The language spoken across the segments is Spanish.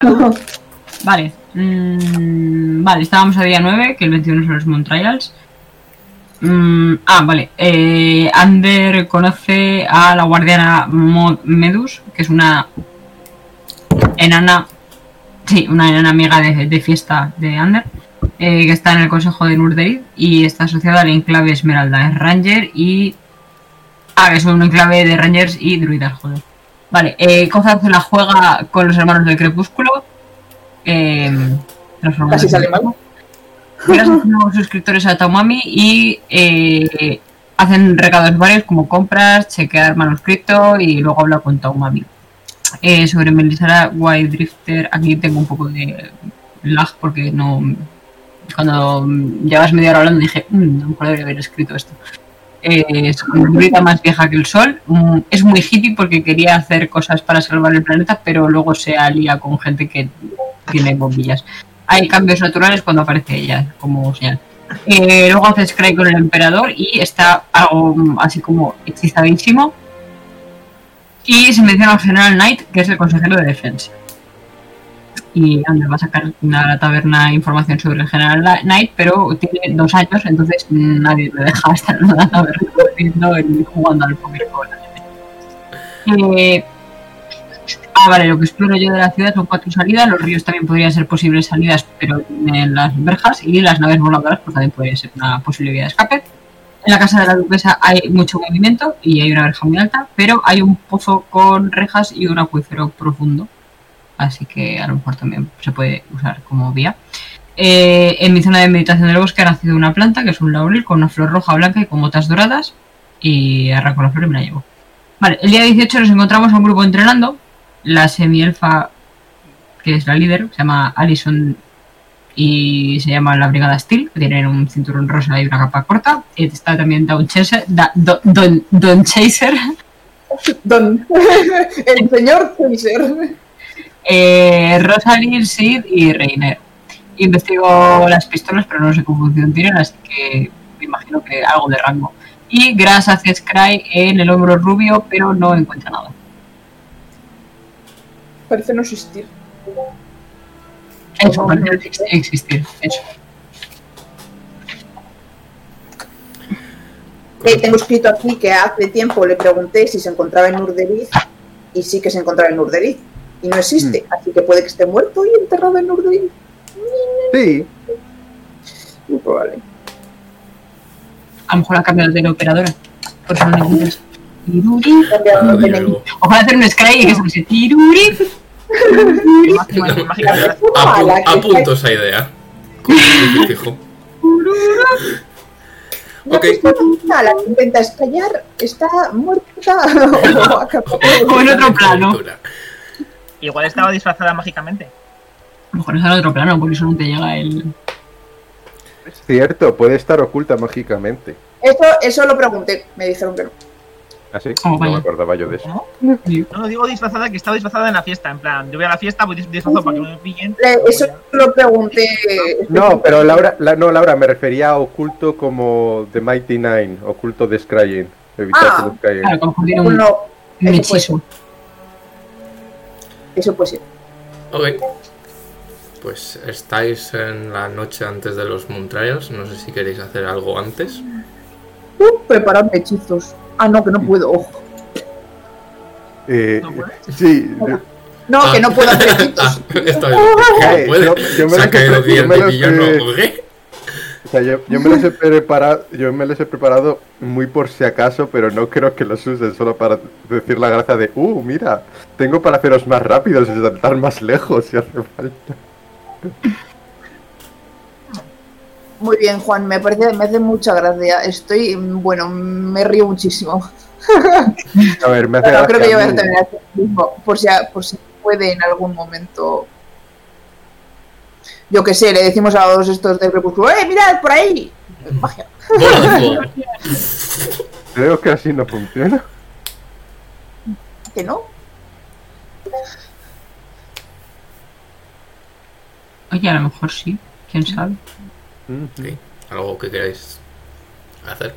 Vale. Vale, estábamos a día 9, que el 21 son los Moon Trials. Vale. Ander conoce a la guardiana Medus, que es una enana. Sí, una enana amiga de fiesta de Ander. Que está en el consejo de Nurderid y está asociada al enclave Esmeralda. Es Ranger y. Que es un enclave de Rangers y druidas, joder. Vale, Kozar se la juega con los hermanos del Crepúsculo. Casi sale mal. Gracias a nuevos suscriptores a Taumami y hacen recados varios como compras, chequear manuscrito y luego hablar con Taumami. Sobre Melisara White Drifter, aquí tengo un poco de lag porque no. Cuando llevas media hora hablando dije, a lo mejor debería haber escrito esto. Es una brita más vieja que el sol. Es muy hippie porque quería hacer cosas para salvar el planeta, pero luego se alía con gente que tiene bombillas. Hay cambios naturales cuando aparece ella, como señal. Luego hace Scry con el emperador y está algo así como hechizadísimo. Y se menciona al general Knight, que es el consejero de defensa. Y Ander va a sacar a la taberna información sobre el general Knight, pero tiene 2 años, entonces nadie le deja estar en la taberna jugando al Pokémon. Vale, lo que exploro yo de la ciudad son 4 salidas. Los ríos también podrían ser posibles salidas, pero tienen las verjas, y las naves voladoras pues también puede ser una posible vía de escape. En la casa de la duquesa hay mucho movimiento y hay una verja muy alta, pero hay un pozo con rejas y un acuífero profundo. Así que a lo mejor también se puede usar como vía. En mi zona de meditación del bosque ha nacido una planta, que es un laurel, con una flor roja, blanca y con motas doradas. Y arranco la flor y me la llevo. Vale, el día 18 nos encontramos a un grupo entrenando. La semi-elfa, que es la líder, se llama Alison y se llama la Brigada Steel, que tienen un cinturón rosa y una capa corta. Está también Don Chaser. Don Chaser. El señor Chaser. Rosalind, Sid y Reiner. Investigo las pistolas, pero no sé qué función tienen, así que me imagino que algo de rango. Y Grass hace Scry en el hombro rubio, pero no encuentra nada. Parece no existir. Eso, parece existir. Eso. Tengo escrito aquí que hace tiempo le pregunté si se encontraba en Nurderid y sí que se encontraba en Nurderid. Y no existe, así que puede que esté muerto y enterrado en Nurderid. Sí. Muy probable. A lo mejor ha cambiado de la operadora. Por eso no encuentras. Ojalá hacer un Scry y que se dice Tiruri. Apunto esa idea. Fijo. Ok. La que intenta estallar está muerta. O en otro plano. Igual estaba disfrazada mágicamente. A lo mejor está en otro plano, por eso no te llega el. Es cierto, puede estar oculta mágicamente. Eso lo pregunté, me dijeron que no. ¿Ah, sí? Oh, no vaya. me acordaba yo de eso. No digo disfrazada, que estaba disfrazada en la fiesta. En plan, yo voy a la fiesta, voy disfrazado para que me pillen. Eso lo pregunté. No, pero Laura, me refería a oculto como The Mighty Nine, oculto de Scrying. Evitar que lo Scrying. Claro, como tiene un hechizo. Eso pues sí. Ok. Pues estáis en la noche antes de los Moon Trials. No sé si queréis hacer algo antes. Prepararme hechizos. No, que no puedo. Ojo. Sí. No, que no puedo hacer hechizos. Está bien. ¿Cómo puede? Se ha caído y yo no. ¿Qué? O sea, yo me los he preparado muy por si acaso, pero no creo que los usen solo para decir la gracia de mira, tengo para haceros más rápidos y saltar más lejos si hace falta. Muy bien, Juan, me hace mucha gracia. Me río muchísimo. A ver, me hace Pero gracia. creo que yo voy a terminar hacer lo mismo, por si puede en algún momento. Yo qué sé, le decimos a los estos de Crepúsculo, mirad por ahí. Magia. Creo que así no funciona. ¿Que no? Oye, a lo mejor sí, quién sabe. Sí, algo que queráis hacer.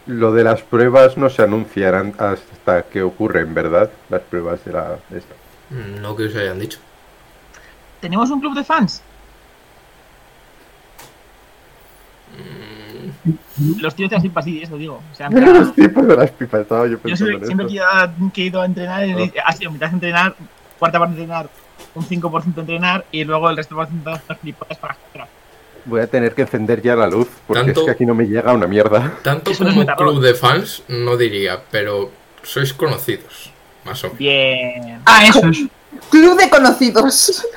Lo de las pruebas no se anunciarán hasta que ocurren, ¿verdad? Las pruebas de la... esta. No que os hayan dicho. ¿Tenemos un club de fans? Los tíos de las pipas, sí, eso digo. O sea, en plan, Los tipos de las pipas, estaba yo yo pensando siempre en eso. que he ido a entrenar, ha sido mitad de entrenar, cuarta parte de entrenar, un 5% de entrenar y luego el resto de las flipadas para atrás. Voy a tener que encender ya la luz, porque Tanto- es que aquí no me llega una mierda. Tanto Eso no es como metarrol. club de fans, no diría, pero sois conocidos, más o menos. Bien. Ah, esos. Club de conocidos.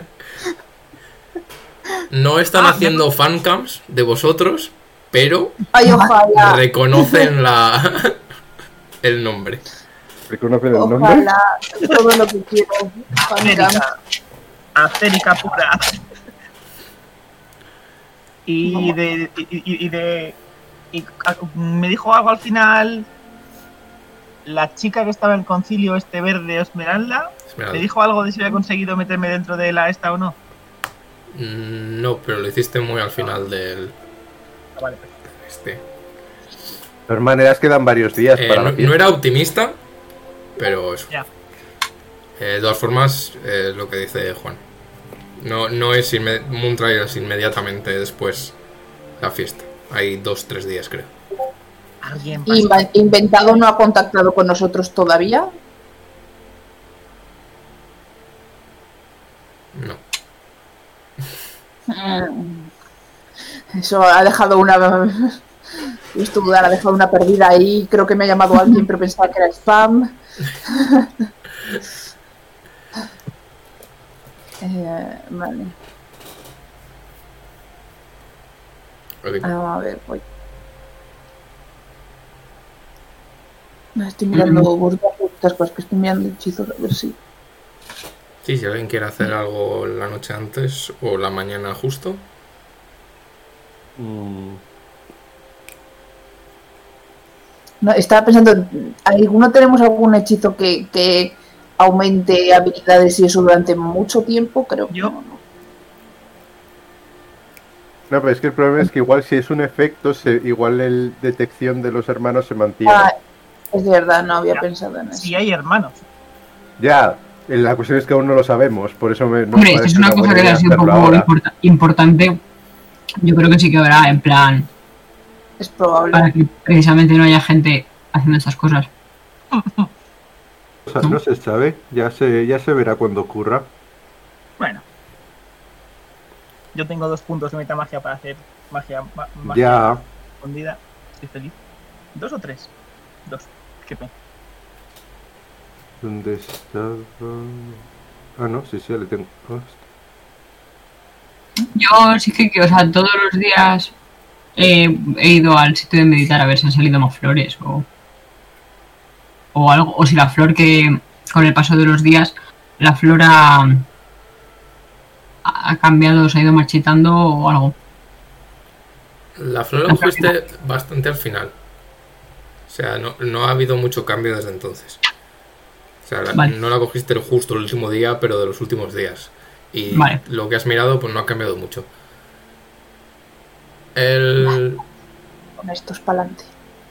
No están haciendo fancams de vosotros, pero Ay, ojalá. reconocen el nombre. ¿Reconocen el nombre? Ojalá. Todo lo que quiero. Acérica. Acérica pura. Me dijo algo al final. La chica que estaba en el concilio este verde Esmeralda. Esmeralda. ¿Me dijo algo de si había conseguido meterme dentro de la esta o no? No, pero lo hiciste muy al final del... Vale. Este. De todas maneras quedan varios días para la No fiesta. era optimista, pero eso. Ya. De todas formas, lo que dice Juan. No es Moon Trials inmediatamente después la fiesta. Hay 2-3 días, creo. ¿Alguien ¿Y pasa? Inventado no ha contactado con nosotros todavía? No. Eso ha dejado una... Esto dudar, ha dejado una perdida ahí. Creo que me ha llamado alguien, pero pensaba que era spam. Vale. Ok. A ver, voy. Estoy mirando estas cosas que estoy mirando hechizos a ver si. Sí, si alguien quiere hacer algo la noche antes o la mañana justo. No, estaba pensando, ¿alguno tenemos algún hechizo que aumente habilidades y eso durante mucho tiempo? Creo que Yo. no. No, pero es que el problema es que igual si es un efecto, igual el detección de los hermanos se mantiene. Ah, es de verdad, no había Ya. pensado en eso. Si hay hermanos. Ya, la cuestión es que aún no lo sabemos, por eso me... no Hombre, parece si es una cosa buena que idea ha sido un hacerlo poco ahora. importante, yo creo que sí que habrá, en plan, Es probable. para que precisamente no haya gente haciendo estas cosas. O sea, no se sabe, ya se verá cuando ocurra. Bueno. Yo tengo 2 puntos de metamagia para hacer magia Ya, escondida. Estoy feliz. 2 o 3. 2. Qué pena. ¿dónde estaba? Ah, no, sí, le tengo. Yo sí que, o sea, todos los días he ido al sitio de meditar a ver si han salido más flores o algo, o si la flor que con el paso de los días la flor ha cambiado, se ha ido marchitando o algo. La flor la cogiste bastante al final. O sea, no ha habido mucho cambio desde entonces. O sea, Vale. no la cogiste justo el último día, pero de los últimos días. Y Vale. lo que has mirado, pues no ha cambiado mucho. El Con estos para adelante.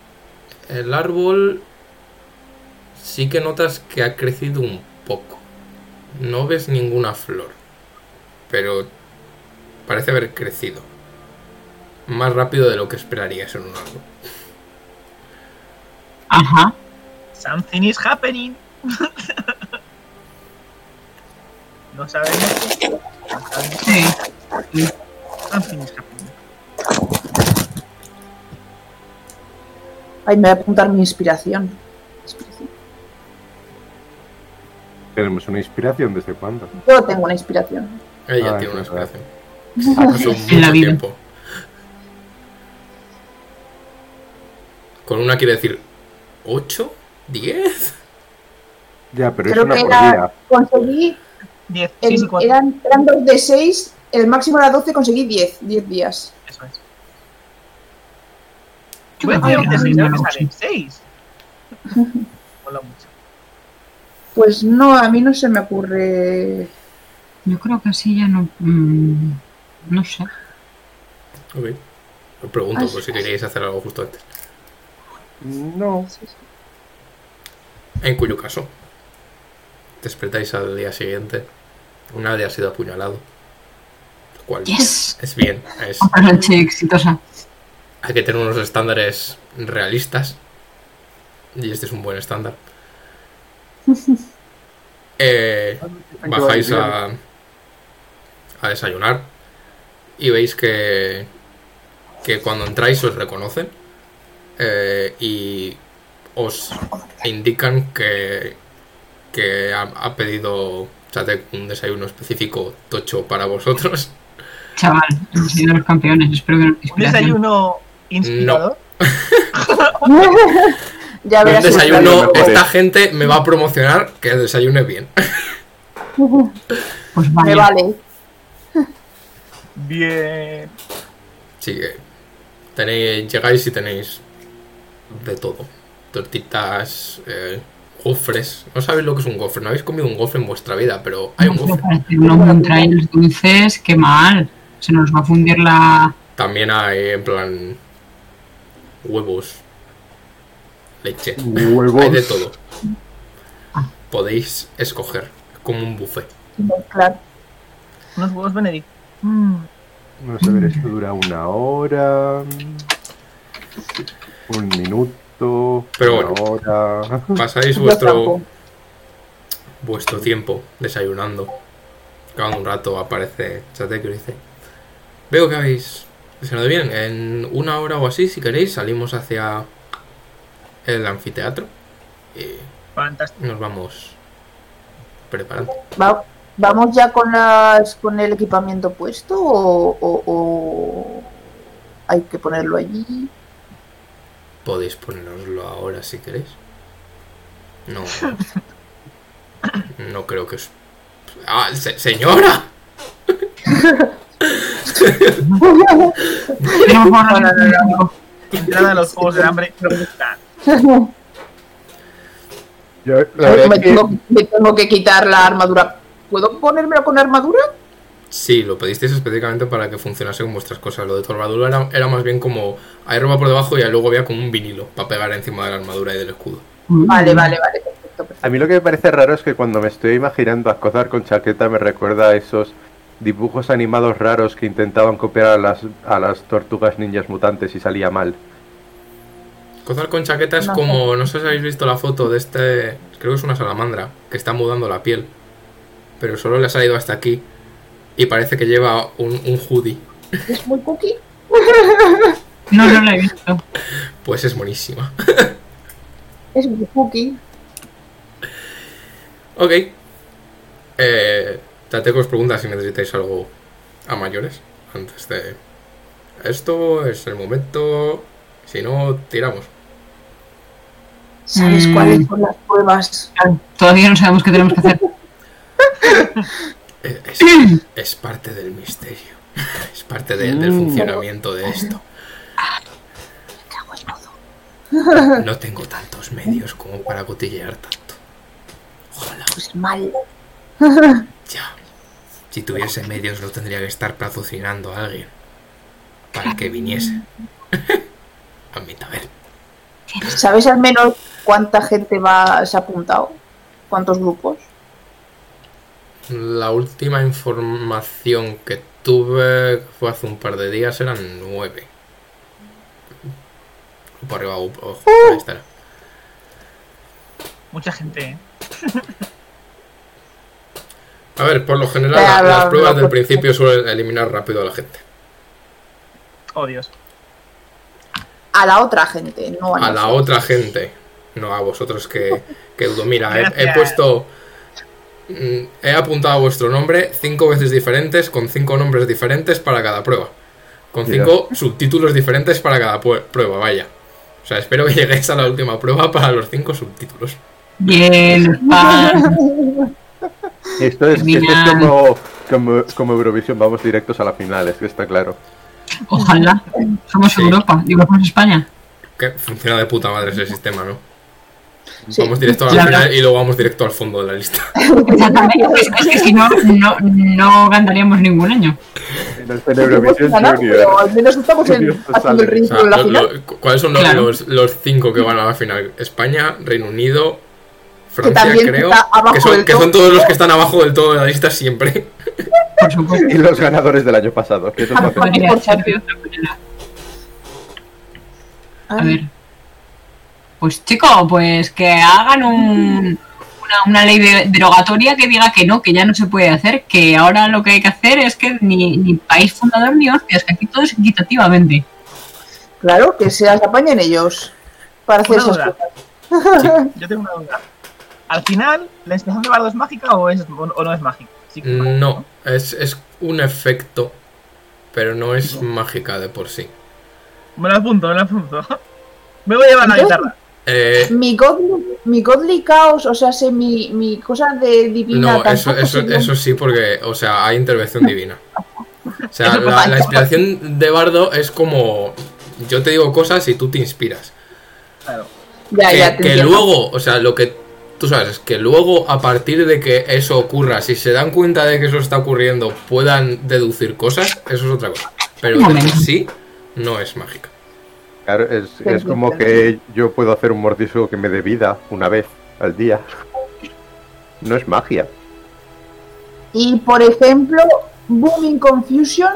árbol sí que notas que ha crecido un poco. No ves ninguna flor, pero parece haber crecido. Más rápido de lo que esperarías en un árbol. Ajá. Something is happening. No sabemos qué. No sabemos Sí. qué. Something is happening. Ay, me voy a apuntar mi inspiración. Tenemos una inspiración, ¿desde cuándo? Yo tengo una inspiración. Ella Ah, tiene una es verdad. inspiración. Pasó En la mucho vida. tiempo. Con una quiere decir 8, 10. Ya, pero Creo es una que por era. día. Conseguí. 10. Sí, sí, 4. Eran 2 de 6. El máximo era 12, conseguí 10. 10 días. Eso es. Voy a tirar un D6, a ver qué sale. 6. Mola mucho. Pues no, a mí no se me ocurre. Yo creo que así ya no. No sé. Ok. Os pregunto por si queréis hacer algo justo antes. No. En cuyo caso, despertáis al día siguiente. Nadie ha sido apuñalado. Lo cual Yes. es bien. Otra noche exitosa. Hay que tener unos estándares realistas. Y este es un buen estándar. Bajáis a desayunar. Y veis que cuando entráis os reconocen. Y os indican que ha pedido Chatek un desayuno específico tocho para vosotros. Chaval, el desayuno de los campeones. Espero que no te ¿Un inspiración. desayuno inspirador? Ya Un verás. desayuno, esta gente me va a promocionar que desayune bien. Pues Me vale. vale. Bien. Sí que llegáis y tenéis de todo. Tortitas, gofres. No sabéis lo que es un gofre. No habéis comido un gofre en vuestra vida, pero hay un Me gofre. parece unos Moontrails dulces, qué mal. Se nos va a fundir la... También hay en plan huevos, leche. Huevos. Hay de todo. Podéis escoger como un buffet. Claro. Unos huevos Benedict. Vamos a ver, esto dura 1 hora. 1 minuto. Pero 1 hora. Pasáis vuestro tiempo desayunando. Cada un rato aparece Chatek y os dice: veo que habéis desayunado bien. En 1 hora o así, si queréis, salimos hacia el anfiteatro y Fantástico. nos vamos preparando. ¿Vamos ya con el equipamiento puesto o hay que ponerlo allí? Podéis ponéroslo ahora si queréis. No. No creo que os... ¡Ah, señora! Entrada a los juegos del hambre. Yo, la verdad es que Me tengo que quitar la armadura. ¿Puedo ponérmelo con armadura? Sí, lo pedisteis específicamente para que funcionase con vuestras cosas. Lo de tu armadura era más bien como... Hay ropa por debajo y luego había como un vinilo para pegar encima de la armadura y del escudo. Vale, perfecto. a mí lo que me parece raro es que cuando me estoy imaginando a Cozar con chaqueta me recuerda a esos dibujos animados raros que intentaban copiar a las tortugas ninjas mutantes y salía mal. Cozar con chaqueta es No como... No sé si habéis visto la foto de este... Creo que es una salamandra que está mudando la piel. Pero solo le ha salido hasta aquí. Y parece que lleva un hoodie. ¿Es muy cookie? No lo he visto. Pues es monísima. Es muy cookie. Ok. Chatek os pregunta si necesitáis algo a mayores. Antes de... Esto es el momento. Si no, tiramos. ¿Sabes cuáles son las pruebas? Todavía no sabemos qué tenemos que hacer. Es parte del misterio. Es parte del funcionamiento de esto. Me cago en todo. No tengo tantos medios como para cotillear tanto. Ojalá. Pues mal. Ya. Si tuviese medios, lo tendría que estar patrocinando a alguien. Para que viniese. Admita, a ver. ¿Sabes al menos cuánta gente se ha apuntado? ¿Cuántos grupos? La última información que tuve fue hace un par de días, eran 9. Grupo arriba, ojo, ahí estará. Mucha gente, ¿eh? A ver, por lo general las pruebas del principio suelen eliminar rápido a la gente. Oh, Dios. A la otra gente, no a A la nosotros. otra gente, no a vosotros que dudo. Mira, he Gracias. puesto... He apuntado vuestro nombre 5 veces diferentes, con 5 nombres diferentes para cada prueba. Con 5 subtítulos diferentes para cada prueba, vaya. O sea, espero que lleguéis a la última prueba para los 5 subtítulos. Bien, Esto es Genial. como Eurovisión, vamos directos a la final, es que está claro. Ojalá. Somos Sí. Europa, digo, somos España. Que funciona de puta madre ese sistema, ¿no? Sí. Vamos directo al Claro. final y luego vamos directo al fondo de la lista. Exactamente. Es que si no, no ganaríamos ningún año. En el Eurovisión Ganar, Junior. pero al menos estamos Junior haciendo el sale. O ridículo sea, en la final. ¿cuáles son Claro. los 5 que van a la final? España, Reino Unido, Francia, también creo. está abajo Que son, del que todo. son todos los que están abajo del todo de la lista siempre. Por supuesto. Y los ganadores del año pasado. Que eso es fácil. Podría por ser fácil. de otra manera. A ver. Pues chico, pues que hagan una ley derogatoria que diga que no, que ya no se puede hacer, que ahora lo que hay que hacer es que ni país fundador ni hostias, que aquí todo es equitativamente. Claro, que se las apañen ellos para hacer Una esas duda. cosas. Yo tengo una duda. Al final, ¿la inspiración de bardo es mágica o no es mágica? Sí que es mágica, No, es un efecto, pero no es mágica de por sí. Me lo apunto, me lo apunto. Me voy a llevar la Entonces- guitarra. Mi godly chaos, o sea, sé mi cosa de divina. No, eso, tampoco sería- eso sí, porque, o sea, hay intervención divina. O sea, Eso la inspiración de bardo es como, yo te digo cosas y tú te inspiras. Claro. Ya, ya, te Que entiendo. luego, o sea, lo que tú sabes es que luego, a partir de que eso ocurra, si se dan cuenta de que eso está ocurriendo, puedan deducir cosas, eso es otra cosa. Pero Un de por momento. sí no es mágica. Claro, es como que yo puedo hacer un mordisco que me dé vida una vez al día. No es magia. Y por ejemplo, Booming Confusion,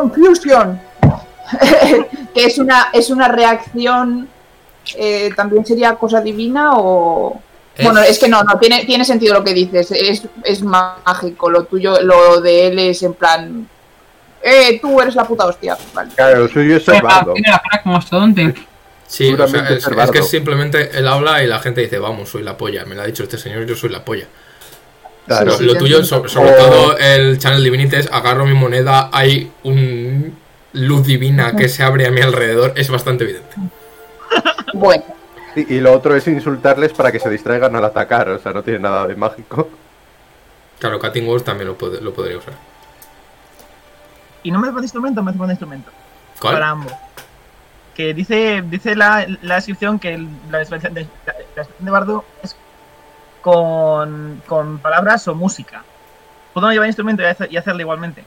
que es una reacción, también sería cosa divina o... Bueno, es que no, tiene sentido lo que dices, es mágico, lo tuyo, lo de él es en plan, tú eres la puta hostia, vale. Claro, lo suyo es ser bardo. Tiene la cara como mastodonte. Sí, o sea, Puramente es ser que bardo. simplemente él habla y la gente dice, vamos, soy la polla. Me lo ha dicho este señor, yo soy la polla. Claro. Sí, sí. Lo tuyo, sobre O- todo el Channel Divinity, es agarro mi moneda, hay un luz divina que se abre a mi alrededor, es bastante evidente. Bueno, Y lo otro es insultarles para que se distraigan al atacar. O sea, no tiene nada de mágico. Claro, Cutting Words también lo podría usar. ¿Y no me hace falta instrumento? Me hace falta instrumento. Para ¿Cuál? ambos. Que dice la descripción que la expresión de bardo es con palabras o música. ¿Puedo llevar instrumento y hacerlo igualmente?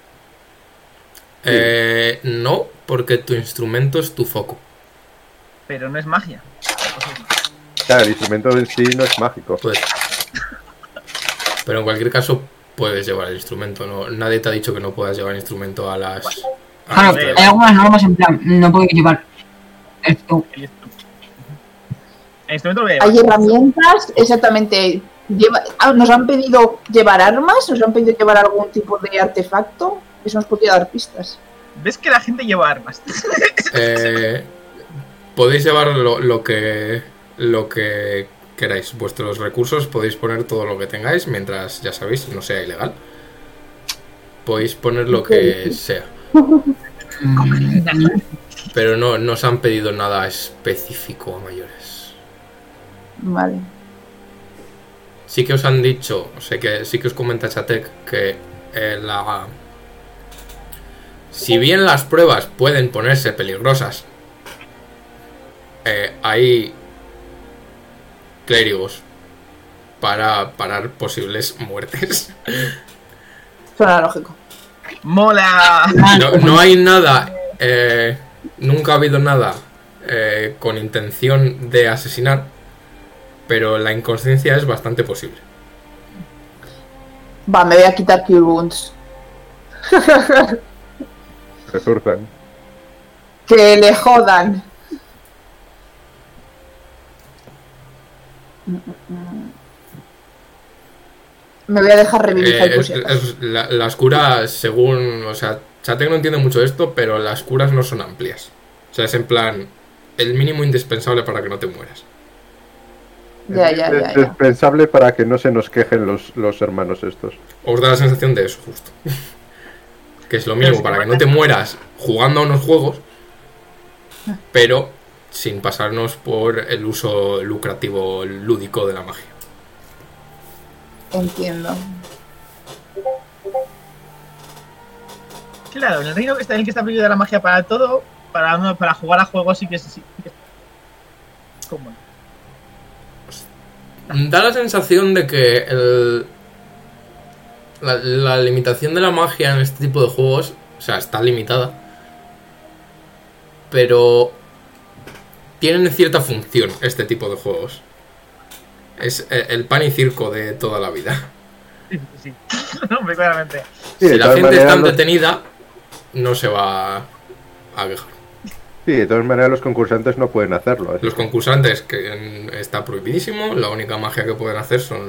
No, porque tu instrumento es tu foco. Pero no es magia. Claro, el instrumento en sí no es mágico. Puedes. Pero en cualquier caso, puedes llevar el instrumento. No, nadie te ha dicho que no puedas llevar instrumento a las. Claro, ver. hay algunas normas en plan, no podéis llevar esto. El instrumento lo voy a llevar. hay herramientas, exactamente, nos han pedido llevar armas, nos han pedido llevar algún tipo de artefacto, eso nos podría dar pistas. ¿Ves que la gente lleva armas? Podéis llevar lo que queráis. Vuestros recursos podéis poner todo lo que tengáis mientras, ya sabéis, no sea ilegal. Podéis poner lo que sea. Pero no os han pedido nada específico a mayores. Vale. Sí que os han dicho, sí que os comenta Chatek que si bien las pruebas pueden ponerse peligrosas, hay clérigos para parar posibles muertes. Suena lógico. ¡Mola! No hay nada, nunca ha habido nada con intención de asesinar, pero la inconsciencia es bastante posible. Va, me voy a quitar Cure Wounds. Resurjan. Que le jodan. Me voy a dejar revivir por si acaso. Las curas, según, o sea, Chatek no entiende mucho esto, pero las curas no son amplias. O sea, es en plan el mínimo indispensable para que no te mueras. Ya. Es indispensable para que no se nos quejen los hermanos estos. Os da la sensación de eso, justo. Que es lo mínimo para que no te mueras jugando a unos juegos, pero sin pasarnos por el uso lucrativo, lúdico de la magia. Entiendo. Claro, en el reino que está en el que está prohibida la magia para todo, para jugar a juegos sí que es común. Da la sensación de que la limitación de la magia en este tipo de juegos, o sea, está limitada, pero tienen cierta función este tipo de juegos. Es el pan y circo de toda la vida. Sí. Hombre, claramente. Sí, Si de la todas gente está maneras, entretenida, no se va a quejar. sí, de todas maneras los concursantes no pueden hacerlo. así Los que- concursantes, que está prohibidísimo, la única magia que pueden hacer son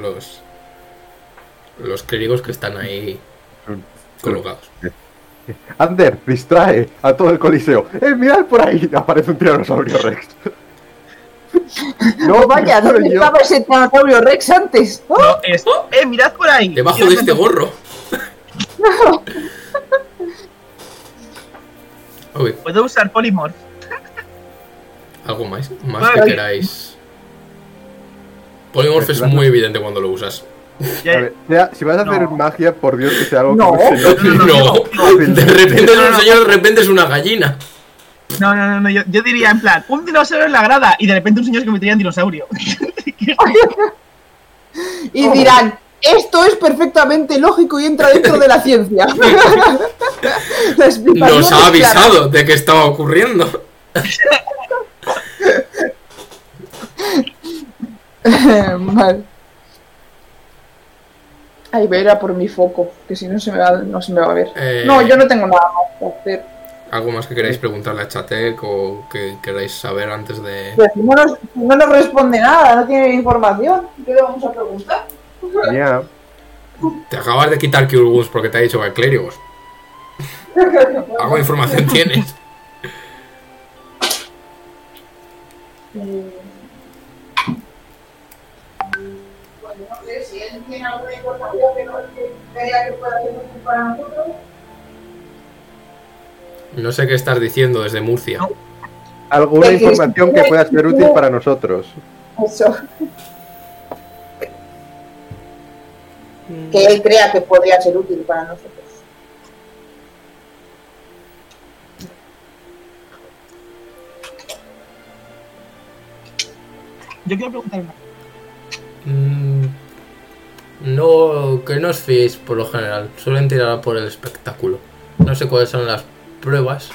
los clérigos que están ahí colocados. Ander, distrae a todo el coliseo. Mirad por ahí! Aparece un tiranosaurio Rex. No, Vaya, soy ¿dónde yo. estaba ese tiranosaurio Rex antes? ¡Oh! No, es. Mirad por ahí. Debajo de este gorro. Ok, Puedo usar Polymorph. algo más que Vale. queráis. Polymorph es muy evidente cuando lo usas. A ver, si vas a hacer No. magia, por Dios que sea algo No. que No, de repente es un señor, de repente es una gallina. No, yo diría en plan, un dinosaurio en la grada y de repente un señor se convertiría en dinosaurio. Y dirán, esto es perfectamente lógico y entra dentro de la ciencia. La explicación Nos es ha clara. avisado de que estaba ocurriendo. Vale. Ay, voy a ir a por mi foco, que si no no se me va a ver. No, yo no tengo nada más que hacer. ¿Algo más que queráis preguntarle a Chatek o que queráis saber antes de...? Pero si no nos responde nada, no tiene información, ¿qué le vamos a preguntar? Ya. Te acabas de quitar Cure Wounds porque te ha dicho que hay clérigos. ¿Algo de información tienes? Bueno, no sé si él tiene alguna información que crea que pueda ser útil para nosotros. No sé qué estás diciendo desde Murcia. Alguna Que información que pueda ser útil para nosotros. Eso. Que él crea que podría ser útil para nosotros. Yo quiero preguntar una. No, que no os fiéis por lo general. Suelen tirar por el espectáculo. No sé cuáles son las pruebas.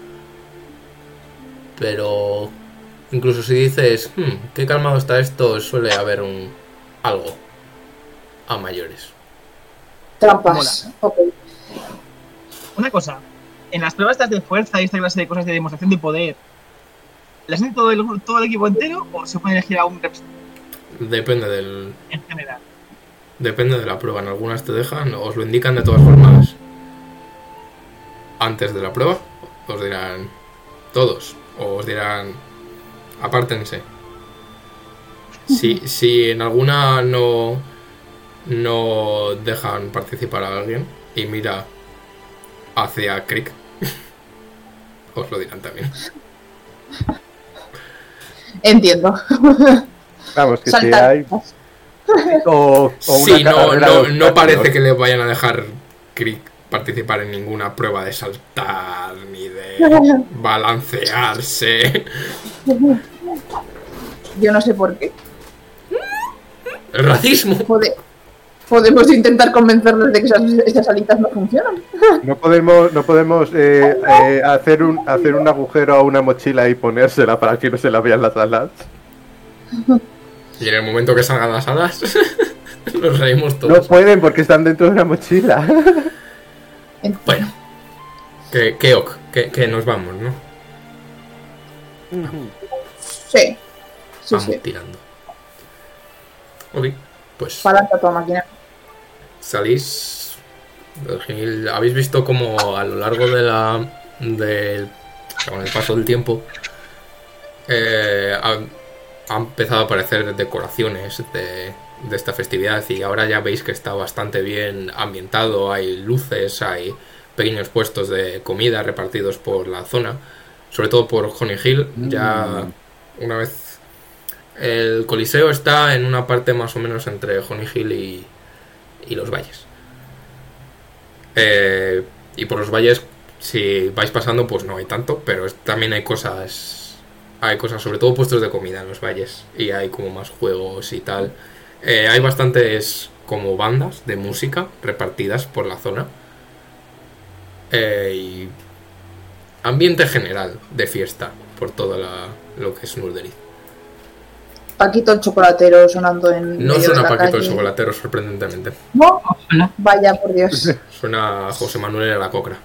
Pero incluso si dices, qué calmado está esto, suele haber algo a mayores. Trampas. Ok. Una cosa, en las pruebas estas de fuerza y esta clase de cosas de demostración de poder, ¿las hacen todo el equipo entero o se puede elegir a un representante en general? Depende de la prueba. En algunas te dejan, os lo indican de todas formas. Antes de la prueba, os dirán todos, o os dirán apártense. Si en alguna no dejan participar a alguien y mira hacia Crick, os lo dirán también. Entiendo. Vamos, que si Saltar. hay... O una Sí, carrera de no parece obstáculos. que le vayan a dejar Crick participar en ninguna prueba de saltar ni de balancearse. Yo no sé por qué. El racismo. Podemos intentar convencerles de que esas alitas no funcionan. No podemos hacer un agujero a una mochila y ponérsela para que no se la vean las alas. Y en el momento que salgan las alas, nos reímos No todos. pueden porque están dentro de una mochila. Bueno, que nos vamos, ¿no? Sí. Sí, Vamos sí. tirando. Ok, pues Para adelante a tu máquina. salís. Habéis visto como a lo largo con el paso del tiempo ha empezado a aparecer decoraciones de esta festividad y ahora ya veis que está bastante bien ambientado. Hay luces, hay pequeños puestos de comida repartidos por la zona, sobre todo por Honey Hill. Ya una vez el coliseo está en una parte más o menos entre Honey Hill y los valles. Y por los valles, si vais pasando, pues no hay tanto, pero también hay cosas hay cosas, sobre todo puestos de comida en los valles, y hay como más juegos y tal. Hay bastantes como bandas de música repartidas por la zona. Y ambiente general de fiesta por todo lo que es Nurderiz. Paquito el chocolatero sonando en No medio de suena la Paquito el calle. chocolatero, sorprendentemente. No, Ojalá. vaya por Dios. Suena a José Manuel de la Cocra.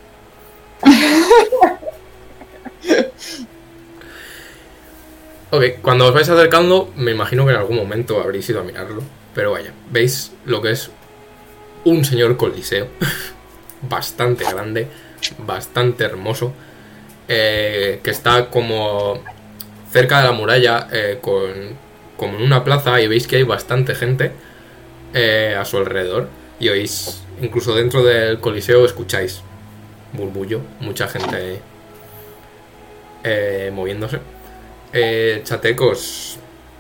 Ok, cuando os vais acercando, me imagino que en algún momento habréis ido a mirarlo. Pero vaya, veis lo que es un señor coliseo. Bastante grande, bastante hermoso. Que está como cerca de la muralla, como en una plaza, y veis que hay bastante gente a su alrededor. Y oís, incluso dentro del coliseo, escucháis burbullo, mucha gente moviéndose. Chatek os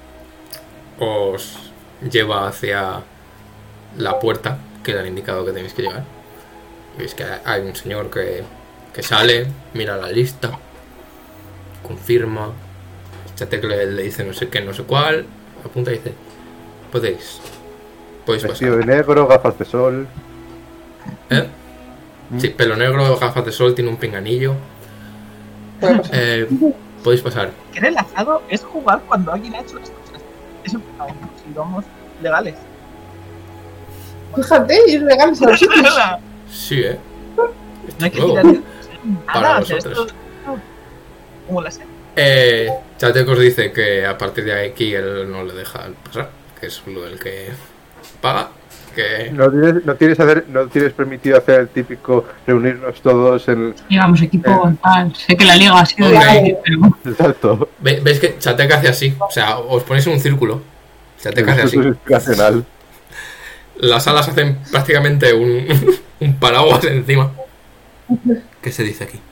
lleva hacia la puerta que le han indicado que tenéis que llegar. Y veis que hay un señor que sale, mira la lista, confirma. Chatek le dice no sé qué, no sé cuál, apunta y dice: podéis Vestido pasar. de negro, gafas de sol. ¿Eh? Sí, pelo negro, gafas de sol, tiene un pinganillo. Podéis pasar. Qué relajado es jugar cuando alguien ha hecho las cosas. Eso, si vamos legales. Fíjate, ir legal a los sitios. Sí, No hay que Luego, tirar para nada, o sea, vosotros. esto como la sé. Chatek os dice que a partir de aquí él no le deja pasar, que es lo del que paga, que No tienes permitido hacer el típico reunirnos todos en Digamos, equipo tal. Sé que la liga ha sido Ok. difícil, pero el salto. veis que Chatek hace así, o sea, os ponéis en un círculo. Chatek hace así. Eso es inspiracional. Las alas hacen prácticamente un paraguas encima. ¿Qué se dice aquí?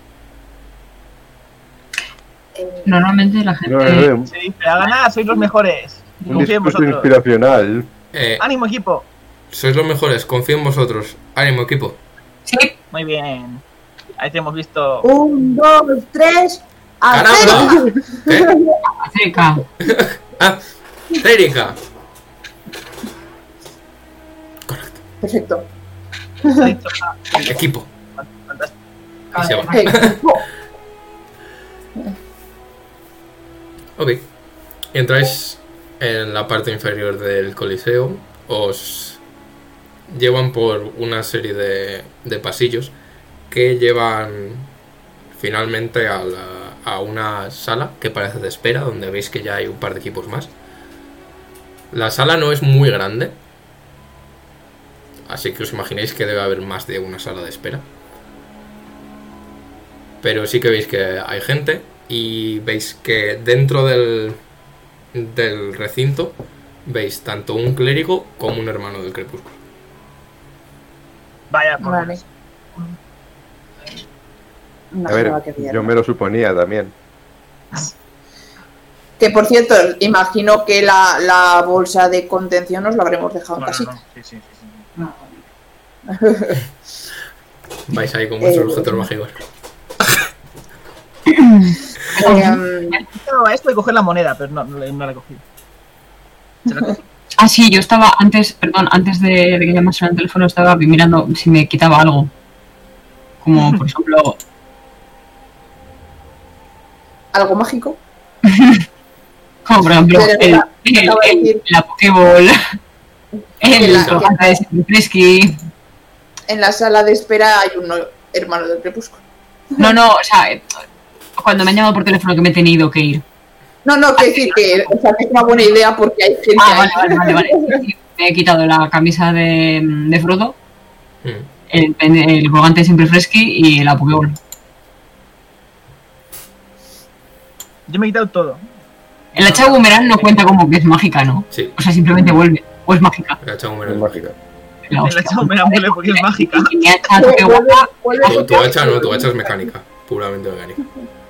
normalmente la gente... Se dice, a ganar, sois los mejores. Un Confío en discurso vosotros. inspiracional. ¡Ánimo, equipo! Sois los mejores, confío en vosotros. Ánimo, equipo. Sí, Muy bien. Ahí te hemos visto. 1, 2, 3. ¡Caramba! ¿Eh? acerca. ¡Ah! ¡Erika! Correcto. Perfecto. Ha dicho, Equipo. fantástico. Y se va. Ok. Entráis en la parte inferior del coliseo. Os llevan por una serie de pasillos que llevan finalmente a una sala que parece de espera, donde veis que ya hay un par de equipos más. La sala no es muy grande, así que os imagináis que debe haber más de una sala de espera. Pero sí que veis que hay gente y veis que dentro del recinto veis tanto un clérigo como un hermano del crepúsculo. Vaya, por Vale. Dios. A ver, yo me lo suponía también. Que por cierto, imagino que la bolsa de contención nos la habremos dejado en No, casita. no. Sí. Vais ahí con vuestros objetos mágicos. Estaba esto de coger la moneda, pero no la he cogido. ¿Se la cogí? Ah, sí, yo estaba antes de que llamasen al teléfono, estaba mirando si me quitaba algo. Como, por ejemplo, ¿Algo mágico? como por ejemplo, Pero acabo de decir- la Pokéball, el la- colgante de Simplifresky. En la sala de espera hay un hermano del crepúsculo. No, o sea, cuando me han llamado por teléfono que me he tenido que ir. No, quiero decir que, o sea, que es una buena idea porque hay gente Ah, ahí. vale. Sí, me he quitado la camisa de Frodo, Mm. el colgante de Simplifresky y la Pokéball. Yo me he quitado todo. El hacha de boomerang no cuenta como que es mágica, ¿no? Sí, O sea, simplemente vuelve. O es mágica. el hacha Es boomerang. mágica. La El hostia. hacha boomerang vuelve porque es mágica. Y mi hacha toque guapa. Tu hacha no, tu hacha es mecánica, puramente mecánica.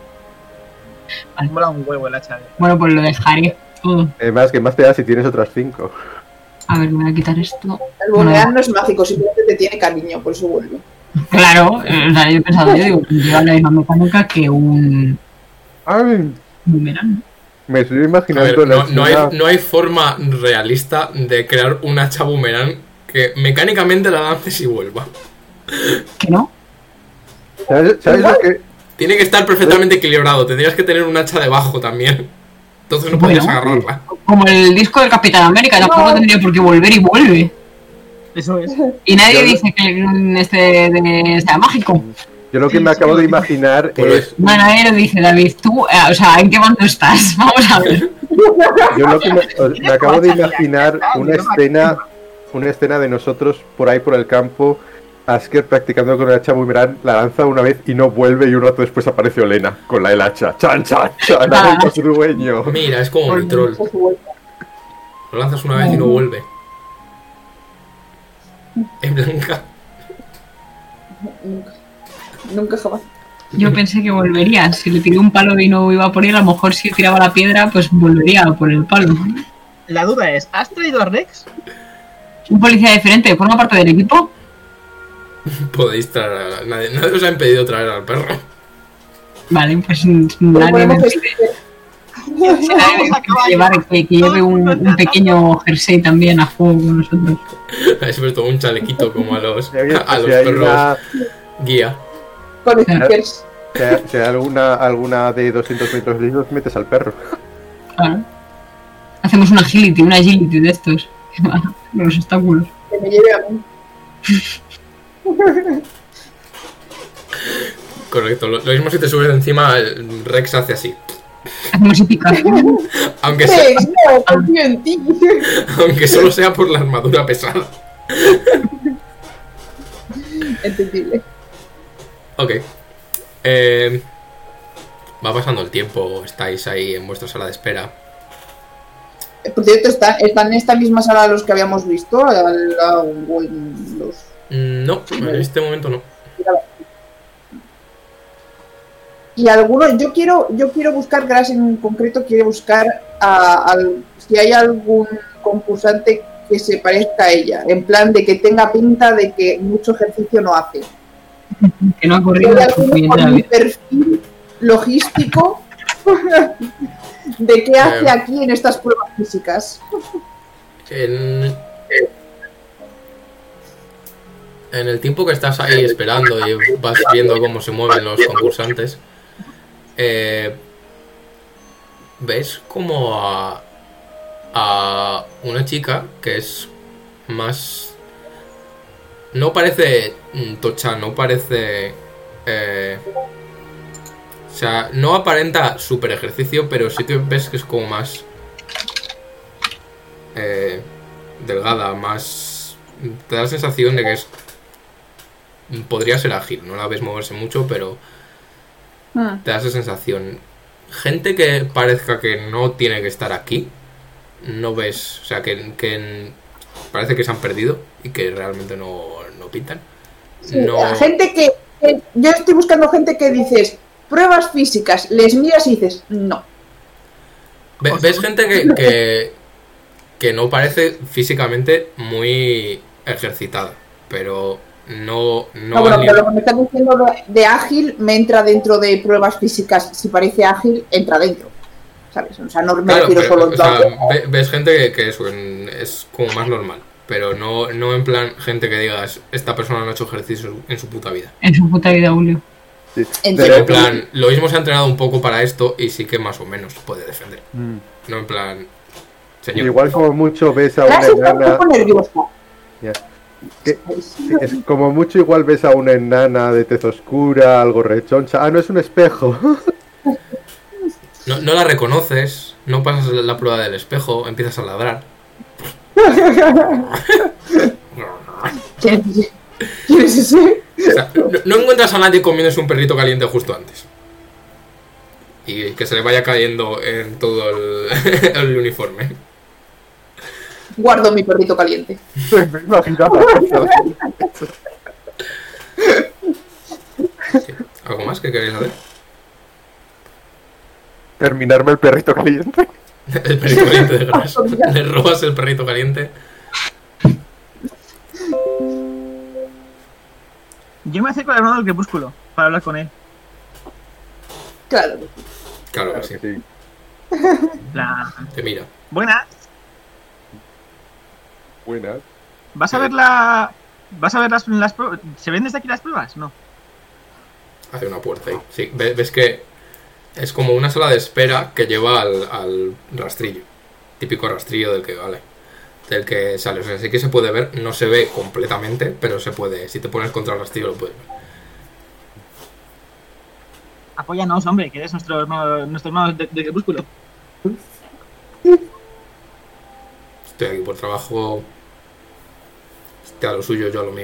Mola un huevo el hacha. Bueno, pues lo dejaré todo. Además, que más te da si tienes otras 5. A ver, me voy a quitar esto. El boomerang no es mágico, simplemente te tiene cariño, por eso vuelve. Claro, o sea, yo he pensado, yo digo, lleva la misma mecánica que un... Ay, Boomerang, ¿no? Me estoy A ver, imaginando la escena- no hay forma realista de crear un hacha boomerang que mecánicamente la lances y vuelva. ¿Que no? ¿Sabes lo que? Tiene que estar perfectamente equilibrado. Tendrías que tener un hacha debajo también. Entonces no podrías Bueno. agarrarla. Como el disco del Capitán América, tampoco tendría por qué volver y vuelve. Eso es. Y nadie Yo- dice que sea mágico. Yo lo que Sí, me sí, acabo lo de dice. imaginar Pues- es. No, nadie lo dice, David. Tú, o sea, ¿en qué bando estás? Vamos a ver. Yo lo que me acabo de imaginar una escena de nosotros por ahí por el campo, Asker practicando con el hacha boomerang, la lanza una vez y no vuelve y un rato después aparece Olena con el hacha. ¡Chan, chan, chan! Ah. ¡Ay, su dueño! Mira, es como mi troll. Lo lanzas una vez y no vuelve. Es blanca. Nunca jamás. Yo pensé que volvería. Si le tiré un palo y no iba por él, a lo mejor si tiraba la piedra, pues volvería por el palo. La duda es, ¿has traído a Rex? Un policía diferente, ¿forma parte del equipo? Podéis traer a... Nadie os ha impedido traer al perro. Vale, pues Lo nadie me podemos impide. vestir. Nadie me impide llevar que lleve un pequeño jersey también a juego con nosotros. Habéis puesto un chalequito como a los Si hay perros una- guía. Con stickers. si hay alguna de 200 metros listos, metes al perro. Claro. Hacemos un agility de estos. Con los obstáculos. Que me lleve a mí. Correcto. Lo mismo si te subes encima, el Rex hace así. Hacemos hípica. Aunque Rex, no, confío en ti. aunque solo sea por la armadura pesada. Entendible. Ok. Va pasando el tiempo, estáis ahí en vuestra sala de espera. Por cierto, ¿están en esta misma sala los que habíamos visto? O en los... No, en este momento no. Y algunos, yo quiero buscar, Gras en concreto quiere buscar si hay algún concursante que se parezca a ella, en plan de que tenga pinta de que mucho ejercicio no hace. Que no ha Si corrido hay la alguno suficiente con la un vida. perfil logístico de qué hace aquí en estas pruebas físicas. En el tiempo que estás ahí esperando y vas viendo cómo se mueven los concursantes, ves como a una chica que es más... No parece tocha, no parece... o sea, no aparenta super ejercicio, pero sí que ves que es como más... delgada, más... Te da la sensación de que es... Podría ser ágil, no la ves moverse mucho, pero te da esa sensación. Gente que parezca que no tiene que estar aquí, no ves, o sea, que parece que se han perdido y que realmente no pintan. Sí, No. gente que yo estoy buscando gente que dices pruebas físicas, les miras y dices no. Ves gente que no parece físicamente muy ejercitada, pero no No, bueno, al pero nivel- lo que me estás diciendo de ágil me entra dentro de pruebas físicas. Si parece ágil, entra dentro. ¿Sabes? O sea, no me Claro, refiero pero, solo o en sea, plan- ves gente que eso, es como más normal, pero no en plan gente que digas, esta persona no ha hecho ejercicio en su puta vida. En su puta vida, Julio. Sí. Entiendo. En plan, lo mismo se ha entrenado un poco para esto y sí que más o menos puede defender. Mm. No en plan, señor. Igual como mucho ves a una Gras está un enana. poco nerviosa. Ya. Es como mucho igual ves a una enana de tez oscura, algo rechoncha. Ah, no es un espejo. No la reconoces, no pasas la prueba del espejo, empiezas a ladrar. ¿Quién es ese? O sea, no encuentras a nadie comiéndose un perrito caliente justo antes. Y que se le vaya cayendo en todo el uniforme. Guardo mi perrito caliente. Me imaginaba. Sí. ¿Algo más que queréis saber? Terminarme el perrito caliente. El perrito caliente de Gras. Le robas el perrito caliente. Yo me acerco al hermano del crepúsculo para hablar con él. Claro. Claro que sí. Sí. Te mira. Buenas. Buenas. ¿Vas a ver las pruebas? ¿Se ven desde aquí las pruebas? No. Hay una puerta ahí. Sí, ves que es como una sala de espera que lleva al rastrillo. Típico rastrillo del que sale. O sea, sí que se puede ver. No se ve completamente, pero se puede. Si te pones contra el rastrillo lo puedes ver. Apóyanos, hombre, que eres nuestro hermano de Crepúsculo. Estoy aquí por trabajo. Usted a lo suyo, yo a lo mío.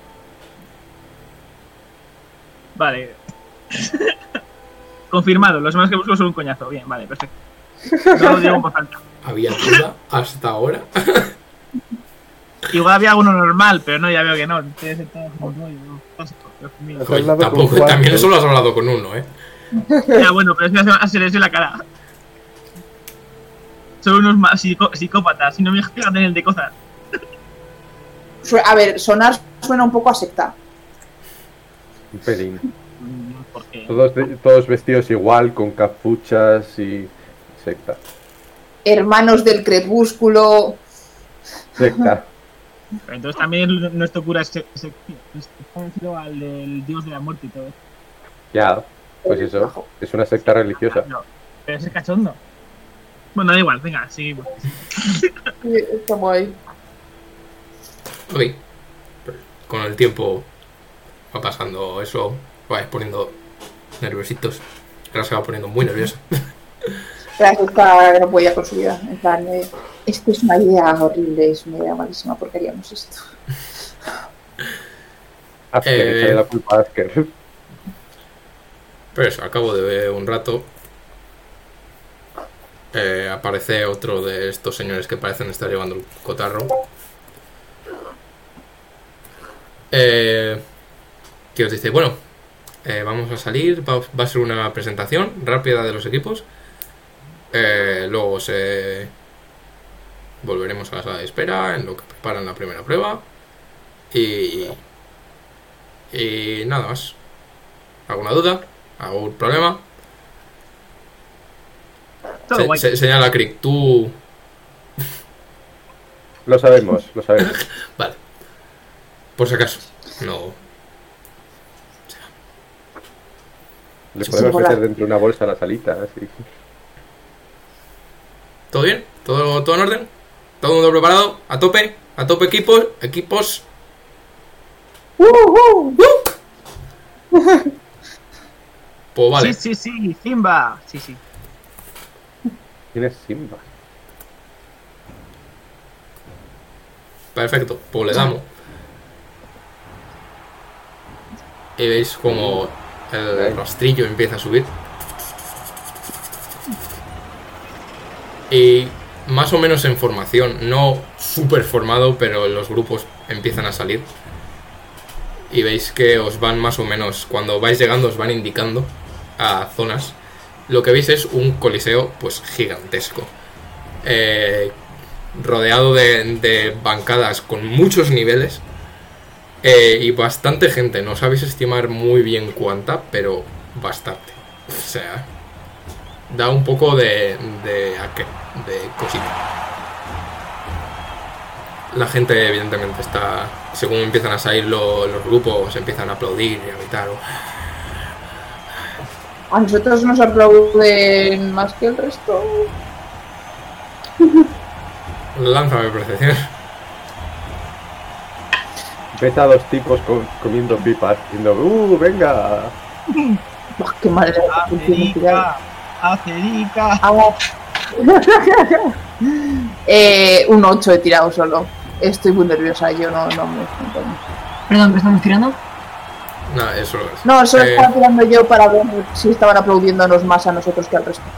Vale. Confirmado, los hermanos Crepúsculo son un coñazo. Bien, vale, perfecto. No lo digo en voz alta. ¿Había duda hasta ahora? Igual había alguno normal, pero no, ya veo que no. Debe ser todo como rollo, ¿no? ¿Has hablado con Tampoco, Juan? también solo has hablado con uno, ¿eh? Ya, bueno, pero es que se les ve la cara. Son unos psicópatas, si no me fijan en el de cosas. A ver, sonar suena un poco a secta. Un pelín. ¿Por qué? Todos vestidos igual, con capuchas y... secta. Hermanos del crepúsculo. Secta. Pero entonces también nuestro cura es parecido al del dios de la muerte y todo. Ya, pues eso. Es una secta religiosa. No, pero ese cachondo. Bueno, da igual, venga, seguimos. Está guay. Ok. Con el tiempo va pasando eso. Vais poniendo nerviositos. Ahora se va poniendo muy nervioso. Gracias, que no podía con su vida. En plan, esto es una idea horrible, es una idea malísima, ¿por qué haríamos esto? Asker, echarle la culpa a Asker. Pero eso, al cabo de un rato aparece otro de estos señores que parecen estar llevando el cotarro. Que os dice, bueno, vamos a salir, va a ser una presentación rápida de los equipos. Luego volveremos a la sala de espera en lo que preparan la primera prueba. Y nada más. ¿Alguna duda? ¿Algún problema? Todo guay. Señala a Crick, tú... Lo sabemos, lo sabemos. Vale. Por si acaso. No. Le podemos meter dentro de una bolsa a la salita, así. ¿Todo bien? ¿Todo en orden? ¿Todo el mundo preparado? ¿A tope? ¿A tope equipos? Pues vale. Sí, Simba. Sí. ¿Quién es Simba? Perfecto, pues le damos. Y veis como el rastrillo empieza a subir. Y más o menos en formación, no súper formado, pero los grupos empiezan a salir. Y veis que os van más o menos, cuando vais llegando os van indicando a zonas. Lo que veis es un coliseo pues gigantesco. Rodeado de bancadas con muchos niveles. Y bastante gente, no sabéis estimar muy bien cuánta, pero bastante. O sea, da un poco de cosita. La gente evidentemente está, según empiezan a salir los grupos, empiezan a aplaudir y a gritar. A nosotros nos aplauden más que el resto. Lánzame percepción. Ves a dos tipos comiendo pipas, diciendo, venga. Qué mal. Acerica. Un 8 he tirado solo. Estoy muy nerviosa, yo no me... Perdón, ¿qué estamos tirando? No, eso es. No, solo estaba tirando yo para ver si estaban aplaudiéndonos más a nosotros que al resto.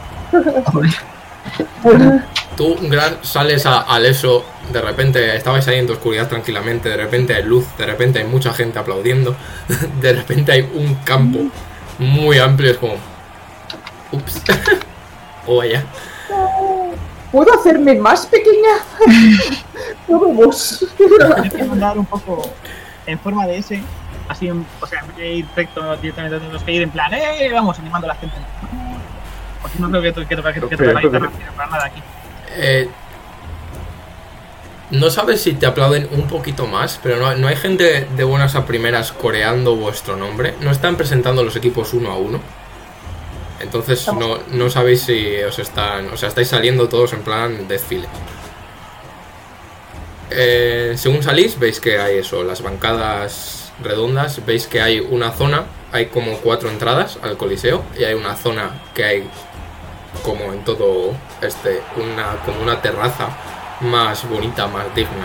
Tú, Gran, sales al eso, de repente estabais ahí en tu oscuridad tranquilamente, de repente hay luz, de repente hay mucha gente aplaudiendo, de repente hay un campo muy amplio, es como... Ups. O vaya. ¿Puedo hacerme más pequeña? No vemos. Tienes que mandar un poco en forma de S, así, o sea, en vez de ir recto directamente, tenemos que ir en plan, vamos animando a la gente. Porque no creo que toque la guitarra para nada aquí. No sabes si te aplauden un poquito más, pero no hay gente de buenas a primeras coreando vuestro nombre. No están presentando los equipos uno a uno. Entonces no sabéis si os están... O sea, estáis saliendo todos en plan desfile. Según salís, veis que hay eso, las bancadas redondas. Veis que hay una zona, hay como 4 entradas al coliseo. Y hay una zona que hay, como en todo como una terraza más bonita, más digna,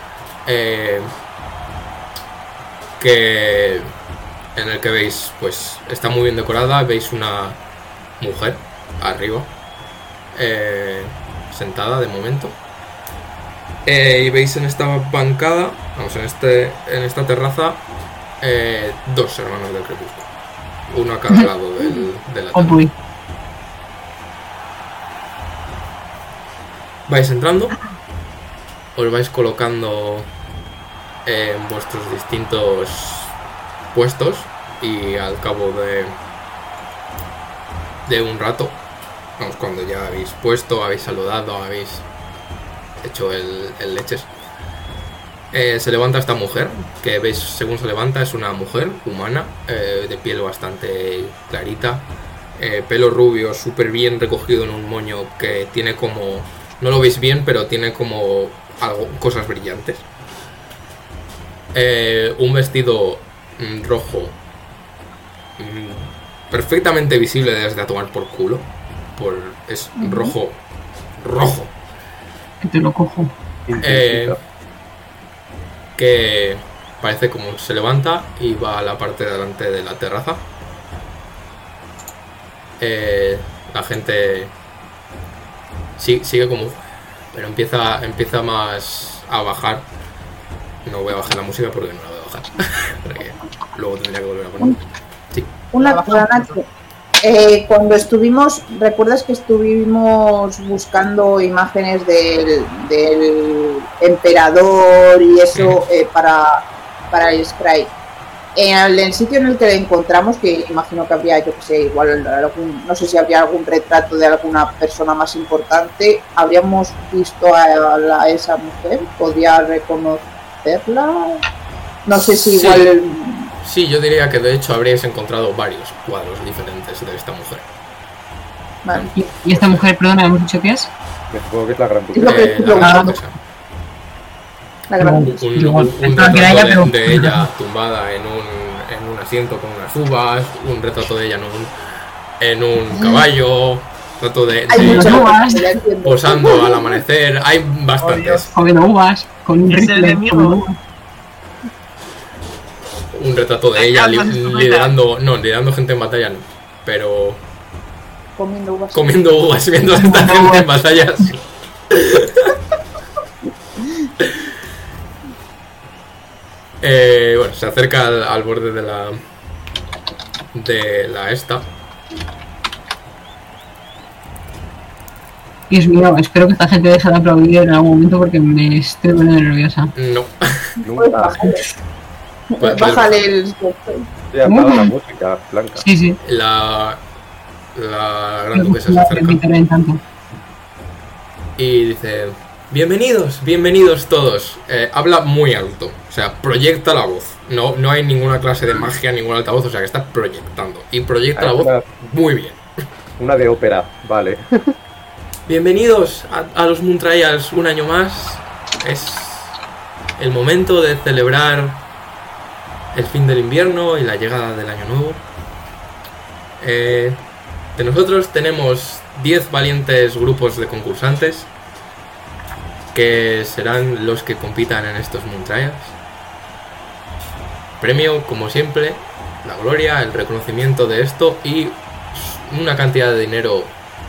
que en el que veis, pues está muy bien decorada. Veis una mujer arriba, sentada de momento, y veis en esta bancada, vamos, en esta terraza, 2 hermanos del crepúsculo, uno a cada lado de la terraza. Vais entrando, os vais colocando en vuestros distintos puestos y al cabo de un rato, vamos, cuando ya habéis puesto, habéis saludado, habéis hecho el leches, se levanta esta mujer, que veis según se levanta es una mujer humana, de piel bastante clarita, pelo rubio, súper bien recogido en un moño que tiene como, no lo veis bien, pero tiene como cosas brillantes, un vestido rojo, perfectamente visible desde a tomar por culo, es rojo, que te lo cojo, que parece como se levanta y va a la parte de delante de la terraza. La gente sigue como, pero empieza más a bajar. No voy a bajar la música porque no la voy a bajar. Porque luego tendría que volver a poner. Sí. Una cosa, Nacho. Cuando estuvimos, ¿recuerdas que estuvimos buscando imágenes del emperador y eso para el Scry? En el sitio en el que le encontramos, que imagino que habría, yo que sé, igual no sé si habría algún retrato de alguna persona más importante, ¿habríamos visto a esa mujer? ¿Podría reconocerla? No sé si sí. Igual... Sí, yo diría que de hecho habríais encontrado varios cuadros diferentes de esta mujer. Vale. ¿Y esta mujer, perdona, hemos dicho que es? Me supongo que es la gran Es lo que- duquesa. La gran duquesa. La gran... Un retrato de ella tumbada en un asiento con unas uvas, un retrato de ella en un caballo, retrato de Hay muchas uvas. cosas, ya entiendo. posando al amanecer, hay bastantes. Comiendo uvas, con un Es el rifle. enemigo. con uvas. Un retrato de ella liderando gente en batalla, no, pero Comiendo uvas. comiendo uvas viendo a esta gente en batalla, sí. Bueno, se acerca al borde de la esta. Dios mío, espero que esta gente deje de aplaudir en algún momento porque me estoy poniendo nerviosa. No. Nunca. Bájale el... Se apaga la música, Blanca. Sí, sí. La gran duquesa se acerca y dice: bienvenidos todos. Habla muy alto, o sea, proyecta la voz. No hay ninguna clase de magia, ningún altavoz, o sea que está proyectando. Y proyecta la voz muy bien. Una de ópera, vale. Bienvenidos a los Moon Trials un año más. Es el momento de celebrar el fin del invierno y la llegada del año nuevo. De nosotros tenemos 10 valientes grupos de concursantes que serán los que compitan en estos Moon Trials. Premio, como siempre, la gloria, el reconocimiento de esto y una cantidad de dinero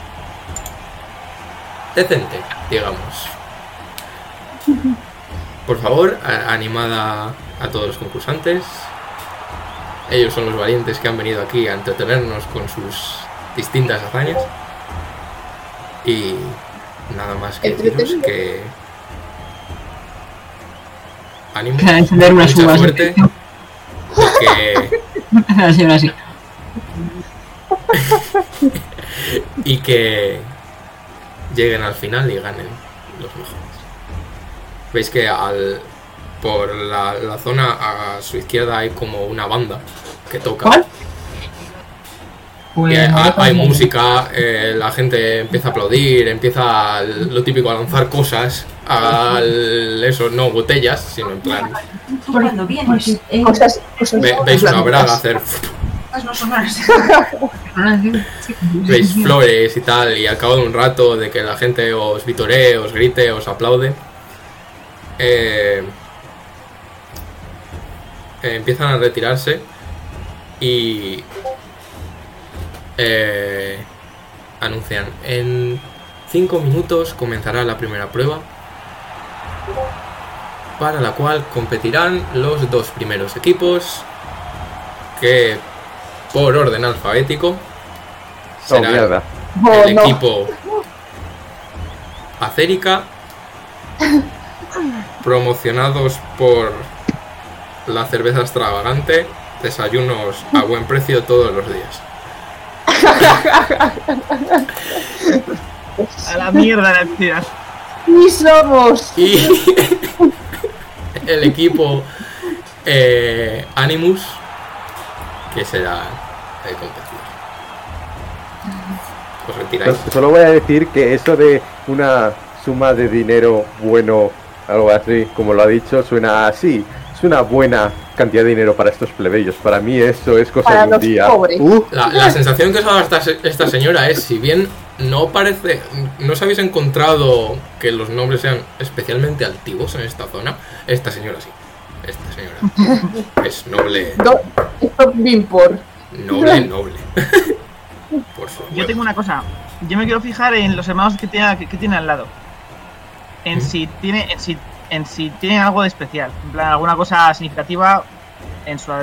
decente, digamos. Por favor, animada a todos los concursantes. Ellos son los valientes que han venido aquí a entretenernos con sus distintas hazañas. Y nada más que deciros que ánimo, Para encender unas mucha uvas. suerte, porque La señora así. y que lleguen al final y ganen los mejores. Veis que por la zona a su izquierda hay como una banda que toca. ¿Cuál? Y hay música, la gente empieza a aplaudir, empieza lo típico a lanzar cosas, eso, no botellas, sino en plan, Cuando vienes, Cosas veis una braga hacer, no sonoras. veis flores y tal, y al cabo de un rato de que la gente os vitoree, os grite, os aplaude, empiezan a retirarse y anuncian: en 5 minutos comenzará la primera prueba, para la cual competirán los 2 primeros equipos, que por orden alfabético será mierda. el equipo Acérica, promocionados por la cerveza extravagante, desayunos a buen precio todos los días. A la mierda la ciudad. ¡Y somos! Y el equipo Animus, que será el competidor. Os retiráis. Solo voy a decir que eso de una suma de dinero bueno, algo así, como lo ha dicho, suena así. Es una buena cantidad de dinero para estos plebeyos. Para mí eso es cosa Para de un los día. pobres. La sensación que os ha dado esta señora es, si bien no parece, no os habéis encontrado que los nombres sean especialmente altivos en esta zona, esta señora sí. Esta señora es noble. Stop being poor. Noble. Por su Yo huevo. tengo una cosa. Yo me quiero fijar en los hermanos que tiene al lado. En si tienen algo de especial. En plan, alguna cosa significativa en su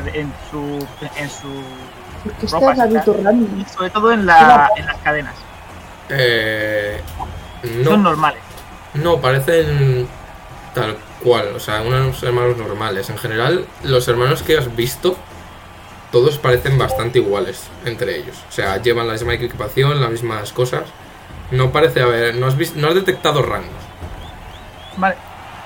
¿Qué ropa. estás abiturrando? Y sobre todo en las cadenas. Son No, normales. no, parecen tal cual, o sea, unos hermanos normales. En general, los hermanos que has visto, todos parecen bastante iguales entre ellos. O sea, llevan la misma equipación, las mismas cosas. No parece haber, no has detectado rangos. Vale.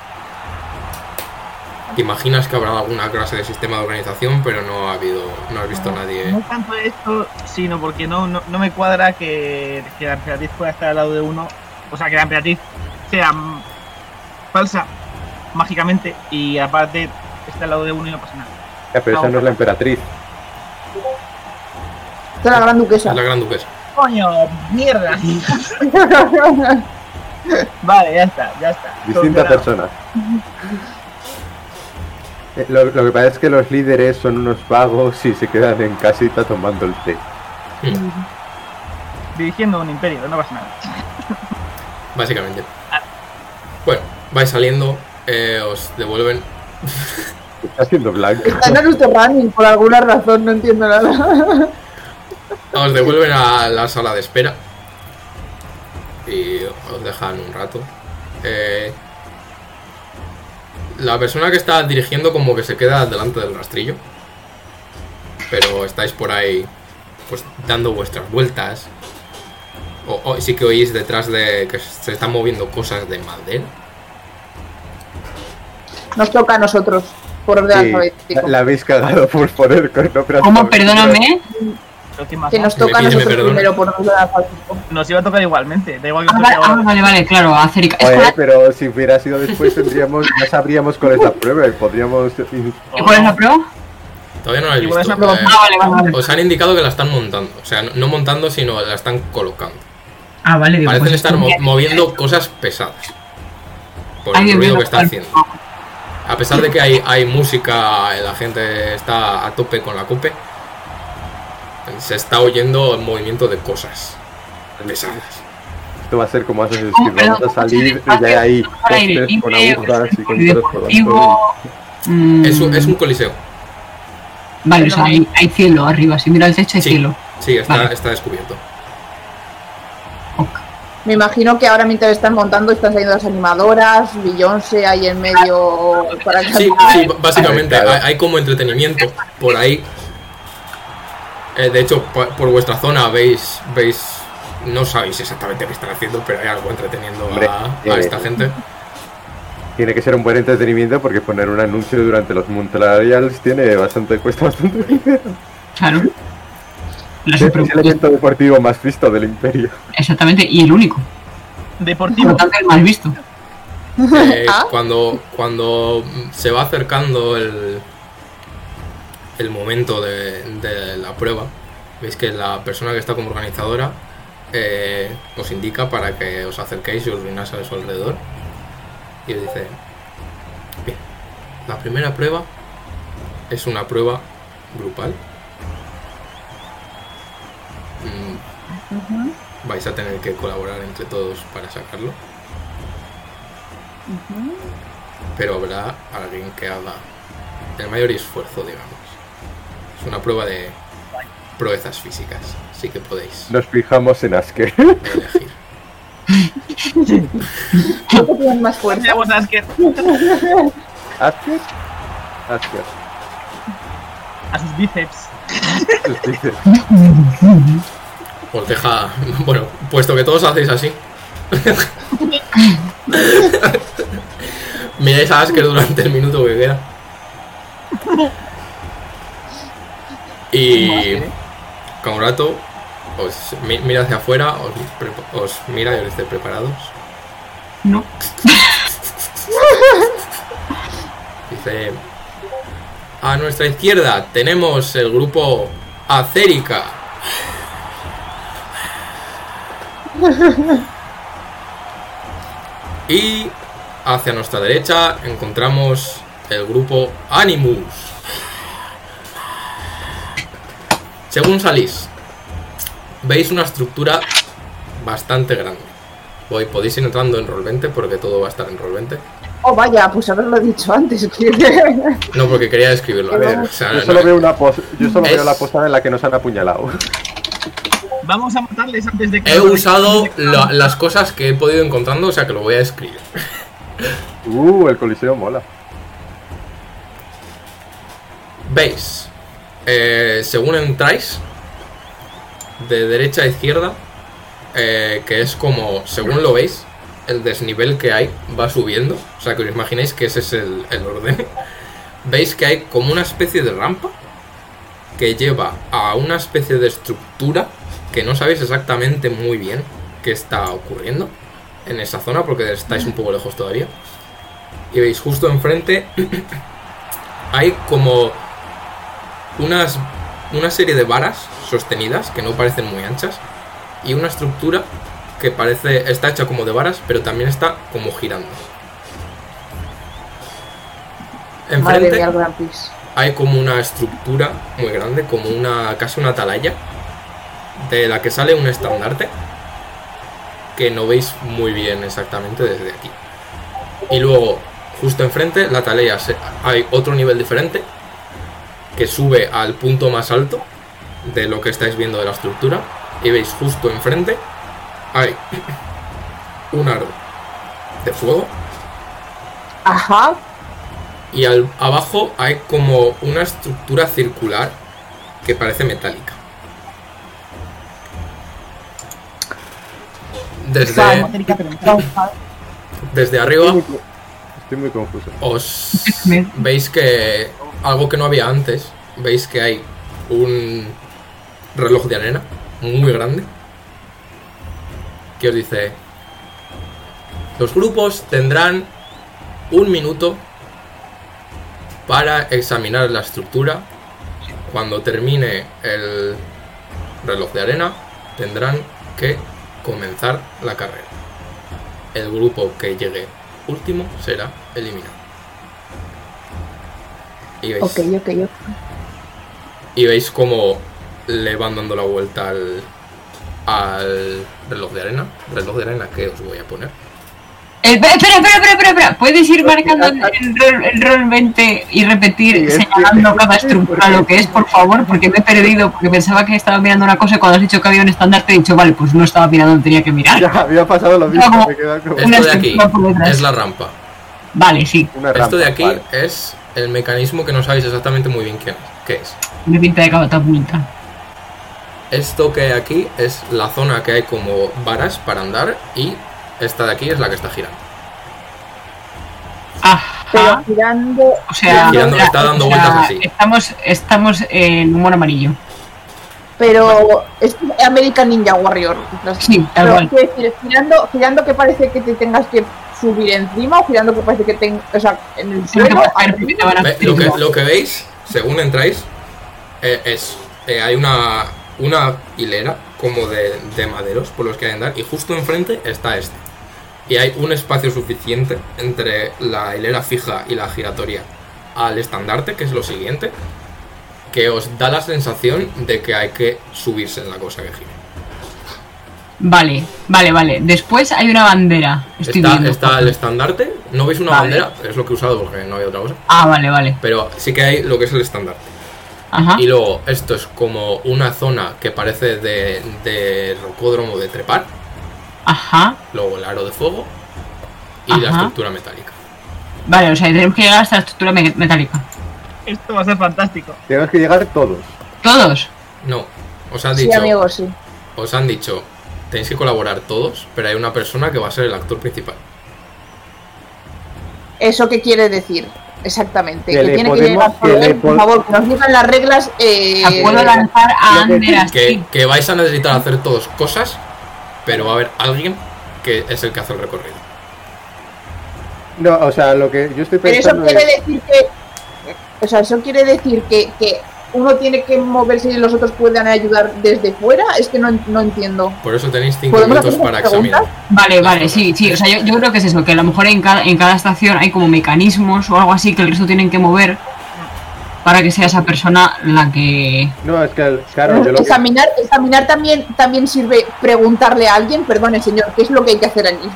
Te imaginas que habrá alguna clase de sistema de organización, pero no has visto a nadie. No tanto esto, sino porque no me cuadra que la emperatriz pueda estar al lado de uno. O sea, que la emperatriz sea falsa mágicamente y aparte está al lado de uno y no pasa nada. Ya, pero esa no es la emperatriz. Esta es la gran duquesa. Es la gran duquesa. ¡Coño! ¡Mierda! Vale, ya está. Distintas personas. Lo que pasa es que los líderes son unos vagos y se quedan en casita tomando el té. Dirigiendo un imperio, no pasa nada. Básicamente. Bueno, vais saliendo, os devuelven. Está haciendo blanco. Está en nuestro running por alguna razón, no entiendo nada. Os devuelven a la sala de espera y os dejan un rato. La persona que está dirigiendo como que se queda delante del rastrillo, pero estáis por ahí pues dando vuestras vueltas. O sí que oís detrás de que se están moviendo cosas de madera. Nos toca a nosotros, por orden Sí, alfabético. la habéis cagado por poner con nombre ¿Cómo? alfabético. Perdóname. Pero ¿qué más Que da? nos toca a Me nosotros perdona. primero, por orden alfabético. Nos iba a tocar igualmente. Da igual que Ah, nos vale, toque ahora. vale, claro, Acérica. Joder, pero si hubiera sido después ya sabríamos cuál es la prueba y podríamos... ¿Y cuál es la prueba? Todavía no la habéis Igual visto. es una Ah, vale. Os han indicado que la están montando. O sea, no montando, sino la están colocando. Ah, vale, digo. Parecen pues estar moviendo cosas pesadas por Ay, el Dios ruido mío, que está haciendo. A pesar de que hay música, la gente está a tope con la cope, se está oyendo el movimiento de cosas pesadas. Esto va a ser como Assassin's ¿Cómo? Creed, vamos a salir y ya hay postes con agujas y con toros por deportivo. Es un coliseo. Vale, o sea, hay cielo arriba. Si mira el techo, hay Sí. cielo. Sí, está Vale. descubierto. Me imagino que ahora mientras están montando están saliendo las animadoras, Beyoncé ahí en medio para Sí, cantar. sí, básicamente Claro. hay como entretenimiento por ahí. De hecho, por vuestra zona veis no sabéis exactamente qué están haciendo, pero hay algo entreteniendo Hombre, a esta gente. Tiene que ser un buen entretenimiento porque poner un anuncio durante los Montreals cuesta bastante dinero. Claro. Es el evento deportivo más visto del Imperio. Exactamente, y el único. Deportivo. Por tanto, el más visto. Cuando se va acercando el momento de la prueba, veis que la persona que está como organizadora os indica para que os acerquéis y os reináis a su alrededor. Y os dice: bien, la primera prueba es una prueba grupal. Vais a tener que colaborar entre todos para sacarlo. Pero habrá alguien que haga el mayor esfuerzo, digamos. Es una prueba de proezas físicas, así que podéis Nos fijamos en Asker. elegir. ¿Qué tienen más fuerza? Miramos a Asker. ¿Asker? Asker. A sus bíceps. Dice, Os deja... Bueno, puesto que todos hacéis así. Miráis a Asker durante el minuto que queda. Y... con un rato os mira hacia afuera, os mira y os dice: ¿preparados? No. Dice: a nuestra izquierda tenemos el grupo Acérica. Y hacia nuestra derecha encontramos el grupo Animus. Según salís, veis una estructura bastante grande. Podéis ir entrando en Roll20 porque todo va a estar en Roll20. Oh, vaya, pues haberlo dicho antes. No, porque quería describirlo. a ver, O sea, yo solo veo Es- veo la posada en la que nos han apuñalado. Vamos a matarles antes de que... He usado las cosas que he podido encontrando, o sea que lo voy a escribir. El coliseo mola. Veis, según entráis, de derecha a izquierda, que es como, según lo veis, el desnivel que hay va subiendo. O sea que os imagináis que ese es el orden. Veis que hay como una especie de rampa que lleva a una especie de estructura que no sabéis exactamente muy bien qué está ocurriendo en esa zona porque estáis un poco lejos todavía. Y veis justo enfrente hay como una serie de varas sostenidas que no parecen muy anchas y una estructura que está hecha como de varas, pero también está como girando. Madre Enfrente mía, el Grand Prix. hay como una estructura muy grande, como casi una atalaya, de la que sale un estandarte que no veis muy bien exactamente desde aquí. Y luego, justo enfrente, la atalaya hay otro nivel diferente que sube al punto más alto de lo que estáis viendo de la estructura. Y veis justo enfrente hay un aro de fuego. Ajá. Y abajo hay como una estructura circular que parece metálica. Desde arriba Estoy muy confuso. os veis que algo que no había antes. Veis que hay un reloj de arena muy grande que os dice: los grupos tendrán 1 minuto para examinar la estructura. Cuando termine el reloj de arena tendrán que comenzar la carrera. El grupo que llegue último será eliminado. Y veis, Ok. y veis cómo le van dando la vuelta al reloj de arena. Reloj de arena que os voy a poner. Espera. ¿Puedes ir marcando el rol 20 y repetir Sí, señalando cada estructura lo que es, por favor? Porque me he perdido, porque pensaba que estaba mirando una cosa y cuando has dicho que había un estandarte he dicho, vale, pues no estaba mirando, tenía que mirar. Ya había pasado lo mismo, Luego, me queda como Una Esto de aquí estructura por detrás. es la rampa. Vale, sí, una Esto rampa. de aquí Vale. es el mecanismo que no sabéis exactamente muy bien qué es. me pinta de catapulta. Esto que hay aquí es la zona que hay como varas para andar y esta de aquí es la que está girando. Pero Ajá. girando. O sea, Girando, está dando vueltas así. Estamos en humor amarillo. Pero es American Ninja Warrior. Sí, tal Pero, cual. quiero decir, girando que parece que te tengas que subir encima o girando que parece que o sea, en el Creo que suelo. puede ser porque te van a Lo que veis, según entráis, hay una hilera como de maderos por los que hay que andar y justo enfrente está este. Y hay un espacio suficiente entre la hilera fija y la giratoria al estandarte, que es lo siguiente, que os da la sensación de que hay que subirse en la cosa que gira. Vale. Después hay una bandera. Estoy viendo. Está el estandarte, no veis una Vale. bandera, es lo que he usado porque no había otra cosa, Ah, vale. pero sí que hay lo que es el estandarte. Ajá. Y luego esto es como una zona que parece de rocódromo de trepar, Ajá. luego el aro de fuego y la Ajá. estructura metálica. Vale, o sea, tenemos que llegar hasta la estructura metálica. Esto va a ser fantástico. Tenemos que llegar todos. ¿Todos? No, Sí, amigos, sí. os han dicho, tenéis que colaborar todos, pero hay una persona que va a ser el actor principal. ¿Eso qué quiere decir? Exactamente. Que Que le tiene que podemos- llegar que por le él, por po- favor, que nos digan las reglas. ¿Se puedo lanzar a lo que- Ander así? Que vais a necesitar hacer todos cosas, pero va a haber alguien que es el que hace el recorrido. No, o sea, lo que yo estoy Pero eso pensando quiere es... decir que. O sea, eso quiere decir que uno tiene que moverse y los otros puedan ayudar desde fuera. Es que no entiendo. Por eso tenéis 5 ¿Podemos minutos hacer para unas examinar. Vale, sí. O sea, yo creo que es eso, que a lo mejor en cada estación hay como mecanismos o algo así que el resto tienen que mover para que sea esa persona la que... No, es que, claro, yo lo que... Examinar también sirve preguntarle a alguien, perdone señor, ¿qué es lo que hay que hacer allí?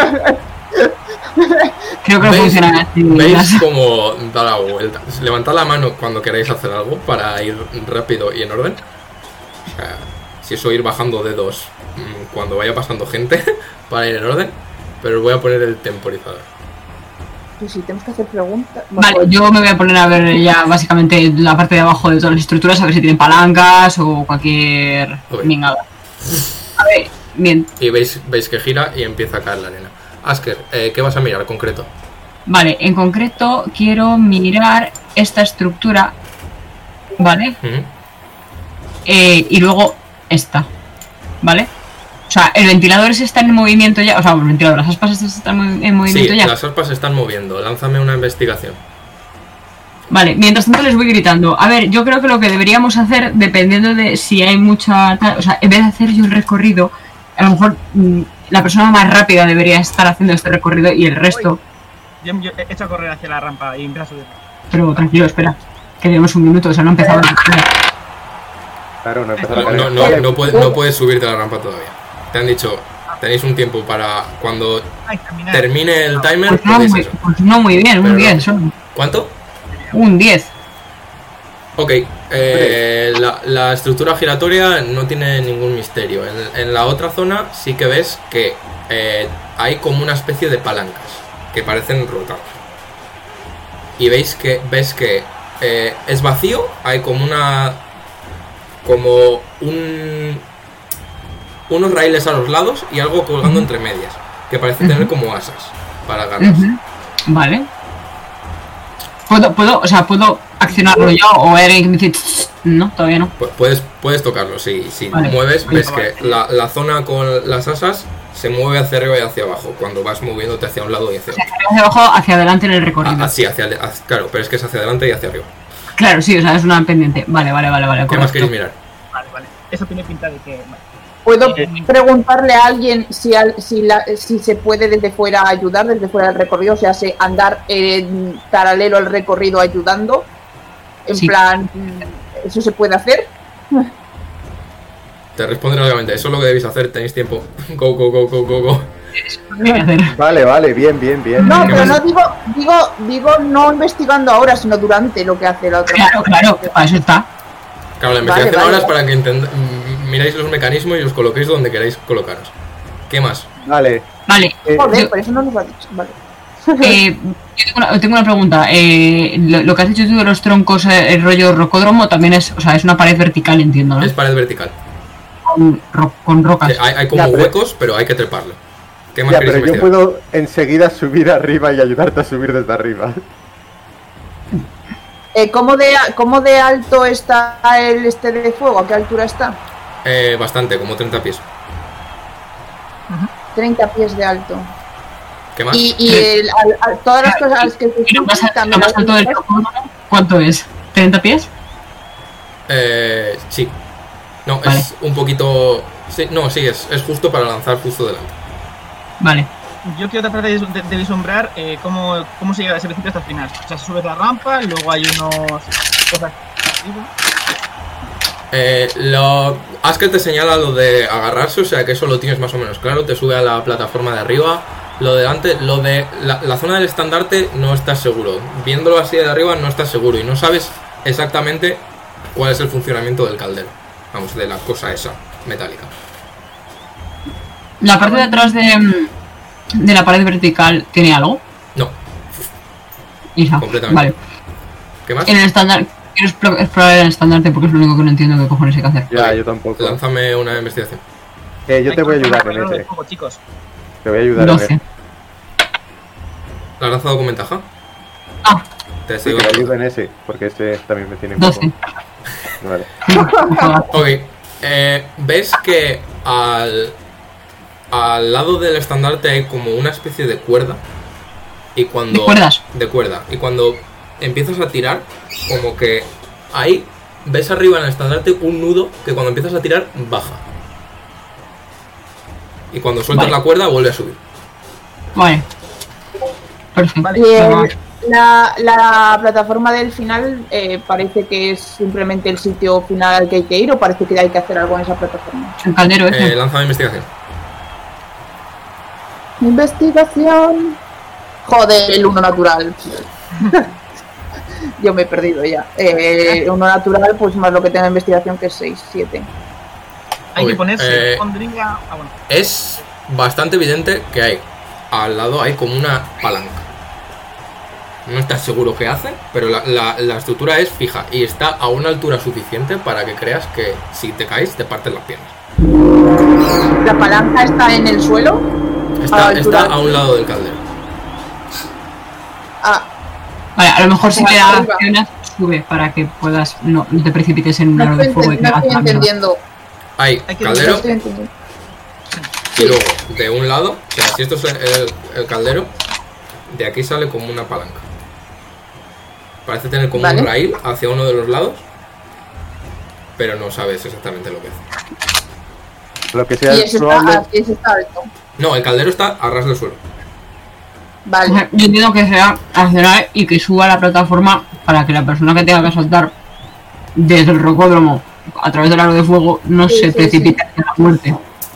Creo que no funciona así. ¿Veis cómo da la vuelta? Levantad la mano cuando queráis hacer algo para ir rápido y en orden. O sea, si eso ir bajando dedos cuando vaya pasando gente para ir en orden. Pero os voy a poner el temporizador. Pues sí, tenemos que hacer preguntas. Vale, yo me voy a poner a ver ya básicamente la parte de abajo de todas las estructuras, a ver si tienen palancas o cualquier Ok. mingada. A ver, bien. Y veis que gira y empieza a caer la arena. Asker, ¿qué vas a mirar concreto? Vale, en concreto quiero mirar esta estructura, ¿vale? Ujú. Y luego esta, ¿vale? O sea, el ventilador ese está en movimiento ya, o sea, el ventilador, las aspas estas están en movimiento Sí, ya. las aspas se están moviendo. Lánzame una investigación. Vale, mientras tanto les voy gritando. A ver, yo creo que lo que deberíamos hacer, dependiendo de si hay mucha... O sea, en vez de hacer yo el recorrido, a lo mejor la persona más rápida debería estar haciendo este recorrido y el resto... Yo he hecho a correr hacia la rampa y empiezo a subir. Pero tranquilo, espera, que tenemos un minuto, o sea, no ha empezado la... Claro, no empezar a No, caer. no puedes subirte a la rampa todavía. Te han dicho, tenéis un tiempo para cuando Ay, caminar. termine el timer, Pues no, podéis muy, eso. pues no muy bien, Pero un 10, no. solo. ¿Cuánto? Un 10. Ok, la estructura giratoria no tiene ningún misterio. En la otra zona sí que ves que hay como una especie de palancas que parecen rotar. Y ves que es vacío, hay como unos raíles a los lados y algo colgando entre medias, que parece tener como asas para agarrarse. Vale. ¿Puedo accionarlo yo o hay alguien que me dice... "Tss"? No, todavía no. Puedes tocarlo, si Vale. mueves, Vale, ves que la zona con las asas se mueve hacia arriba y hacia abajo, cuando vas moviéndote hacia un lado y hacia O sea, otro. hacia abajo, hacia adelante en el recorrido. Así, claro, pero es que es hacia adelante y hacia arriba. Claro, sí, o sea, es una pendiente. Vale, ¿Qué correcto. más queréis mirar? Vale. Eso tiene pinta de que... vale. ¿Puedo preguntarle a alguien si se puede desde fuera ayudar, desde fuera del recorrido? O sea, andar en paralelo al recorrido ayudando. En Sí. plan, ¿eso se puede hacer? Te responde rápidamente, eso es lo que debéis hacer, tenéis tiempo. Go, go, go, go, go, go. ¿Qué voy a hacer? Vale, bien. No, ¿Qué pero más? no digo no investigando ahora, sino durante lo que hace la otra. Claro, para eso está. Claro, la Vale, investigación vale. ahora es para que miráis los mecanismos y los coloquéis donde queráis colocaros. ¿Qué más? Vale. Vale. Joder, Yo- por eso no nos lo ha dicho. Vale. yo tengo una pregunta. Lo que has dicho tú de los troncos, el rollo rocódromo, también es, o sea, es una pared vertical, entiendo, ¿no? Es pared vertical. con rocas. Sí, hay como Ya, pero- huecos, pero hay que treparlo. ¿Qué más Ya, queréis pero yo investigar? puedo enseguida subir arriba y ayudarte a subir desde arriba. ¿Cómo de alto está el este de fuego? ¿A qué altura está? Bastante, como 30 pies. 30 pies de alto. ¿Qué más? Y todas las cosas a las que se Y lo más, suben lo también más alto del las- rocódromo, ¿cuánto es? ¿30 pies? Sí. No, Vale. es un poquito... Sí, no, sí, es justo para lanzar justo delante. Vale. Yo quiero tratar de vislumbrar cómo se llega a ese principio hasta el final. O sea, se sube la rampa, luego hay unos cosas arriba. Asker te señala lo de agarrarse, o sea que eso lo tienes más o menos claro. Te sube a la plataforma de arriba. Lo de delante, lo de la zona del estandarte no estás seguro. Viéndolo así de arriba no estás seguro y no sabes exactamente cuál es el funcionamiento del caldero. Vamos, de la cosa esa, metálica. ¿La parte de atrás de la pared vertical tiene algo? No, Isa. Completamente. Vale. ¿qué más? En el estándar, quiero explorar el estandarte porque es lo único que no entiendo qué cojones hay que hacer. Ya, Ok. yo tampoco. Lánzame una investigación. Yo Hay te voy a que ayudar controlar en el ese. fuego, chicos. Te voy a ayudar 12. en ese. ¿La has lanzado con ventaja? Ah, Te Sí, sigo. te ayudo en ese, porque ese también me tiene un 12. poco. Vale. Ok, ves que al lado del estandarte hay como una especie de cuerda. Y cuando... ¿De cuerdas? De cuerda. Y cuando empiezas a tirar, como que ahí ves arriba en el estandarte un nudo que cuando empiezas a tirar, baja. Y cuando sueltas Vale. la cuerda, vuelve a subir. Vale. Perfecto. Vale. Y Venga. la plataforma del final parece que es simplemente el sitio final al que hay que ir, o parece que hay que hacer algo en esa plataforma. El caldero ese. Lánzame investigación. Investigación. Joder, el 1 natural. Yo me he perdido ya. 1 natural, pues más lo que tenga investigación, que es 6, 7. Hay que Ok, ponerse. Pondría. Ah, bueno. Es bastante evidente que hay al lado hay como una palanca. No estás seguro qué hace, pero la estructura es fija y está a una altura suficiente para que creas que si te caes te parten las piernas. ¿La palanca está en el suelo? Está altura. a un lado del caldero. Ah, Vale, a lo mejor si te da Arriba. acciones, sube para que puedas. No te precipites en un no aro de fuego y te no hagas estoy la mierda. entendiendo. Hay Hay que No caldero estoy entendiendo. y luego de un lado, o sea, si esto es el caldero, de aquí sale como una palanca. Parece tener como Vale. un raíl hacia uno de los lados, pero no sabes exactamente lo que hace. Lo que sea Y es ese probable. está, ese está alto. No, el caldero está a ras del suelo. O Vale. sea, yo entiendo que sea accionar y que suba la plataforma para que la persona que tenga que saltar desde el rocódromo a través del aro de fuego no Sí, se sí, precipite hacia la muerte.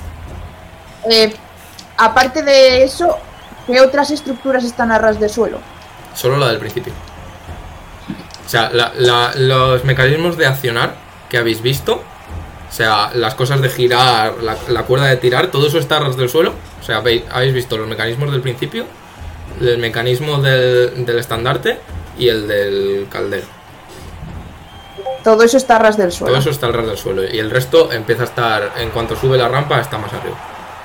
Aparte de eso, ¿qué otras estructuras están a ras de suelo? Solo la del principio. O sea, los mecanismos de accionar que habéis visto, o sea, las cosas de girar, la cuerda de tirar, todo eso está a ras del suelo. O sea, habéis visto los mecanismos del principio, el mecanismo del estandarte y el del caldero. Todo eso está a ras del suelo. Todo eso está al ras del suelo y el resto empieza a estar, en cuanto sube la rampa, está más arriba.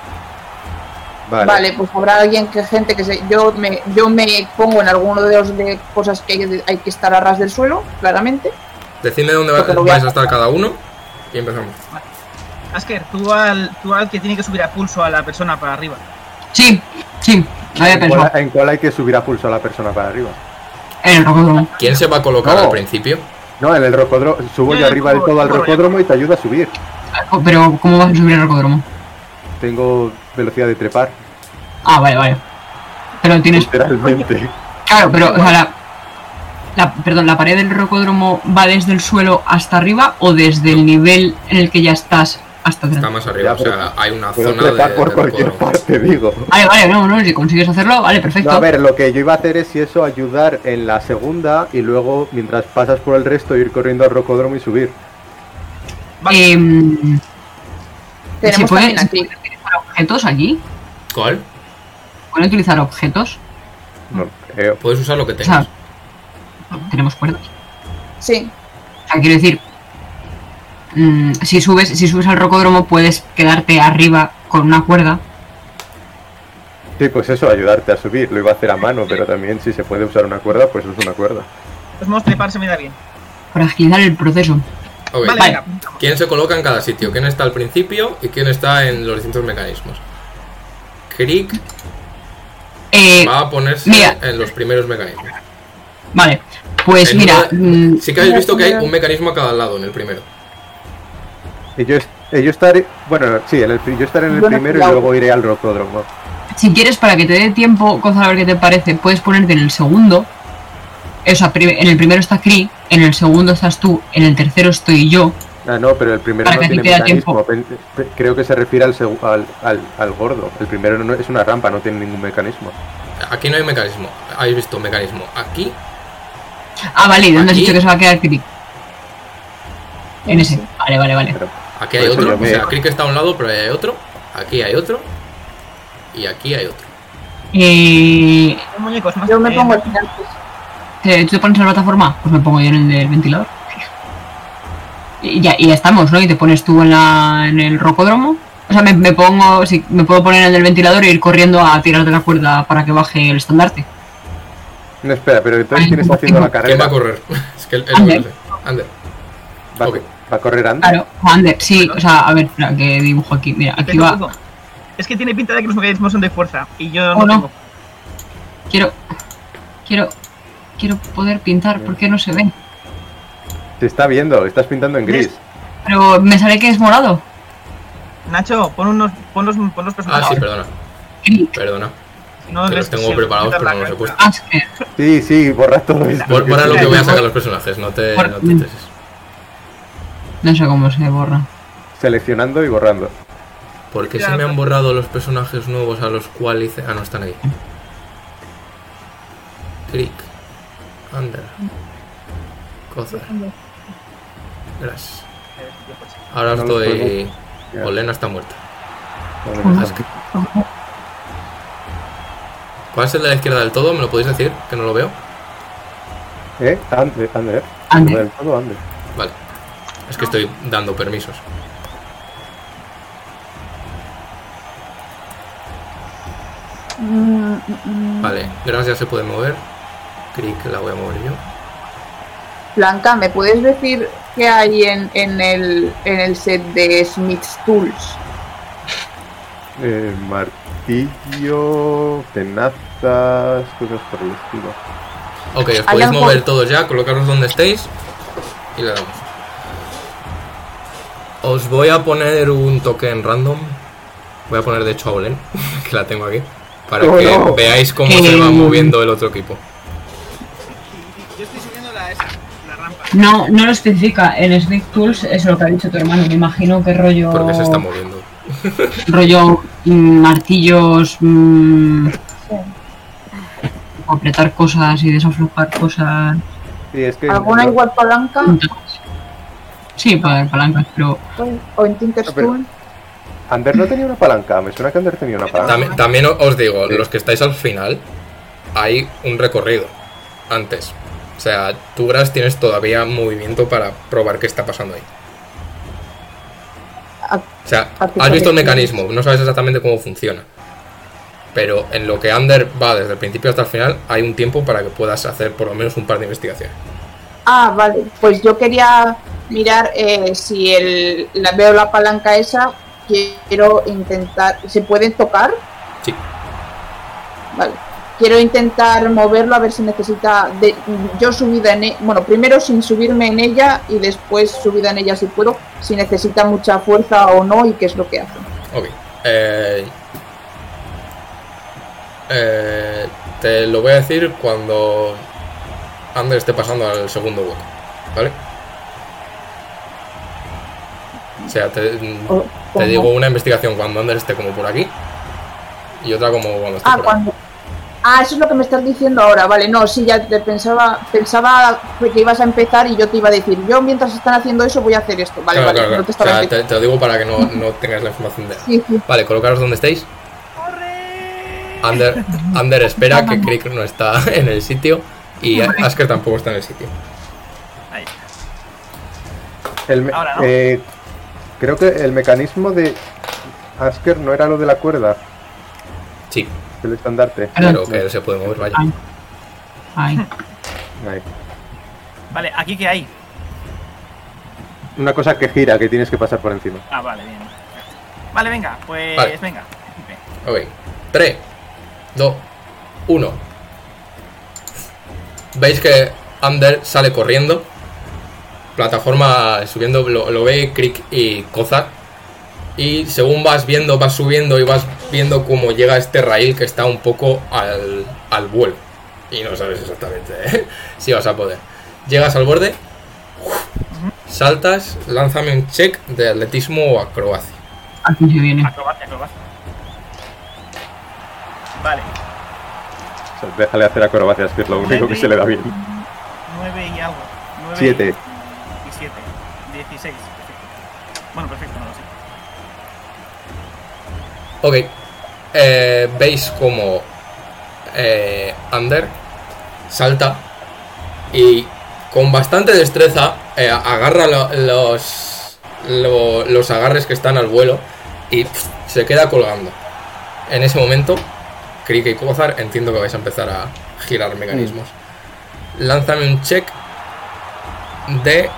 Vale, pues habrá alguien gente que se. Yo me pongo en alguno de los de cosas que hay que estar a ras del suelo, claramente. Decidme dónde Porque lo voy a vais a estar cada uno y empezamos. Asker, tú al que tiene que subir a pulso a la persona para arriba. Sí, había pensado. ¿En cuál hay que subir a pulso a la persona para arriba? En el rocódromo. ¿Quién se va a colocar No. al principio? No, en el rocódromo. Subo yo arriba del todo al rocódromo y te ayudo a subir. Pero, ¿cómo vas a subir al rocódromo? Tengo velocidad de trepar, Ah, vale. Pero tienes. literalmente. Claro, pero, o sea, la pared del rocódromo va desde el suelo hasta arriba o desde el nivel en el que ya estás hasta atrás. Está más arriba, Ya, pero o sea, hay una Puedo zona trepar por de cualquier rocódromo. parte, digo. Vale, no, si consigues hacerlo, vale, perfecto. No, a ver, lo que yo iba a hacer es, si eso, ayudar en la segunda y luego, mientras pasas por el resto, ir corriendo al rocódromo y subir. Vale. Tenemos ¿se también puede aquí. utilizar objetos aquí? ¿Cuál? ¿Pueden utilizar objetos? No creo. Puedes usar lo que O sea, tengas. tenemos cuerdas. Sí. O sea, quiero decir, si subes al rocódromo puedes quedarte arriba con una cuerda. Sí, pues eso, ayudarte a subir. Lo iba a hacer a mano, pero también si se puede usar una cuerda, pues usa una cuerda. Pues vamos a trepar, se me da bien. Para agilizar el proceso. Ok. Vale, Vale. venga. ¿Quién se coloca en cada sitio? ¿Quién está al principio y quién está en los distintos mecanismos? Krieg va a ponerse mira. en los primeros mecanismos. Vale, pues En mira, sí que habéis visto que hay un mecanismo a cada lado en el primero. Y yo estaré... Bueno, sí, yo estaré en el primero y luego iré al rocódromo. si quieres, para que te dé tiempo, Gonzalo, a ver qué te parece, puedes ponerte en el segundo. O sea, en el primero está Kree, en el segundo estás tú, en el tercero estoy yo. Ah, no, pero el primero Para no que tiene te quede mecanismo. Creo que se refiere al gordo. El primero no es una rampa, no tiene ningún mecanismo. Aquí no hay mecanismo. Habéis visto un mecanismo aquí. Ah, vale, ¿y dónde has Aquí. dicho que se va a quedar Kree? En ese. Vale. Pero, Aquí hay Por eso otro. yo me- O sea, Krieg está a un lado, pero hay otro. Aquí hay otro. Y aquí hay otro. Muñecos más. Yo me pongo al final. Pues. ¿Tú te pones en la plataforma? Pues me pongo yo en el del ventilador. Y ya estamos, ¿no? Y te pones tú en el rocódromo. O sea, me puedo poner en el del ventilador e ir corriendo a tirar de la cuerda para que baje el estandarte. No, espera, pero entonces Ay, ¿quién está haciendo la ¿Quién carrera? va a correr? Es que él Ander. no lo sé. Ander. ¿Va, Ok. ¿Va a correr Ander? Claro, Ander, sí, o sea, a ver, espera, que dibujo aquí. Mira, aquí va. Es que tiene pinta de que los mecanismos son de fuerza. Y yo ¿O no no? tengo. Quiero poder pintar, ¿por qué no se ve? Se está viendo, estás pintando en gris. Pero me sale que es morado. Nacho, pon los personajes. Ah, sí, perdona. Kree. Perdona. No, Que los tengo preparados, pero no los he puesto. Asker. Sí, borra todo esto. Borra lo que voy a sacar los personajes, no te estreses. No sé cómo se borra. Seleccionando y borrando. ¿Por qué se me han borrado los personajes nuevos a los cuales hice? Ah, no están ahí. Krieg. Ander. Kozar. Gracias. Ahora No los estoy... podemos- Ya. Olena está muerta. Vale. Asker. ¿Cuál es el de la izquierda del todo? ¿Me lo podéis decir? Que no lo veo. Ander. Ander. Del todo Ander. Vale. Es que estoy dando permisos. Vale, gracias, se puede mover. Krieg la voy a mover yo. Blanca, ¿me puedes decir qué hay en el set de Smith's Tools? Martillo, tenazas, cosas por el estilo. Ok, os Hay podéis algo- mover todos ya, colocaros donde estéis y le damos. Os voy a poner un token random. Voy a poner de hecho a Olen, que la tengo aquí, para Oh, que no. veáis cómo se va moviendo el otro equipo. Yo estoy subiendo la rampa. No lo especifica. En Smith Tools es lo que ha dicho tu hermano. Me imagino que rollo. Porque se está moviendo. Rollo martillos. Apretar cosas y desaflojar cosas. Sí, es que ¿Alguna igual palanca? Sí, para palancas, pero. ¿O en Tinker's Pero- Tool? Ander no tenía una palanca, me suena que Ander tenía una palanca. También os digo, los que estáis al final, hay un recorrido antes. O sea, tú, Gras, tienes todavía movimiento para probar qué está pasando ahí. O sea, has visto el mecanismo, no sabes exactamente cómo funciona. Pero en lo que Ander va desde el principio hasta el final, hay un tiempo para que puedas hacer por lo menos un par de investigaciones. Ah, vale. Pues yo quería mirar si veo la palanca esa. Quiero intentar. ¿Se pueden tocar? Sí. Vale. Quiero intentar moverlo a ver si necesita. Yo subida en. Bueno, primero sin subirme en ella y después subida en ella si puedo. Si necesita mucha fuerza o no y qué es lo que hace. Ok. Te lo voy a decir cuando Ander esté pasando al segundo hueco, ¿vale? O sea, te digo una investigación cuando Ander esté como por aquí y otra como cuando esté por aquí. Eso es lo que me estás diciendo ahora, vale, no, sí, ya te pensaba que ibas a empezar y yo te iba a decir, yo mientras están haciendo eso voy a hacer esto, vale, Claro, vale, claro, no te claro. estaba O sea, te lo digo para que no tengas la información de... Sí, sí. Vale, colocaros donde estéis. Ander espera que Krieg no está en el sitio y Asker tampoco está en el sitio. Ahí. Ahora, ¿no? Creo que el mecanismo de Asker no era lo de la cuerda, Sí, el estandarte. pero que se puede mover, vaya. Ay. Ahí. Vale, ¿aquí qué hay? Una cosa que gira, que tienes que pasar por encima. Ah, vale, bien. Vale, venga, pues Vale. venga. Ok. 3, 2, 1. Veis que Ander sale corriendo. Plataforma subiendo, lo ve Crick y Kozar. Y según vas subiendo y vas viendo cómo llega este rail que está un poco al vuelo. Y no sabes exactamente si vas a poder. Llegas al borde, saltas, lánzame un check de atletismo o acrobacia. Aquí se viene. Acrobacia. Vale, O sea, déjale hacer acrobacias, que es lo único que se le da bien. 9 y algo. 9 7. y 7. 16. Perfecto. Bueno, perfecto, no lo sé. Ok. Veis como Ander salta y con bastante destreza agarra los agarres que están al vuelo y se queda colgando. En ese momento, Crick y Kozar, entiendo que vais a empezar a girar mecanismos. Lánzame un check de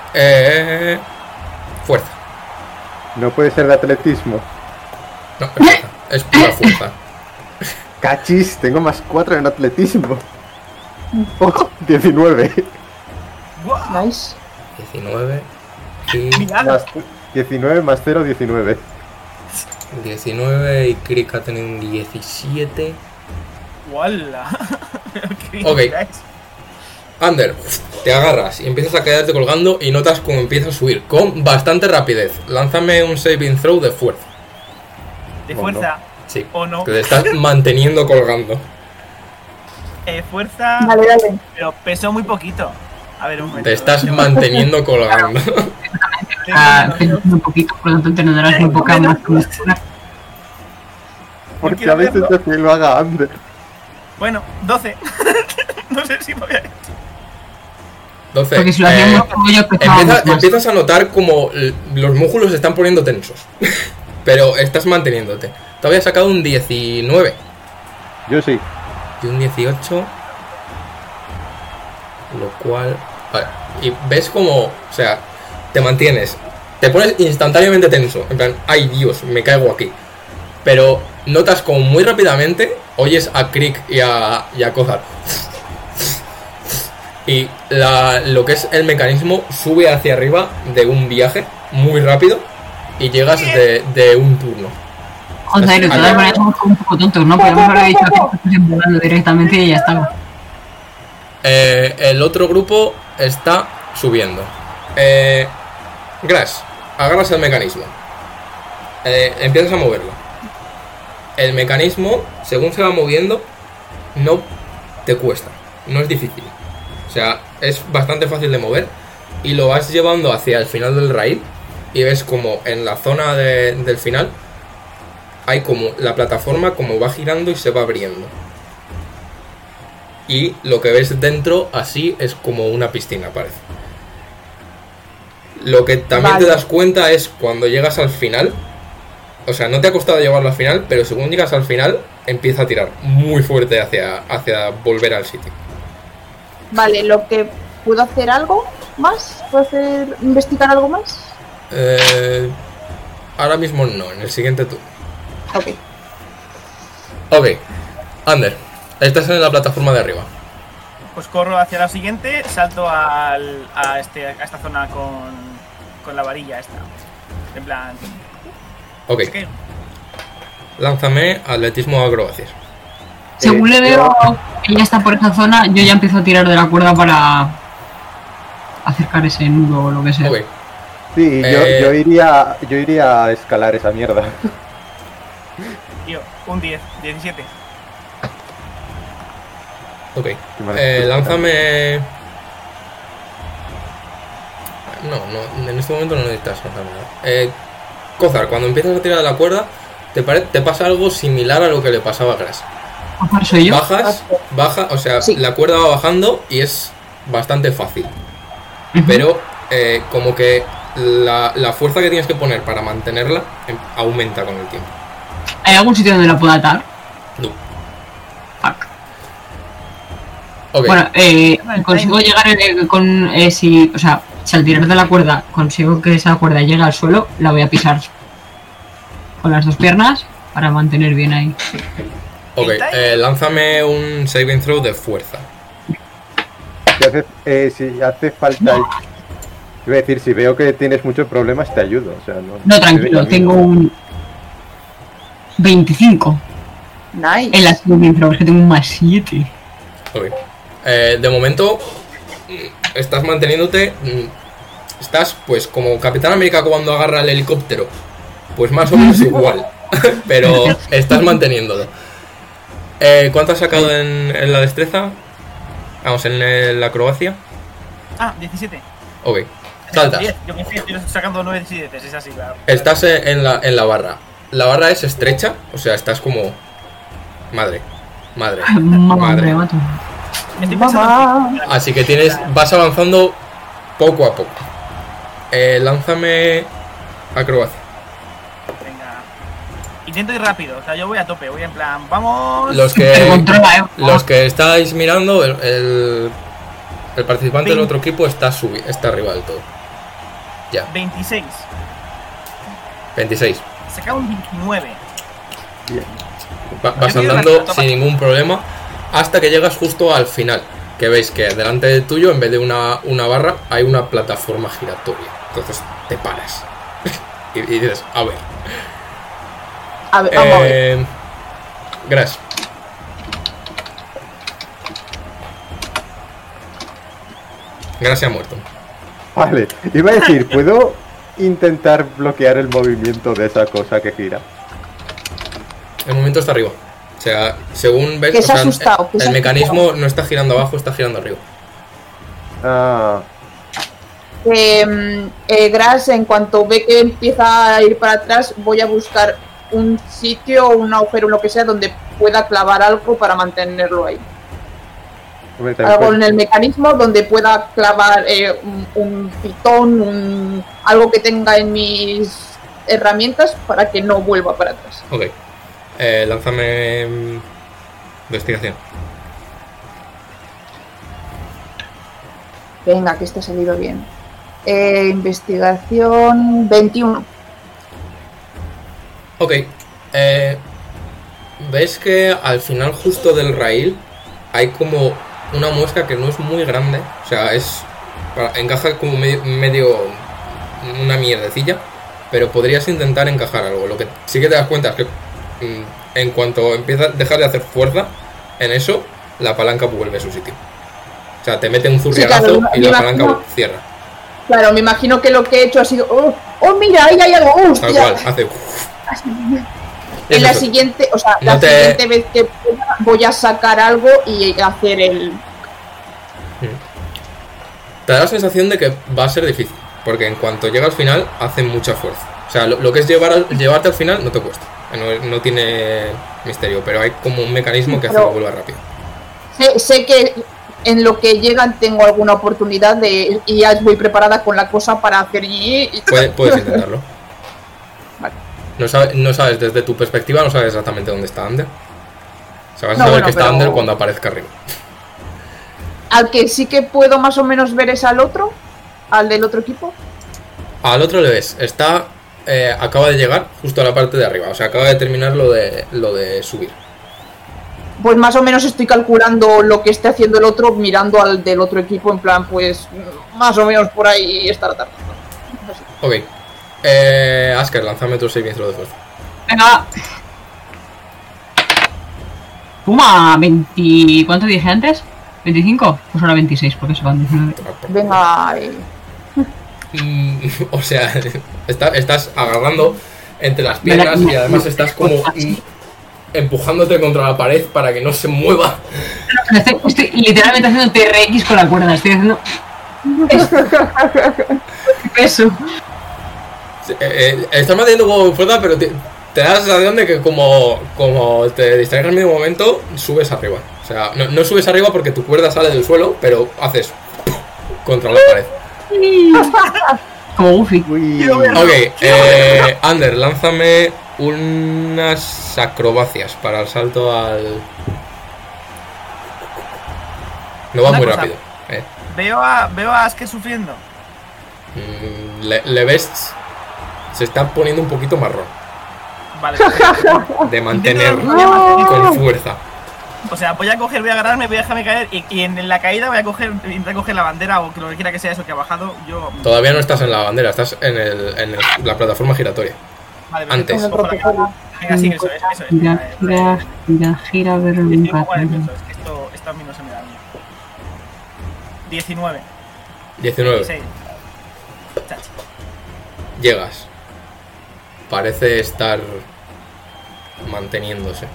fuerza. No puede ser de atletismo. No, es fuerza. Es pura fuerza. Cachis, tengo más 4 en atletismo. Oh, 19. ¡Guau! Nice. 19 y Mirad, Más 19 más 0, 19. 19 y Crick ha tenido un 17. ¡Wala! ¿Qué Ok. miráis? Ander, te agarras y empiezas a quedarte colgando y notas como empiezas a subir con bastante rapidez. Lánzame un saving throw de fuerza. De Oh, fuerza. Sí, ¿O no? que te estás manteniendo colgando. Fuerza. Dale, dale. Pero pesó muy poquito. A ver, un momento. Te estás manteniendo colgando. Pero un poquito, por lo tanto tendrás muy poca más musculatura. Porque quiero a veces verlo. es que lo haga Ander. Bueno, 12. No sé si me voy a... 12. Porque si lo hacíamos como yo pesábamos más. Empiezas a notar como los músculos se están poniendo tensos. Pero estás manteniéndote. Te había sacado un 19 Yo sí. y un 18. Lo cual... Vale. Y ves como... O sea, te mantienes. Te pones instantáneamente tenso. En plan, ay Dios, me caigo aquí. Pero notas como muy rápidamente oyes a Crick y a Kozar. Y lo que es el mecanismo sube hacia arriba de un viaje muy rápido y llegas de un turno. Joder, de todas maneras somos como un poco tontos, ¿no? Podemos haber dicho que estamos volando directamente y ya estaba. El otro grupo está subiendo. Grass, agarras el mecanismo. Empiezas a moverlo. El mecanismo, según se va moviendo, no te cuesta, no es difícil. O sea, es bastante fácil de mover y lo vas llevando hacia el final del rail y ves como en la zona del final hay como la plataforma como va girando y se va abriendo. Y lo que ves dentro así es como una piscina, parece. Lo que también Vale. te das cuenta es cuando llegas al final. O sea, no te ha costado llevarlo al final, pero según llegas al final empieza a tirar muy fuerte hacia volver al sitio. Vale, lo que puedo hacer algo más, puedo hacer investigar algo más. Ahora mismo no, en el siguiente turno. Ok. Ok, Ander, estás en la plataforma de arriba. Pues corro hacia la siguiente, salto a esta zona con la varilla esta. En plan... Ok, ¿qué? lánzame atletismo o acrobacias. Según le veo que ella está por esa zona, yo ya empiezo a tirar de la cuerda para acercar ese nudo o lo que sea. Ok, Sí, yo iría a escalar esa mierda. Tío, un 10, 17. ok. Vale. Lánzame... No, en este momento no necesitas lanzarme nada. Kozar, cuando empiezas a tirar de la cuerda, te pasa algo similar a lo que le pasaba a Grass. ¿Cuál soy yo? Baja, o sea, Sí. la cuerda va bajando y es bastante fácil. Pero como que la fuerza que tienes que poner para mantenerla aumenta con el tiempo. ¿Hay algún sitio donde la pueda atar? No. Fuck. Ok. Bueno, consigo llegar si al tirar de la cuerda consigo que esa cuerda llegue al suelo, la voy a pisar con las dos piernas para mantener bien ahí. Ok, lánzame un saving throw de fuerza. Si hace falta... Iba a decir, si veo que tienes muchos problemas, te ayudo. O sea, no, tranquilo, tengo un 25. Nice. En la saving throw, es que tengo un más 7. Ok. De momento, estás manteniéndote... Estás, pues, como Capitán América cuando agarra el helicóptero. Pues más o menos igual. Pero estás manteniéndolo. ¿Cuánto has sacado en la destreza? Vamos, en la acrobacia. 17. Ok. Saltas. 10. Yo estoy sacando 9 y 10, es así, claro. Estás en la barra. La barra es estrecha, o sea, estás como... Madre. Madre. Estoy pensando Así que vas avanzando poco a poco. Lánzame acrobacia. venga. Intento ir rápido, o sea, yo voy a tope, voy en plan, vamos. Los que estáis mirando, el participante del otro equipo está arriba del todo. Ya. 26. 26. Saca un 29. Bien. Vas andando sin ningún problema hasta que llegas justo al final. Que veis que delante de tuyo, en vez de una barra, hay una plataforma giratoria. Entonces te paras. y dices, a ver. Vamos a ver. Gracias. Gracias, muerto. Vale, iba a decir, ¿puedo intentar bloquear el movimiento de esa cosa que gira? El momento está arriba. O sea, según ves, Que se ha asustado, que se el ha mecanismo asustado. no está girando abajo, está girando arriba. Ah, Gras, en cuanto ve que empieza a ir para atrás, voy a buscar un sitio, un agujero, lo que sea, donde pueda clavar algo para mantenerlo ahí. hombre, también Algo puede- en el mecanismo donde pueda clavar un pitón, algo que tenga en mis herramientas para que no vuelva para atrás. Ok. Lánzame investigación. Venga, que este ha salido bien. Investigación 21. Ok. ¿Ves que al final justo del raíl hay como una muesca que no es muy grande? O sea, encaja como medio una mierdecilla, pero podrías intentar encajar algo. Lo que sí que te das cuenta es que en cuanto dejas de hacer fuerza en eso, la palanca vuelve a su sitio. O sea, te mete un zurriagazo Sí, claro, y me la imagino. palanca cierra. Claro, me imagino que lo que he hecho ha sido... ¡Oh, mira! ¡Ahí hay algo! Tal ¡Hostia! cual, hace... En la Eso. siguiente, o sea, No la siguiente vez que pueda, voy a sacar algo y hacer el... Te da la sensación de que va a ser difícil, porque en cuanto llega al final hace mucha fuerza. O sea, lo que es llevarte al final no te cuesta, no tiene misterio, pero hay como un mecanismo que hace que vuelva rápido. Sé que en lo que llegan tengo alguna oportunidad y ya voy preparada con la cosa para hacer Puedes intentarlo. Vale. No sabes, desde tu perspectiva no sabes exactamente dónde está Ander. O sea, vas a No, saber bueno, que está pero- Ander cuando aparezca arriba. Al que sí que puedo más o menos ver es al otro, al del otro equipo. Al otro le ves, acaba de llegar justo a la parte de arriba, o sea, acaba de terminar lo de subir. Pues más o menos estoy calculando lo que esté haciendo el otro, mirando al del otro equipo, en plan, pues más o menos por ahí estará tardando. Ok. Asker, lánzame tu saving throw de fuerza. Venga. Puma, 20... ¿Cuánto dije antes? ¿25? Pues ahora 26, porque se van 19. Venga, O sea, estás agarrando entre las piernas y además estás como empujándote contra la pared para que no se mueva. Estoy literalmente haciendo TRX con la cuerda. Estoy haciendo... Peso. Estás manteniendo como fuerza, pero te da la sensación de que como te distraigas en medio momento, subes arriba. O sea, no subes arriba porque tu cuerda sale del suelo, pero haces contra la pared. Como Goofy. Uy. Ok, Ander, lánzame unas acrobacias para el salto al... No va Una muy cosa. rápido. Veo a Aske sufriendo. Le ves... Se está poniendo un poquito marrón. Vale. De mantener Intento- con fuerza. O sea, voy a agarrarme, voy a dejarme caer y en la caída voy a intentar coger la bandera o que lo que quiera que sea eso que ha bajado. Yo. Todavía no estás en la bandera, estás en la plataforma giratoria. Vale, Antes. cojo la cámara. Venga, sí, eso es. Gira, a ver, Estoy nunca. un poco nervioso, es que esto a mí no se me da bien. 19. 19. 16. Chachi. Llegas. Parece estar manteniéndose.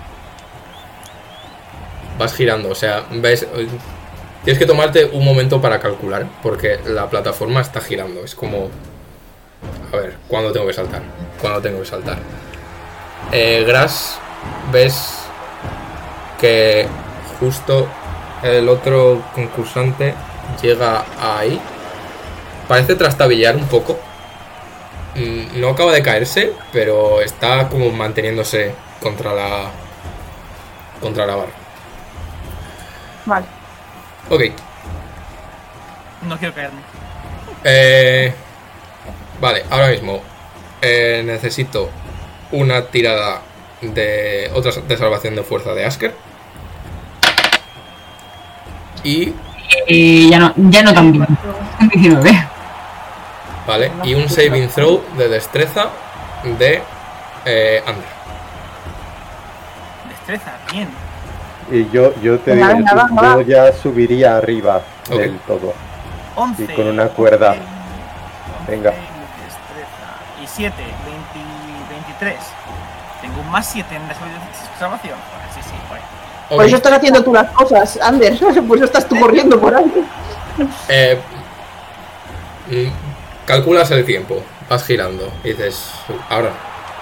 Vas girando, o sea, ves... Tienes que tomarte un momento para calcular, porque la plataforma está girando. Es como... A ver, ¿cuándo tengo que saltar? ¿Cuándo tengo que saltar? Gras, ves que justo el otro concursante llega ahí. Parece trastabillar un poco. No acaba de caerse, pero está como manteniéndose contra la barra. Vale. Ok. No quiero caerme. Vale, ahora mismo necesito una tirada de otra de salvación de fuerza de Asker. Y Ya no tan bien. 19. vale, y un saving throw de destreza de Ander. Destreza, bien. Y yo te digo, Venga, va. yo ya subiría arriba Ok. del todo. 11. Y con una cuerda. 11, Venga. Destreza. Y 7, 23. Tengo un más 7 en la salvación. Sí, joder. Ok, Por eso estás haciendo tú las cosas, Ander. Por eso estás tú corriendo por ahí. calculas el tiempo, vas girando y dices, ahora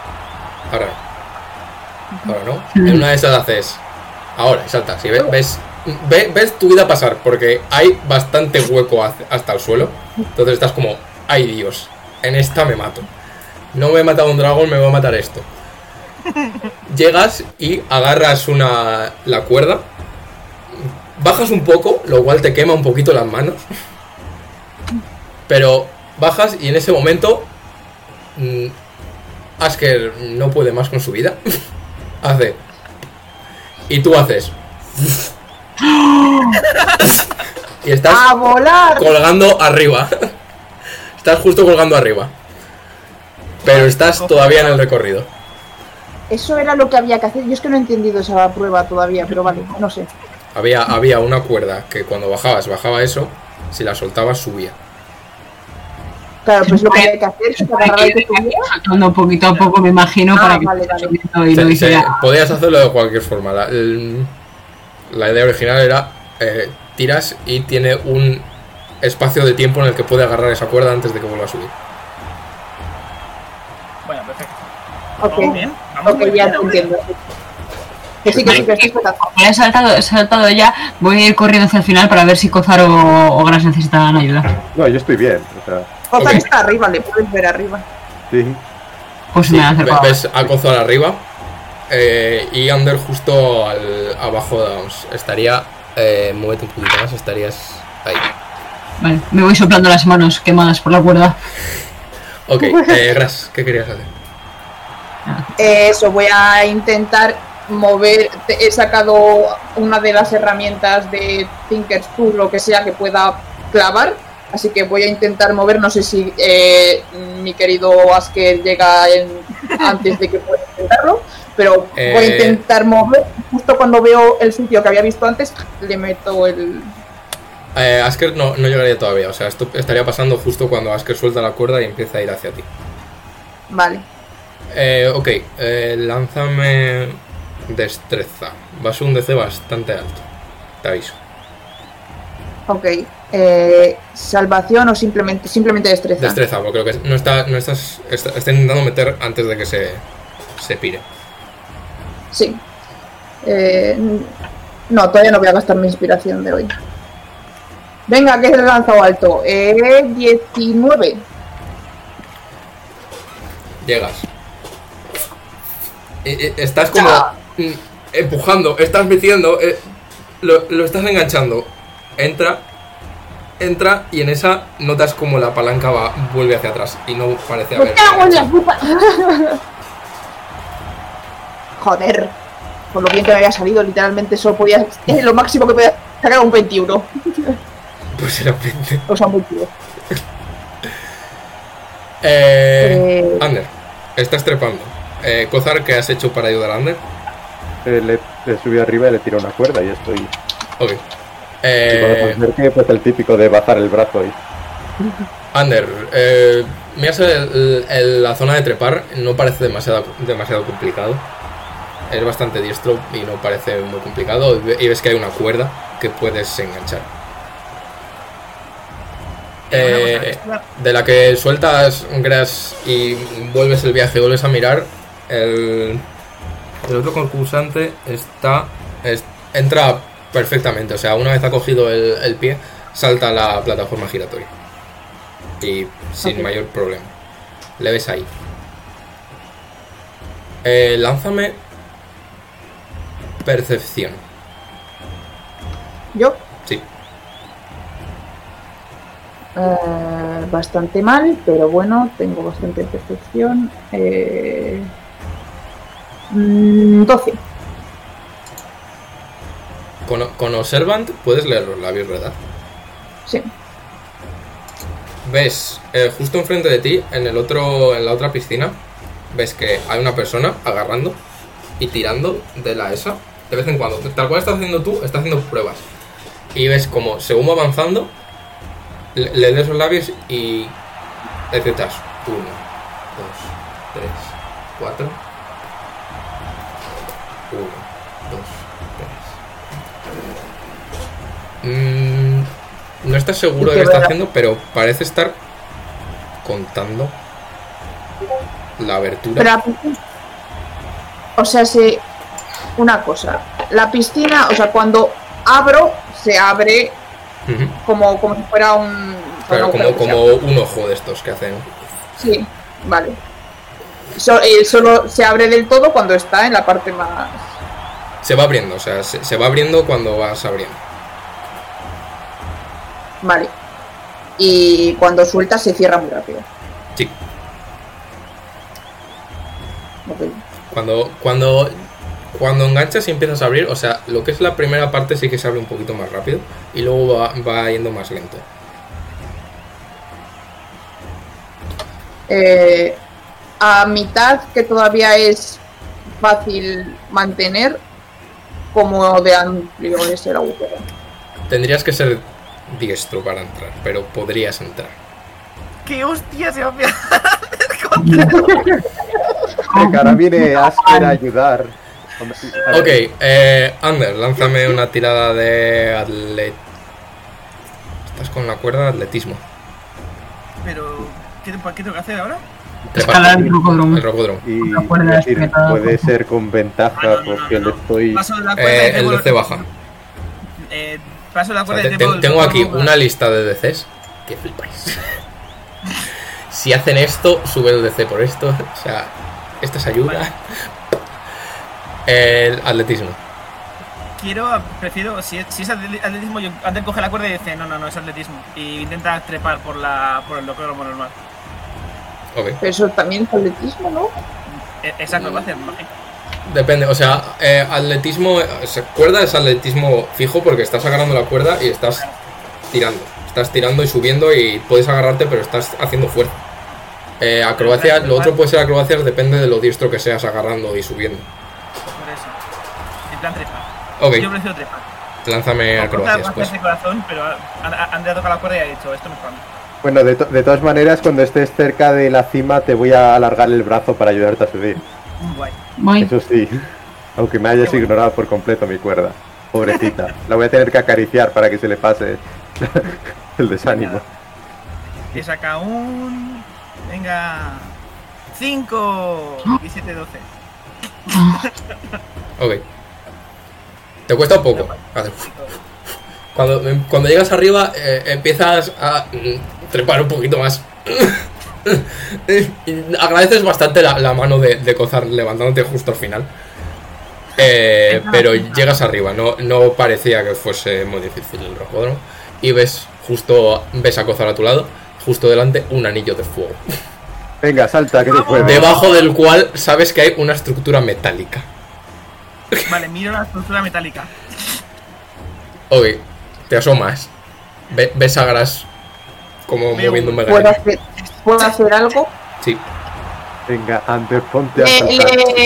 no. En una de esas haces, ahora, y saltas. Y ves tu vida pasar, porque hay bastante hueco hasta el suelo. Entonces estás como, ay Dios, en esta me mato. No me he matado un dragón, me va a matar esto. Llegas y agarras la cuerda. Bajas un poco, lo cual te quema un poquito las manos. Pero bajas y en ese momento Asker no puede más con su vida. Hace. Y tú haces. Y estás ¡A volar! colgando arriba. Estás justo colgando arriba. Pero estás todavía en el recorrido. Eso era lo que había que hacer. Yo es que no he entendido esa prueba todavía, pero vale, no sé. Había una cuerda que cuando bajaba eso. Si la soltabas, subía. Claro, pues lo que había que hacer es agarrar el que tuviera. Saltando poquito a poco, me imagino, para que vale. subiendo y lo hiciera. Podías hacerlo de cualquier forma. La idea original era tiras y tiene un espacio de tiempo en el que puede agarrar esa cuerda antes de que vuelva a subir. Bueno, perfecto. Ok, ¿Vamos bien? ¿Vamos ok, muy ya bien? te entiendo. Que sí, estoy empezando. He saltado ya, voy a ir corriendo hacia el final para ver si Cozar o Gras necesitan ayuda. No, yo estoy bien. O sea, Cozar Ok. está arriba, le puedes ver arriba. sí. Pues Sí, me acerco. ves a Kozar arriba y Ander justo abajo de Downs. Estaría... muévete un poquito más, estarías ahí. Vale, me voy soplando las manos quemadas por la cuerda. Ok, Gras, ¿qué querías hacer? Eso, voy a intentar mover. He sacado una de las herramientas de Tinker's Tool, lo que sea que pueda clavar. Así que voy a intentar mover. No sé si mi querido Asker llega antes de que pueda intentarlo. Pero voy a intentar mover. Justo cuando veo el sitio que había visto antes, le meto el. Asker no llegaría todavía, o sea, esto estaría pasando justo cuando Asker suelta la cuerda y empieza a ir hacia ti. Vale. Ok, lánzame destreza. Va a ser un DC bastante alto, te aviso. Ok. Salvación o simplemente destreza. Destreza, porque creo que está intentando meter antes de que se pire. Sí. No, todavía no voy a gastar mi inspiración de hoy. Venga, que se lanzado alto. 19. Llegas. Estás como empujando, estás metiendo, lo estás enganchando. Entra y en esa notas como la palanca vuelve hacia atrás y no parece haber. Joder, por lo bien que me había salido, literalmente solo podía. Lo máximo que podía sacar un 21. Pues era 20. O sea, un 22. Ander, estás trepando. Kozar, ¿qué has hecho para ayudar a Ander? Le subí arriba y le tiré una cuerda y estoy. Ok. Y cuando que pues el típico de bajar el brazo y. Ander, miras la zona de trepar, no parece demasiado complicado. Es bastante diestro y no parece muy complicado. Y ves que hay una cuerda que puedes enganchar. De la que sueltas Gras y vuelves el viaje, vuelves a mirar. El otro concursante entra perfectamente. O sea, una vez ha cogido el pie, salta a la plataforma giratoria. Y sin mayor problema. Le ves ahí. Lánzame percepción. ¿Yo? Sí. Bastante mal, pero bueno, tengo bastante percepción. 12. Con Observant puedes leer los labios, ¿verdad? Sí. Ves, justo enfrente de ti, en la otra piscina, ves que hay una persona agarrando y tirando de la ESA de vez en cuando. Tal cual estás haciendo tú, está haciendo pruebas. Y ves como, según va avanzando, le lees los labios y detectas 1, 2, 3, 4. 1, 2, 3. No estás seguro de qué está haciendo, pero parece estar contando la abertura. Pero, o sea, una cosa, la piscina, o sea, cuando abro, se abre como si fuera un... Claro, como un ojo de estos que hacen. Sí, vale. Solo se abre del todo cuando está en la parte más... Se va abriendo, o sea, se va abriendo cuando vas abriendo. Vale. Y cuando suelta se cierra muy rápido. Sí. Okay. Cuando enganchas y empiezas a abrir, o sea, lo que es la primera parte sí que se abre un poquito más rápido y luego va yendo más lento. A mitad, que todavía es fácil mantener, como de amplio es el agujero. Tendrías que ser diestro para entrar, pero podrías entrar. ¡Qué hostia se va a pillar! Que ahora viene Asker a ayudar. Ok, Ander, lánzame una tirada de Estás con la cuerda de atletismo. Pero, ¿qué tengo que hacer ahora? Escalar el rocódromo. El rocódromo. Y decir, puede ser con ventaja porque le estoy... Paso la cuerda y el DC baja. Paso la O sea, cuerda y te tengo aquí una lista de DCs que flipáis. Si hacen esto, sube el DC por esto. O sea, esta es ayuda. Vale. El atletismo. Prefiero, si es atletismo, yo antes coge la cuerda y dice, no, es atletismo. Y intenta trepar por el rocódromo normal. Okay. Pero eso también es atletismo, ¿no? Exacto, va a hacer magia. Depende, o sea, atletismo, cuerda es atletismo fijo porque estás agarrando la cuerda y estás tirando. Estás tirando y subiendo y puedes agarrarte, pero estás haciendo fuerza. Acrobacia, lo otro puede ser acrobacias, depende de lo diestro que seas agarrando y subiendo. Por eso. En plan trepar. Okay. Yo prefiero trepar. Lánzame acrobacias, pues. Corazón, pero Andrea toca la cuerda y ha dicho, esto no es para mí. Bueno, de todas maneras, cuando estés cerca de la cima te voy a alargar el brazo para ayudarte a subir. Guay. Eso sí, aunque me hayas ignorado por completo mi cuerda. Pobrecita, la voy a tener que acariciar para que se le pase el desánimo. Te saca un... Venga... 5 y 7, 12. Ok. Te cuesta un poco. Cuando llegas arriba empiezas a trepar un poquito más. Agradeces bastante la mano de Cozar levantándote justo al final. Pero llegas arriba, no parecía que fuese muy difícil el rocódromo. Y ves a Cozar a tu lado, justo delante, un anillo de fuego. Venga, salta, que te puede. Debajo del cual sabes que hay una estructura metálica. Vale, miro la estructura metálica. Ok, te asomas. Ves a Gras como moviendo un mega. ¿Puedo hacer algo? Sí. Venga, Ander, ponte a saltar.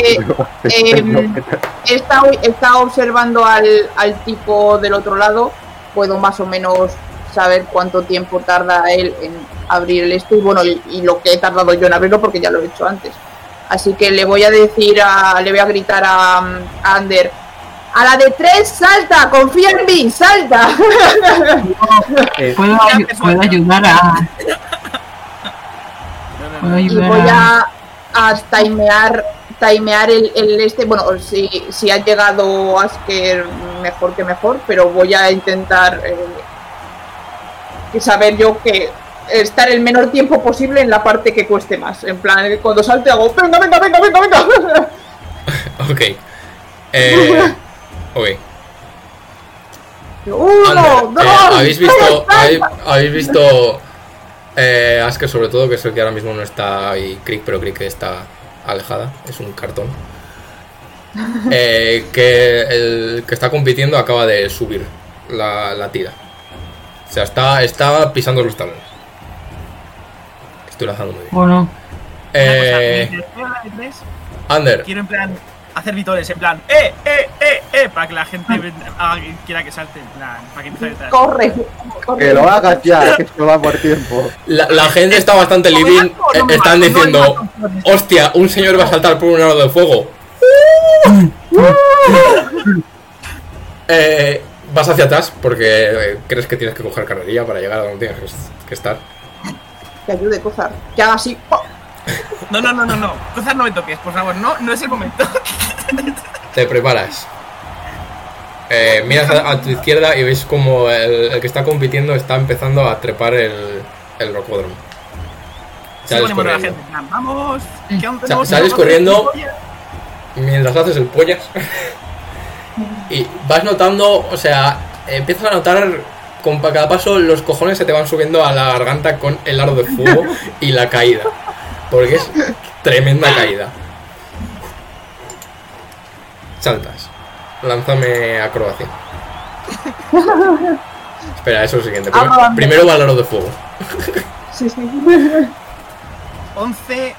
He estado observando al tipo del otro lado. Puedo más o menos saber cuánto tiempo tarda él en abrir el esto y lo que he tardado yo en abrirlo porque ya lo he hecho antes. Así que le voy a gritar a Ander: ¡a la de 3 salta! ¡Confía en mí! ¡Salta! Puedo ayudar a... Y voy a timear el este. Bueno, si ha llegado Asker, mejor que mejor, pero voy a intentar saber yo que estar el menor tiempo posible en la parte que cueste más. En plan, cuando salte hago venga. Ok. Ok. 1, 2, ¿Habéis visto Asker sobre todo, que es el que ahora mismo no está ahí, pero Crick está alejada, es un cartón. Que el que está compitiendo acaba de subir la tira. O sea, está pisando los talones. Estoy lanzando muy bien. Bueno. Ander. Quiero en plan hacer vitores, en plan para que la gente quiera que salte, en plan, para que empiece a corre. Que lo hagas ya, que esto va por tiempo. La gente está bastante living. Están diciendo: hostia, un señor va a saltar por un aro de fuego. Vas hacia atrás porque crees que tienes que coger carrerilla para llegar a donde tienes que estar. Que ayude, Cozar. Que haga así. No. Cozar, no me toques, por favor. No es el momento. Te preparas. Miras a tu izquierda y veis como el que está compitiendo está empezando a trepar el rocódromo. Sales corriendo. Vamos. Sales corriendo mientras haces el pollas. Y vas notando, o sea, empiezas a notar con cada paso los cojones se te van subiendo a la garganta con el aro de fuego y la caída. Porque es tremenda caída. Saltas. Lánzame acrobacia. Espera, eso es lo siguiente. Primero va el aro de fuego. Sí. 11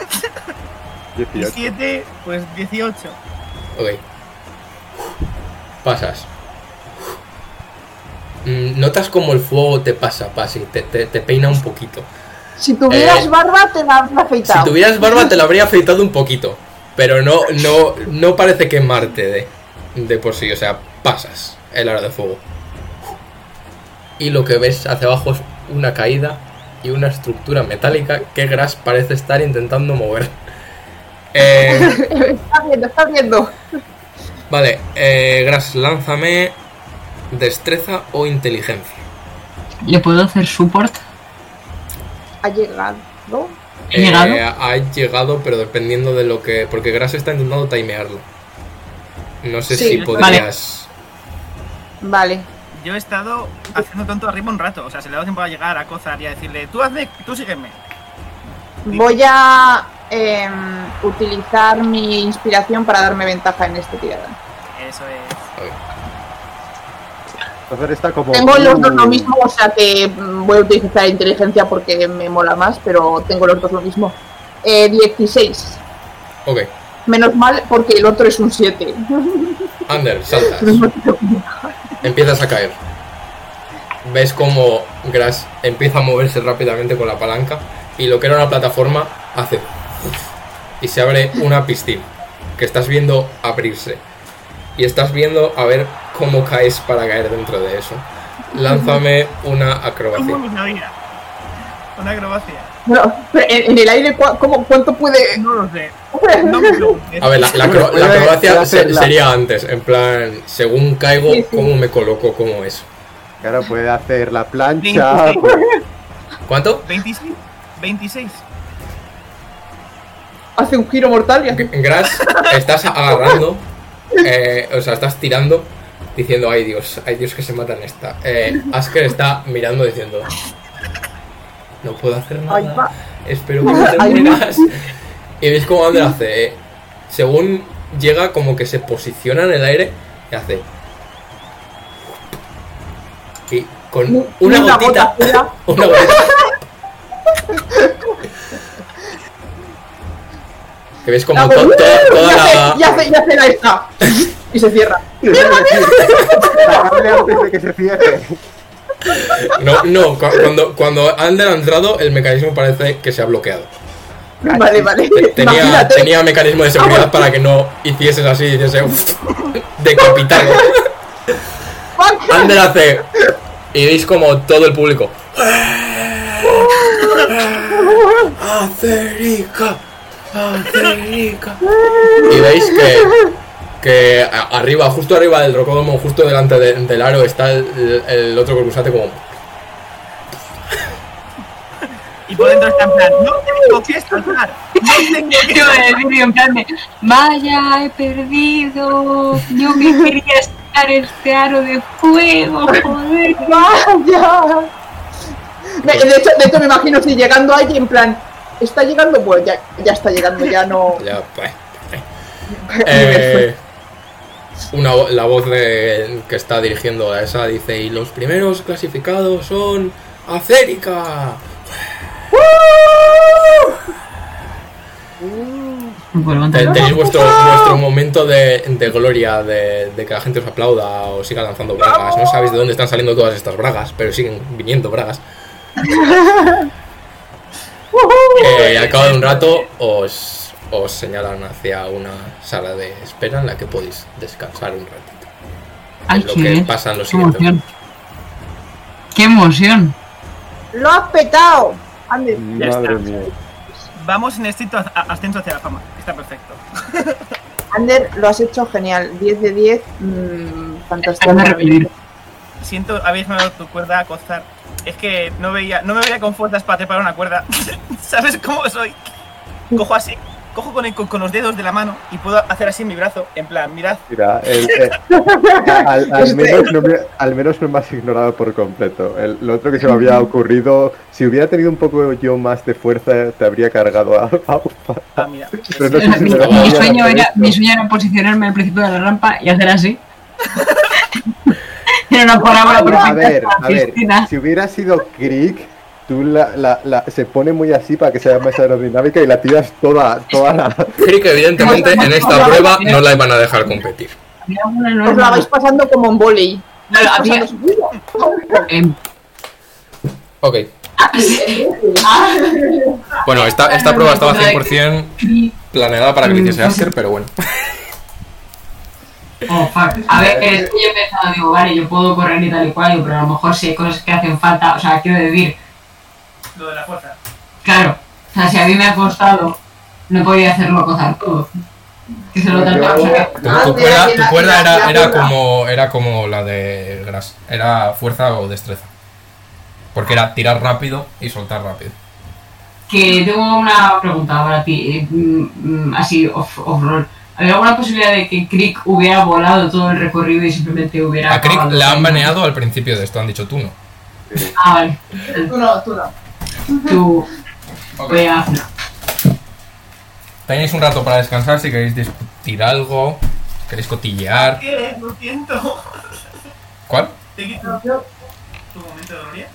y 7, pues 18. Ok. Pasas. Notas como el fuego te pasa, te peina un poquito. Si tuvieras barba te la habría afeitado. Si tuvieras barba te la habría afeitado un poquito. Pero no parece quemarte de por sí. O sea, pasas el aro de fuego. Y lo que ves hacia abajo es una caída y una estructura metálica que Gras parece estar intentando mover. Está viendo. Vale, Gras, lánzame destreza o inteligencia. ¿Le puedo hacer support? Ha llegado. Ha llegado, pero dependiendo de lo que... Porque Gras está intentando timearlo. No sé si podrías... Vale. Yo he estado haciendo tonto arriba un rato. O sea, se le ha dado tiempo a llegar a Cozar y a decirle: tú sígueme. Voy a utilizar mi inspiración para darme ventaja en este tirada. Eso es. Está como... Tengo los dos lo mismo, o sea que voy a utilizar inteligencia porque me mola más, pero tengo los dos lo mismo. 16. Ok. Menos mal porque el otro es un 7. Ander, saltas. Empiezas a caer. Ves como Gras empieza a moverse rápidamente con la palanca y lo que era una plataforma hace y se abre una piscina que estás viendo abrirse y estás viendo a ver cómo caes para caer dentro de eso. Lánzame una acrobacia. Una acrobacia. No, en el aire, ¿cuánto puede...? No lo sé. No me preguntes. A ver, la acrobacia sería antes, en plan, según caigo, sí. cómo me coloco, cómo es. Claro, puede hacer la plancha. 26. ¿Cuánto? 26. 26. Hace un giro mortal y hace... Gras, estás agarrando, o sea, estás tirando, diciendo, ay Dios que se matan esta. Asker está mirando diciendo, no puedo hacer Ay, nada, va. espero que no te mueras. Y veis cómo Ander hace, según llega, como que se posiciona en el aire y hace... Y con una gotita, una gotita. Que ves como toda la... Ya hace la esta. Y se cierra. Sacarle antes de que se cierre. No, cuando Ander ha entrado, el mecanismo parece que se ha bloqueado. Vale. Tenía mecanismo de seguridad para que no hicieses así, hiciese decapitarlo. Ander hace... Y veis como todo el público... ¡Acerica! Y veis que arriba, justo arriba del rocódromo, justo delante del aro, está el otro concursante como... Y por dentro está en plan, no tengo que saltar, no tengo que Yo saltar. el vídeo en plan de, vaya, he perdido, yo que quería estar en este aro de fuego, joder. ¡Vaya! De hecho, me imagino si llegando allí en plan... ¿Está llegando? Pues ya está llegando, ya no... Ya, la voz que está dirigiendo a esa dice, y los primeros clasificados son Acerica. Tenéis vuestro momento de gloria, de que la gente os aplauda o siga lanzando bragas. No sabéis de dónde están saliendo todas estas bragas, pero siguen viniendo bragas. Al cabo de un rato os señalan hacia una sala de espera en la que podéis descansar un ratito. Ay, Es lo que pasa en los siguientes. ¡Qué emoción! ¡Lo has petado! Ande. Ya Madre está. mía. Vamos en estricto ascenso hacia la fama. Está perfecto. Ander, lo has hecho genial. 10 de 10. Fantástico. Déjame repetir. Siento habéis mandado tu cuerda a cozar. Es que no me veía con fuerzas para trepar una cuerda. ¿Sabes cómo soy? Cojo así, cojo con los dedos de la mano y puedo hacer así en mi brazo. En plan, mirad. Mira, al menos no me has ignorado por completo. Lo otro que se me había ocurrido, si hubiera tenido un poco yo más de fuerza, te habría cargado a Ah, mira. Pero no sé si Mi me lo había sueño era posicionarme al principio de la rampa y hacer así. Era una parábola perfecta. A ver, si hubiera sido Krieg, tú se pone muy así para que sea más aerodinámica y la tiras toda la... Creo que evidentemente en esta prueba no la iban a dejar competir. Había una Os enorme- la vais pasando como un volei. Claro, había- Ok. Bueno, esta prueba estaba 100% planeada para que lo hiciese Asker, pero bueno. Oh, fuck. A ver, es que yo he pensado, digo, vale, yo puedo correr y tal y cual, digo, pero a lo mejor si hay cosas que hacen falta, o sea, quiero decir, Lo de la fuerza. claro, o sea, si a mí me ha costado, no podía hacerlo cosas todo. Que se lo trataba, o sea, que... Tu cuerda era como la de Gras. Era fuerza o destreza. Porque era tirar rápido y soltar rápido. Que tengo una pregunta para ti, así off-roll. ¿Había alguna posibilidad de que Krieg hubiera volado todo el recorrido y simplemente hubiera... A Krieg acabado le han ahí? baneado al principio de esto, han dicho tú no. Ah, vale. Tú no. Tú... Voy a hacer... Tenéis un rato para descansar si queréis discutir algo, queréis cotillear. ¿Qué? Lo siento. ¿Cuál? Te quito tu momento de gloria.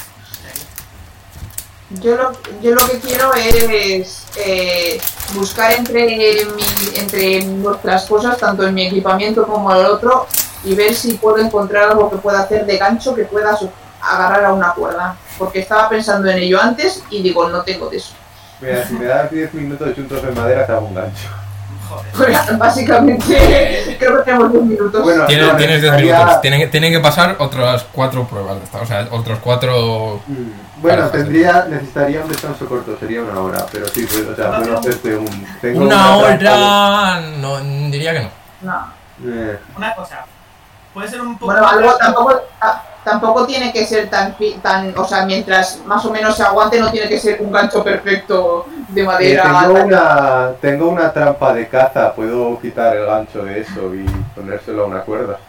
Yo lo que quiero es buscar entre vuestras cosas, tanto en mi equipamiento como en el otro, y ver si puedo encontrar algo que pueda hacer de gancho que pueda agarrar a una cuerda. Porque estaba pensando en ello antes y digo, no tengo de eso. Mira, si me das 10 minutos y un trozo de madera, te hago un gancho. Joder. Básicamente, creo que tenemos 10 minutos. Bueno, Tienes 10 necesitaría- minutos. Tienen que pasar otras 4 pruebas de esta. O sea, otros 4... Bueno, Vale, necesitaría un descanso corto, sería una hora, pero sí, pues, o sea, puedo hacerte un... tengo Una trampa hora... No, diría que no. No. de- Una cosa. Puede ser un poco. Bueno, algo tampoco... tampoco tiene que ser tan, o sea, mientras más o menos se aguante, no tiene que ser un gancho perfecto de madera. Tengo una trampa de caza, puedo quitar el gancho de eso y ponérselo a una cuerda.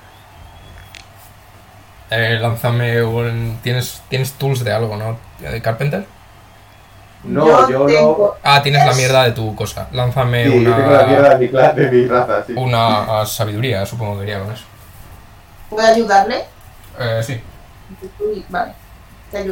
Lánzame un... ¿Tienes tools de algo, no? ¿De Carpenter? No, yo tengo... Ah, tienes la mierda de tu cosa. Lánzame Sí, una... yo tengo la mierda de mi raza, sí. Una sabiduría, supongo que iría con eso. ¿Puedo ayudarle? Sí. Vale, te ayudo.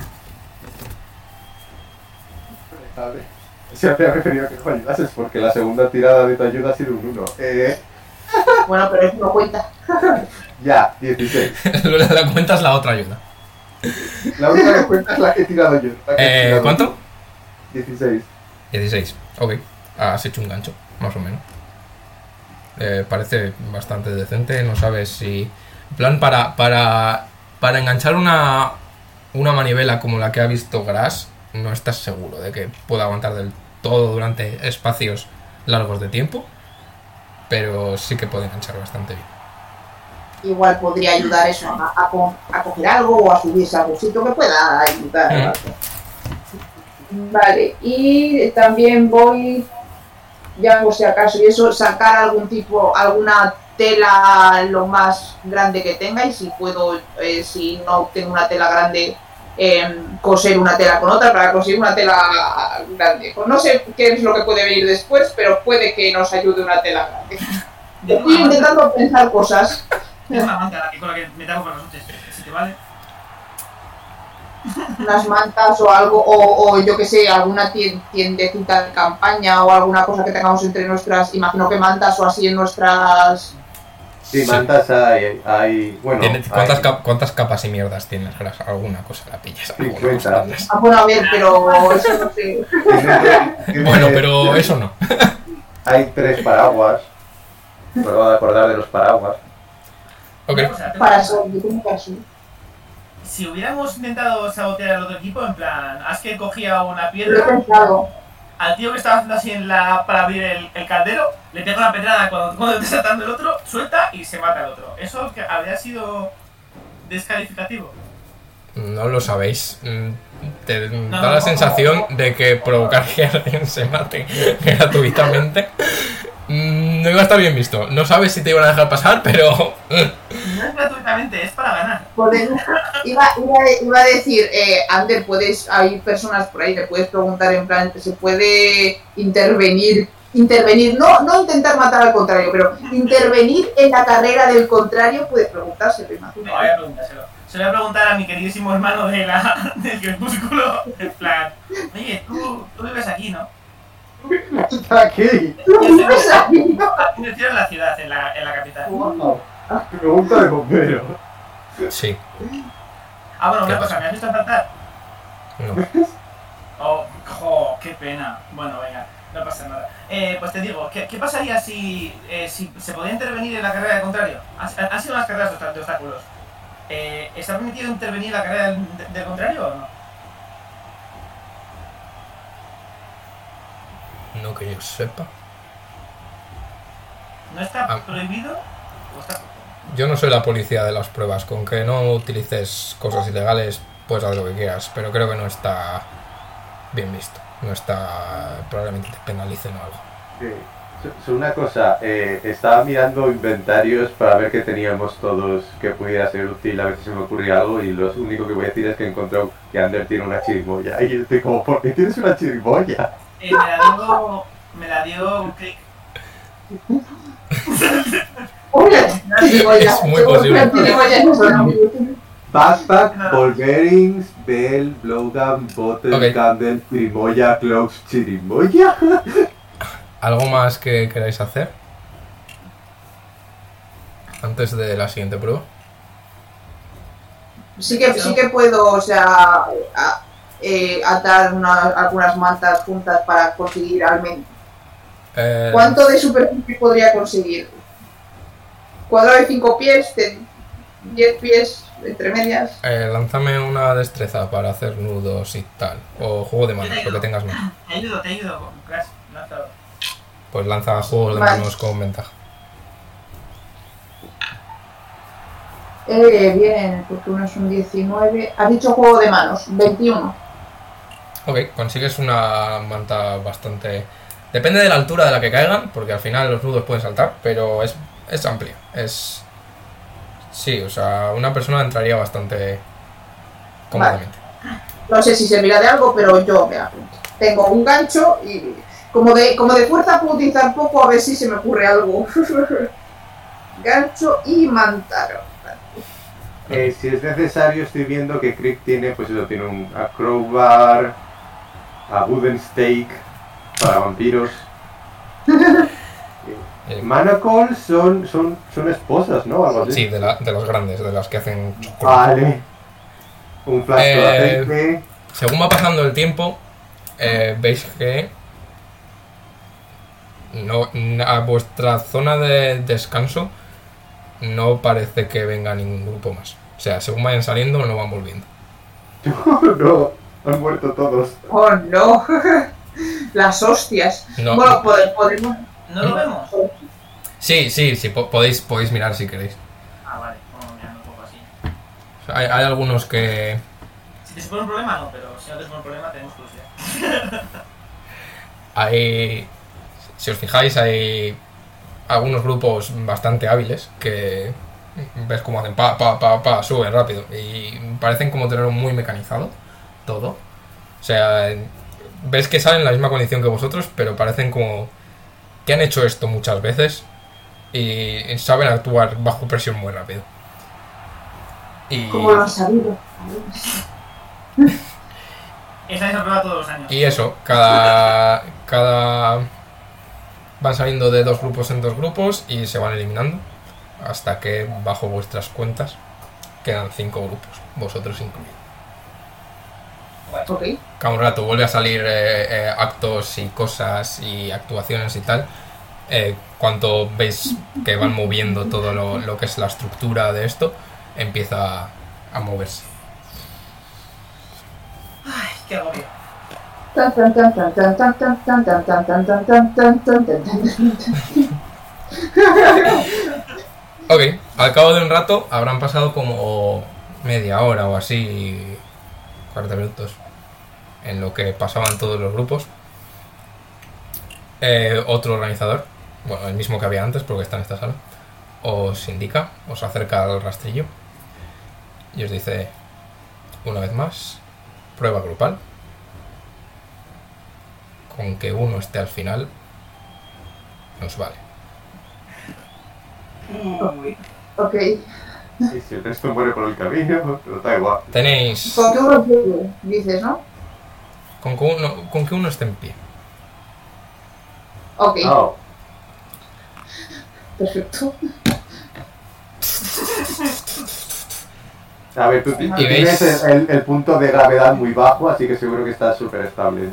Se habría preferido que me ayudases porque la segunda tirada de tu ayuda ha sido un 1. Bueno, pero eso no cuenta. Ya, 16. La cuenta es la otra ayuda. La única que cuenta es la que he tirado yo. ¿Cuánto? 16. 16. Ok. Has hecho un gancho, más o menos. Parece bastante decente. No sabes si... En plan, para enganchar una manivela como la que ha visto Grass, no estás seguro de que pueda aguantar del todo durante espacios largos de tiempo. Pero sí que puede enganchar bastante bien. Igual podría ayudar eso a coger algo o a subirse a algún sitio que pueda ayudar. Vale, y también voy, ya por si acaso, y eso, sacar alguna tela lo más grande que tenga, y si puedo, si no tengo una tela grande, coser una tela con otra para conseguir una tela grande. Pues no sé qué es lo que puede venir después, pero puede que nos ayude una tela grande. Estoy intentando pensar cosas. Tengo una manta con la que me tapo por las noches, si te vale. Unas mantas o algo, o yo que sé, alguna tiendecita de campaña o alguna cosa que tengamos entre nuestras, imagino que mantas o así en nuestras... Sí, mantas hay bueno... ¿Cuántas capas y mierdas tienes? Alguna cosa la pillas. 50. Bueno, a ver, pero eso no sé. Bueno, pero eso no. Hay 3 paraguas. Me acabo de acordar de los paraguas. Ok. Parasol, yo tengo parasol. Si hubiéramos intentado sabotear al otro equipo, en plan, Aske cogía una Lo he piedra, pensado. al tío que estaba haciendo así para abrir el caldero, le pega una pedrada cuando está saltando el otro, suelta y se mata el otro. ¿Eso que habría sido descalificativo? No lo sabéis. Te da la sensación de que provocar que alguien se mate gratuitamente no iba a estar bien visto. No sabes si te iban a dejar pasar, pero... No es gratuitamente, es para ganar. Iba a decir, Ander, hay personas por ahí, le puedes preguntar en plan, ¿se puede intervenir, no intentar matar al contrario, pero intervenir en la carrera del contrario? Puedes preguntárselo, imagino. No, voy a preguntárselo. Se lo voy a preguntar a mi queridísimo hermano del crepúsculo, en plan, oye, tú vives aquí, ¿no? Aquí. ¿Vives aquí? Me refiero en la ciudad, en la capital. Wow. Pregunta de bombero. Sí. Bueno, ¿Qué una cosa, pasa? ¿me has visto saltar? No. Oh, qué pena. Bueno, venga, no pasa nada. Pues te digo, ¿qué pasaría si se podía intervenir en la carrera del contrario? Han sido unas carreras de obstáculos. ¿Está permitido intervenir en la carrera del contrario o no? No que yo sepa. ¿No está prohibido? ¿O está... Yo no soy la policía de las pruebas. Con que no utilices cosas ilegales, puedes hacer lo que quieras. Pero creo que no está bien visto. No está... Probablemente te penalicen o algo. Sí. Una cosa, estaba mirando inventarios para ver qué teníamos todos que pudiera ser útil, a ver si se me ocurría algo, y lo único que voy a decir es que he encontrado que Ander tiene una chirimoya. Y estoy como, ¿por qué tienes una chirimoya? Me la dio Crick. Es muy posible. Backpack, ball bearings, bell, blowgun, bottle, Ok. candle, chirimoya, clocks, chirimoya. ¿Algo más que queráis hacer? Antes de la siguiente prueba. Sí que puedo, o sea, atar algunas mantas juntas para conseguir al menos. ¿Cuánto de superficie podría conseguir? ¿Cuadrado de 5 pies? ¿De 10 pies? ¿Entre medias? Lánzame una destreza para hacer nudos y tal. O juego de manos, lo que tengas más. Te ayudo, Crash. Lánzalo. Pues lanza juegos de Vale. manos con ventaja. Bien, porque uno es un 19. Has dicho juego de manos, 21. Ok, consigues una manta bastante... Depende de la altura de la que caigan, porque al final los nudos pueden saltar, pero es amplia. Sí, o sea, una persona entraría bastante cómodamente. No sé si servirá de algo, pero yo me apunto. Tengo un gancho y como de fuerza puedo utilizar poco, a ver si se me ocurre algo. Gancho y mantaro. Si es necesario, estoy viendo que Crick tiene, pues eso, tiene a crowbar, a wooden stake para vampiros. Manacles son esposas, ¿no? Algo así. Sí, de las grandes, de las que hacen... Vale. Un frasco de aceite. Según va pasando el tiempo, veis que a vuestra zona de descanso no parece que venga ningún grupo más. O sea, según vayan saliendo, no van volviendo. No, han muerto todos. Oh no, las hostias. No. Bueno, podemos. ¿No lo vemos? Sí, podéis mirar si queréis. Ah, vale, vamos mirando un poco así. O sea, hay algunos que... Si te supone un problema, no, pero si no te supone un problema, tenemos curiosidad. Si os fijáis, hay algunos grupos bastante hábiles que ves cómo hacen suben rápido y parecen como tenerlo muy mecanizado todo. O sea, ves que salen en la misma condición que vosotros, pero parecen como que han hecho esto muchas veces y saben actuar bajo presión muy rápido. Y... ¿Cómo lo han sabido? Esa es la prueba todos los años. Y eso, cada van saliendo de 2 grupos en 2 grupos y se van eliminando hasta que bajo vuestras cuentas quedan 5 grupos, vosotros incluidos. Ok. Cada un rato vuelve a salir actos y cosas y actuaciones y tal. Cuando veis que van moviendo todo lo que es la estructura de esto, empieza a moverse. Ay, qué agobio. Ok, al cabo de un rato habrán pasado como media hora o así, 40 minutos, en lo que pasaban todos los grupos. Otro organizador, bueno, el mismo que había antes porque está en esta sala, os indica, os acerca al rastrillo y os dice, una vez más, prueba grupal. Con que uno esté al final, nos vale. Ok. Sí, si el resto muere por el camino, pero da igual. Tenéis... Con que uno llegue, dices, ¿no? Con que uno esté en pie. Ok. Oh. Perfecto. A ver, tú ¿Y tienes veis? el punto de gravedad muy bajo, así que seguro que está súper estable.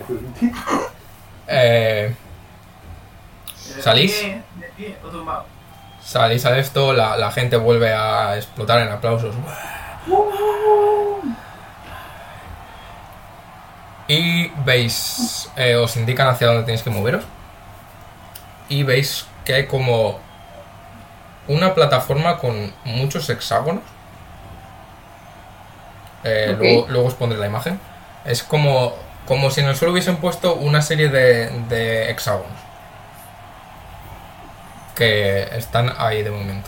¿Salís? De pie o tumbado. Salís a esto, la gente vuelve a explotar en aplausos. Y veis, os indican hacia dónde tenéis que moveros. Y veis que hay como una plataforma con muchos hexágonos. Ok. Luego os pondré la imagen. Es como si en el suelo hubiesen puesto una serie de hexágonos que están ahí de momento.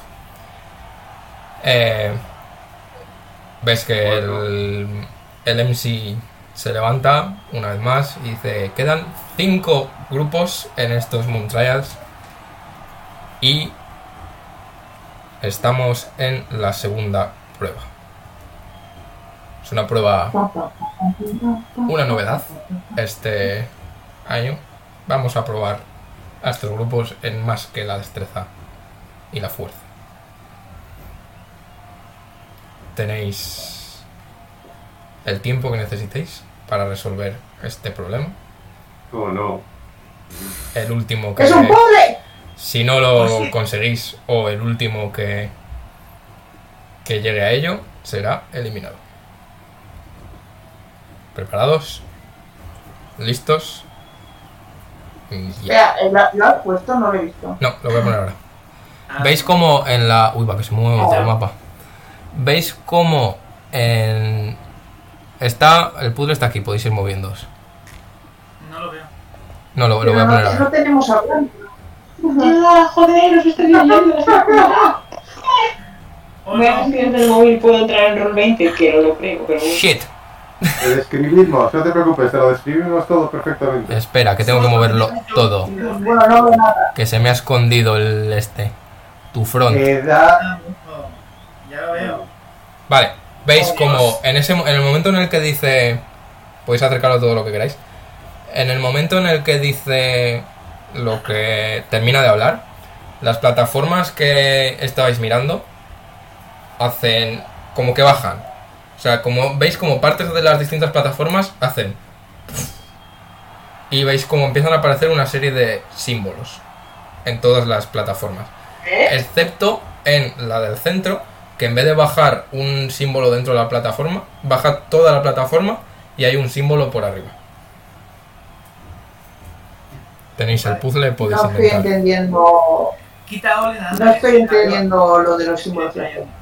Ves que el MC se levanta una vez más y dice, quedan 5 grupos en estos Moon Trials y estamos en la segunda prueba. Es una prueba, una novedad este año. Vamos a probar a estos grupos en más que la destreza y la fuerza. Tenéis el tiempo que necesitéis para resolver este problema. Oh no. El último que... ¡Es un puzzle! Si no lo conseguís o el último que llegue a ello será eliminado. ¿Preparados? ¿Listos? Ya. Espera, ¿lo has puesto? No lo he visto. No, lo voy a poner ahora. ¿Veis como en la... Uy, va, que se mueve el mapa. veis cómo está el puzzle está aquí, podéis ir moviéndoos. No lo veo. No, lo voy a poner ahora. No tenemos a Blanca. Joder, os estoy leyendo. Voy a Hola. escribir del móvil, puedo entrar en Roll20, que no lo creo, pero bueno. Shit. Lo describimos, no te preocupes, te lo describimos todo perfectamente. Espera, que tengo que moverlo todo. Bueno, no veo nada. Que se me ha escondido tu front. Queda... Ya lo veo. Vale, veis como en el momento en el que dice, podéis acercarlo todo lo que queráis. En el momento en el que dice lo que termina de hablar, las plataformas que estabais mirando hacen como que bajan. O sea, como veis como partes de las distintas plataformas hacen y veis como empiezan a aparecer una serie de símbolos en todas las plataformas, excepto en la del centro, que en vez de bajar un símbolo dentro de la plataforma, baja toda la plataforma y hay un símbolo por arriba. Tenéis el puzzle, podéis No estoy intentar. entendiendo. Quita Olen, anda, No estoy quita entendiendo lo de los Olen. símbolos.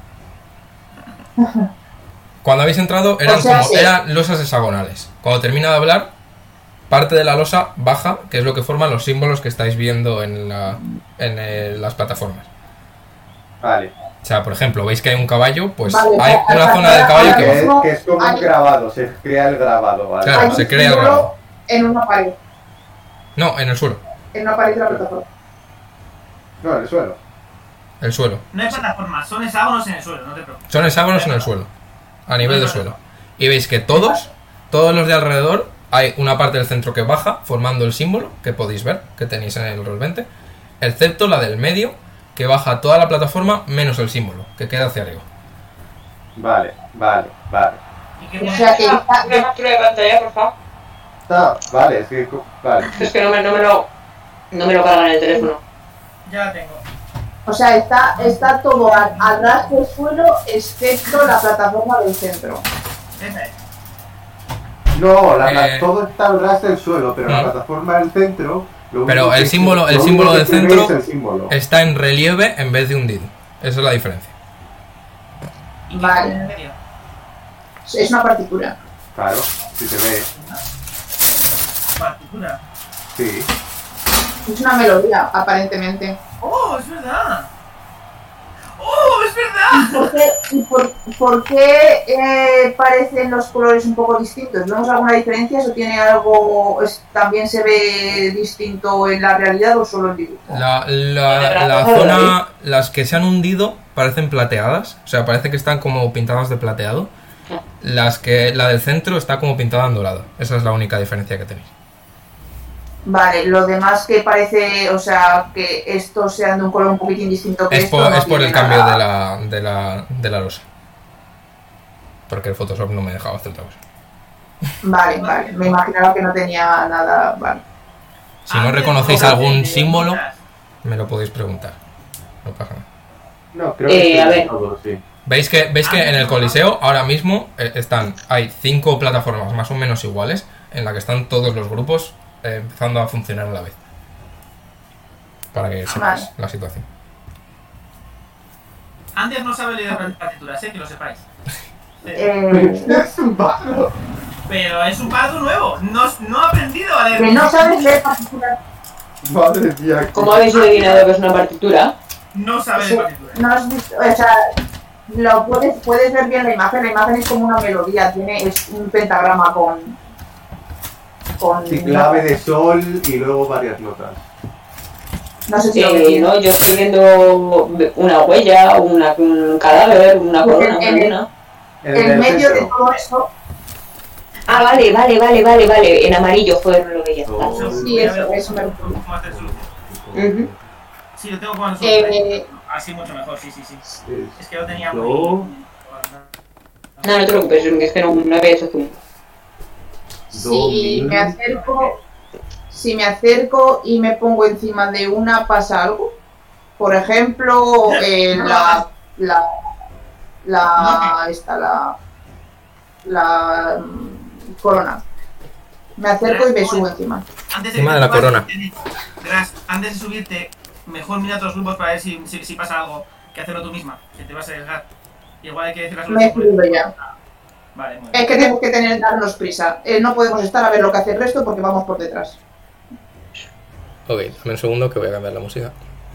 Cuando habéis entrado O sea, sí. eran losas hexagonales. Cuando termina de hablar, parte de la losa baja, que es lo que forman los símbolos que estáis viendo en las plataformas. Vale. O sea, por ejemplo, veis que hay un caballo, pues Vale, hay o sea, una hasta zona del ahora- caballo ahora que Que baja. es como un Hay- grabado, se crea el grabado, ¿vale? Claro. Hay un se crea el símbolo grabado. en una pared. No, en el suelo. En una pared de la plataforma. No, en el suelo. El suelo. No hay plataformas, son hexágonos en el suelo, no te preocupes. Son hexágonos en el suelo. A nivel de suelo. Y veis que todos los de alrededor, hay una parte del centro que baja, formando el símbolo, que podéis ver, que tenéis en el Roll20, excepto la del medio, que baja toda la plataforma menos el símbolo, que queda hacia arriba. Vale. ¿Y qué O pone? sea que Una captura de pantalla, por favor. Vale, es que... Vale. Es que no me lo cargan en el teléfono. Ya la tengo. O sea, está todo al ras del suelo, excepto la plataforma del centro. Esa es. No, todo está al ras del suelo, pero la Mm. plataforma del centro... lo Pero único el que- símbolo- el lo símbolo único que del se ve centro- es el símbolo. Está en relieve en vez de hundido. Esa es la diferencia. ¿Y qué Vale. pone en medio? Es una partitura. Claro, si se ve. Partitura. Sí. Es una melodía, aparentemente. ¡Oh, es verdad! ¡Oh, es verdad! ¿Por qué parecen los colores un poco distintos? ¿Vemos alguna diferencia? ¿Eso tiene algo, también se ve distinto en la realidad o solo en dibujo? La zona, las que se han hundido parecen plateadas, o sea, parece que están como pintadas de plateado. La del centro está como pintada en dorado. Esa es la única diferencia que tenéis. Vale, lo demás que parece, o sea, que estos sean de un color un poquitín distinto que Es esto, por, no es por el tiene cambio nada. de la losa. Porque el Photoshop no me dejaba hacer otra cosa. Vale, me imaginaba que no tenía nada, vale. Si no Antes reconocéis no, algún de símbolo, preguntas. me lo podéis preguntar. No pasa nada. No, creo que a ver. todo, sí. ¿Veis que en el Coliseo ahora mismo hay 5 plataformas más o menos iguales en la que están todos los grupos empezando a funcionar a la vez? Para que sepáis Vale. la situación. Antes no sabe leer partituras, que lo sepáis. Es un barro. Pero es un pardo nuevo. No ha aprendido a leer. que no sabes leer partituras, Madre mía. ¿Cómo habéis adivinado que es una partitura? No sabe leer partituras. no has visto, o sea, lo puedes ver bien la imagen es como una melodía, es un pentagrama con Sí, clave de sol y luego varias notas. no sé si lo ves. No, yo estoy viendo una huella, un cadáver, una corona, una. En medio de centro. todo eso, Ah, vale. En amarillo fue lo que ya está. Oh. Sí, eso me refiero. ¿Cómo hacer solución? Ujú. Sí, lo tengo como en solución. eh, Así mucho mejor, sí. Es que lo tenía No. muy... No, no te preocupes, es que no había hecho zoom. si me acerco y me pongo encima de una, ¿pasa algo? Por ejemplo, corona. Me acerco y me subo encima. Antes Encima de la corona. Verás, antes de subirte, mejor mira a otros grupos para ver si pasa algo que hacerlo tú misma, que te vas a arriesgar. Igual hay que decir las Me he subido ya. Vale, muy Es bien. que tenemos que darnos prisa. No podemos estar a ver lo que hace el resto porque vamos por detrás. Ok, dame un segundo que voy a cambiar la música.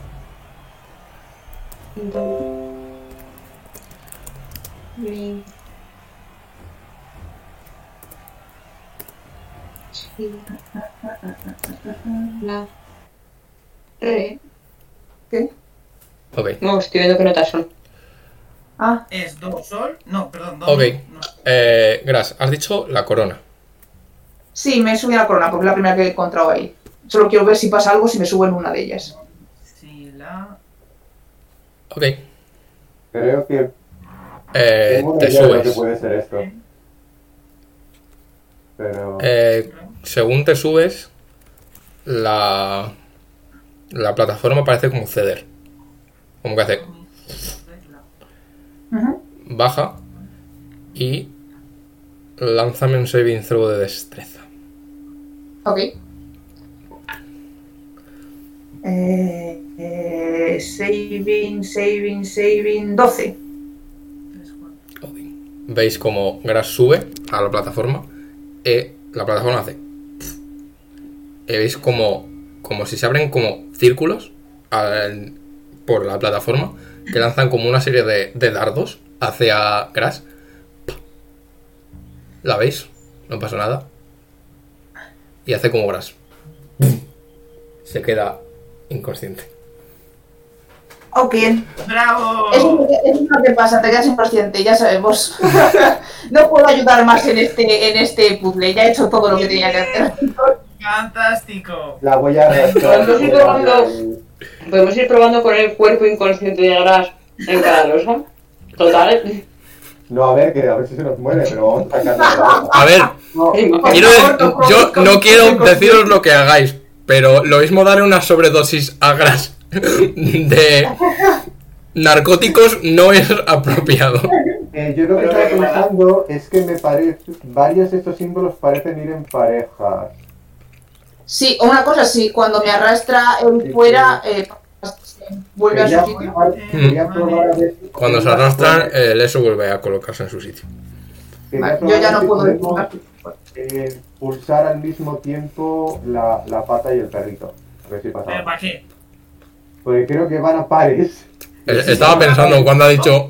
¿Qué? Ok, No, estoy viendo qué notas son. Ah, Es do, sol. No, perdón, do. ok. No. Gras, has dicho la corona. sí, me he subido a la corona porque es la primera que he encontrado ahí. Solo quiero ver si pasa algo si me subo en una de ellas. Si la. Ok, Creo que tengo una te idea de lo que subes. puede ser esto. Pero... Según te subes, la plataforma parece como ceder. Como que hace Ujú. baja y lánzame un saving throw de destreza. Ok. Saving, 12. Ok. Veis como Gras sube a la plataforma y la plataforma hace. Y veis como si se abren como círculos por la plataforma que lanzan como una serie de dardos hacia Gras. ¿La veis? No pasa nada. Y hace como Gras. Se queda inconsciente. Ok. ¡Bravo! Eso es lo que pasa, te quedas inconsciente, ya sabemos. No puedo ayudar más en este puzzle, ya he hecho todo lo que tenía que hacer. ¡Fantástico! La voy a arrastrar. Podemos ir probando. Podemos ir probando con el cuerpo inconsciente de Gras en cada losa. Total. No, a ver si se nos muere, pero vamos a sacarlo. A ver, No, yo no quiero deciros lo que hagáis, pero lo mismo darle una sobredosis a Gras de narcóticos no es apropiado. yo lo que estaba pensando es que me parece... Varios de estos símbolos parecen ir en parejas. Sí, una cosa, sí, cuando me arrastra él fuera, vuelve a su sitio. Quería probar a ver si- Cuando se arrastran, el eso vuelve a colocarse en su sitio. quería Vale, probar yo ya a ver no si puedo podemos, decir. pulsar al mismo tiempo la pata y el perrito. A ver si ¿Pero pasa. para qué? Porque creo que van a pares. Estaba pensando cuando ha dicho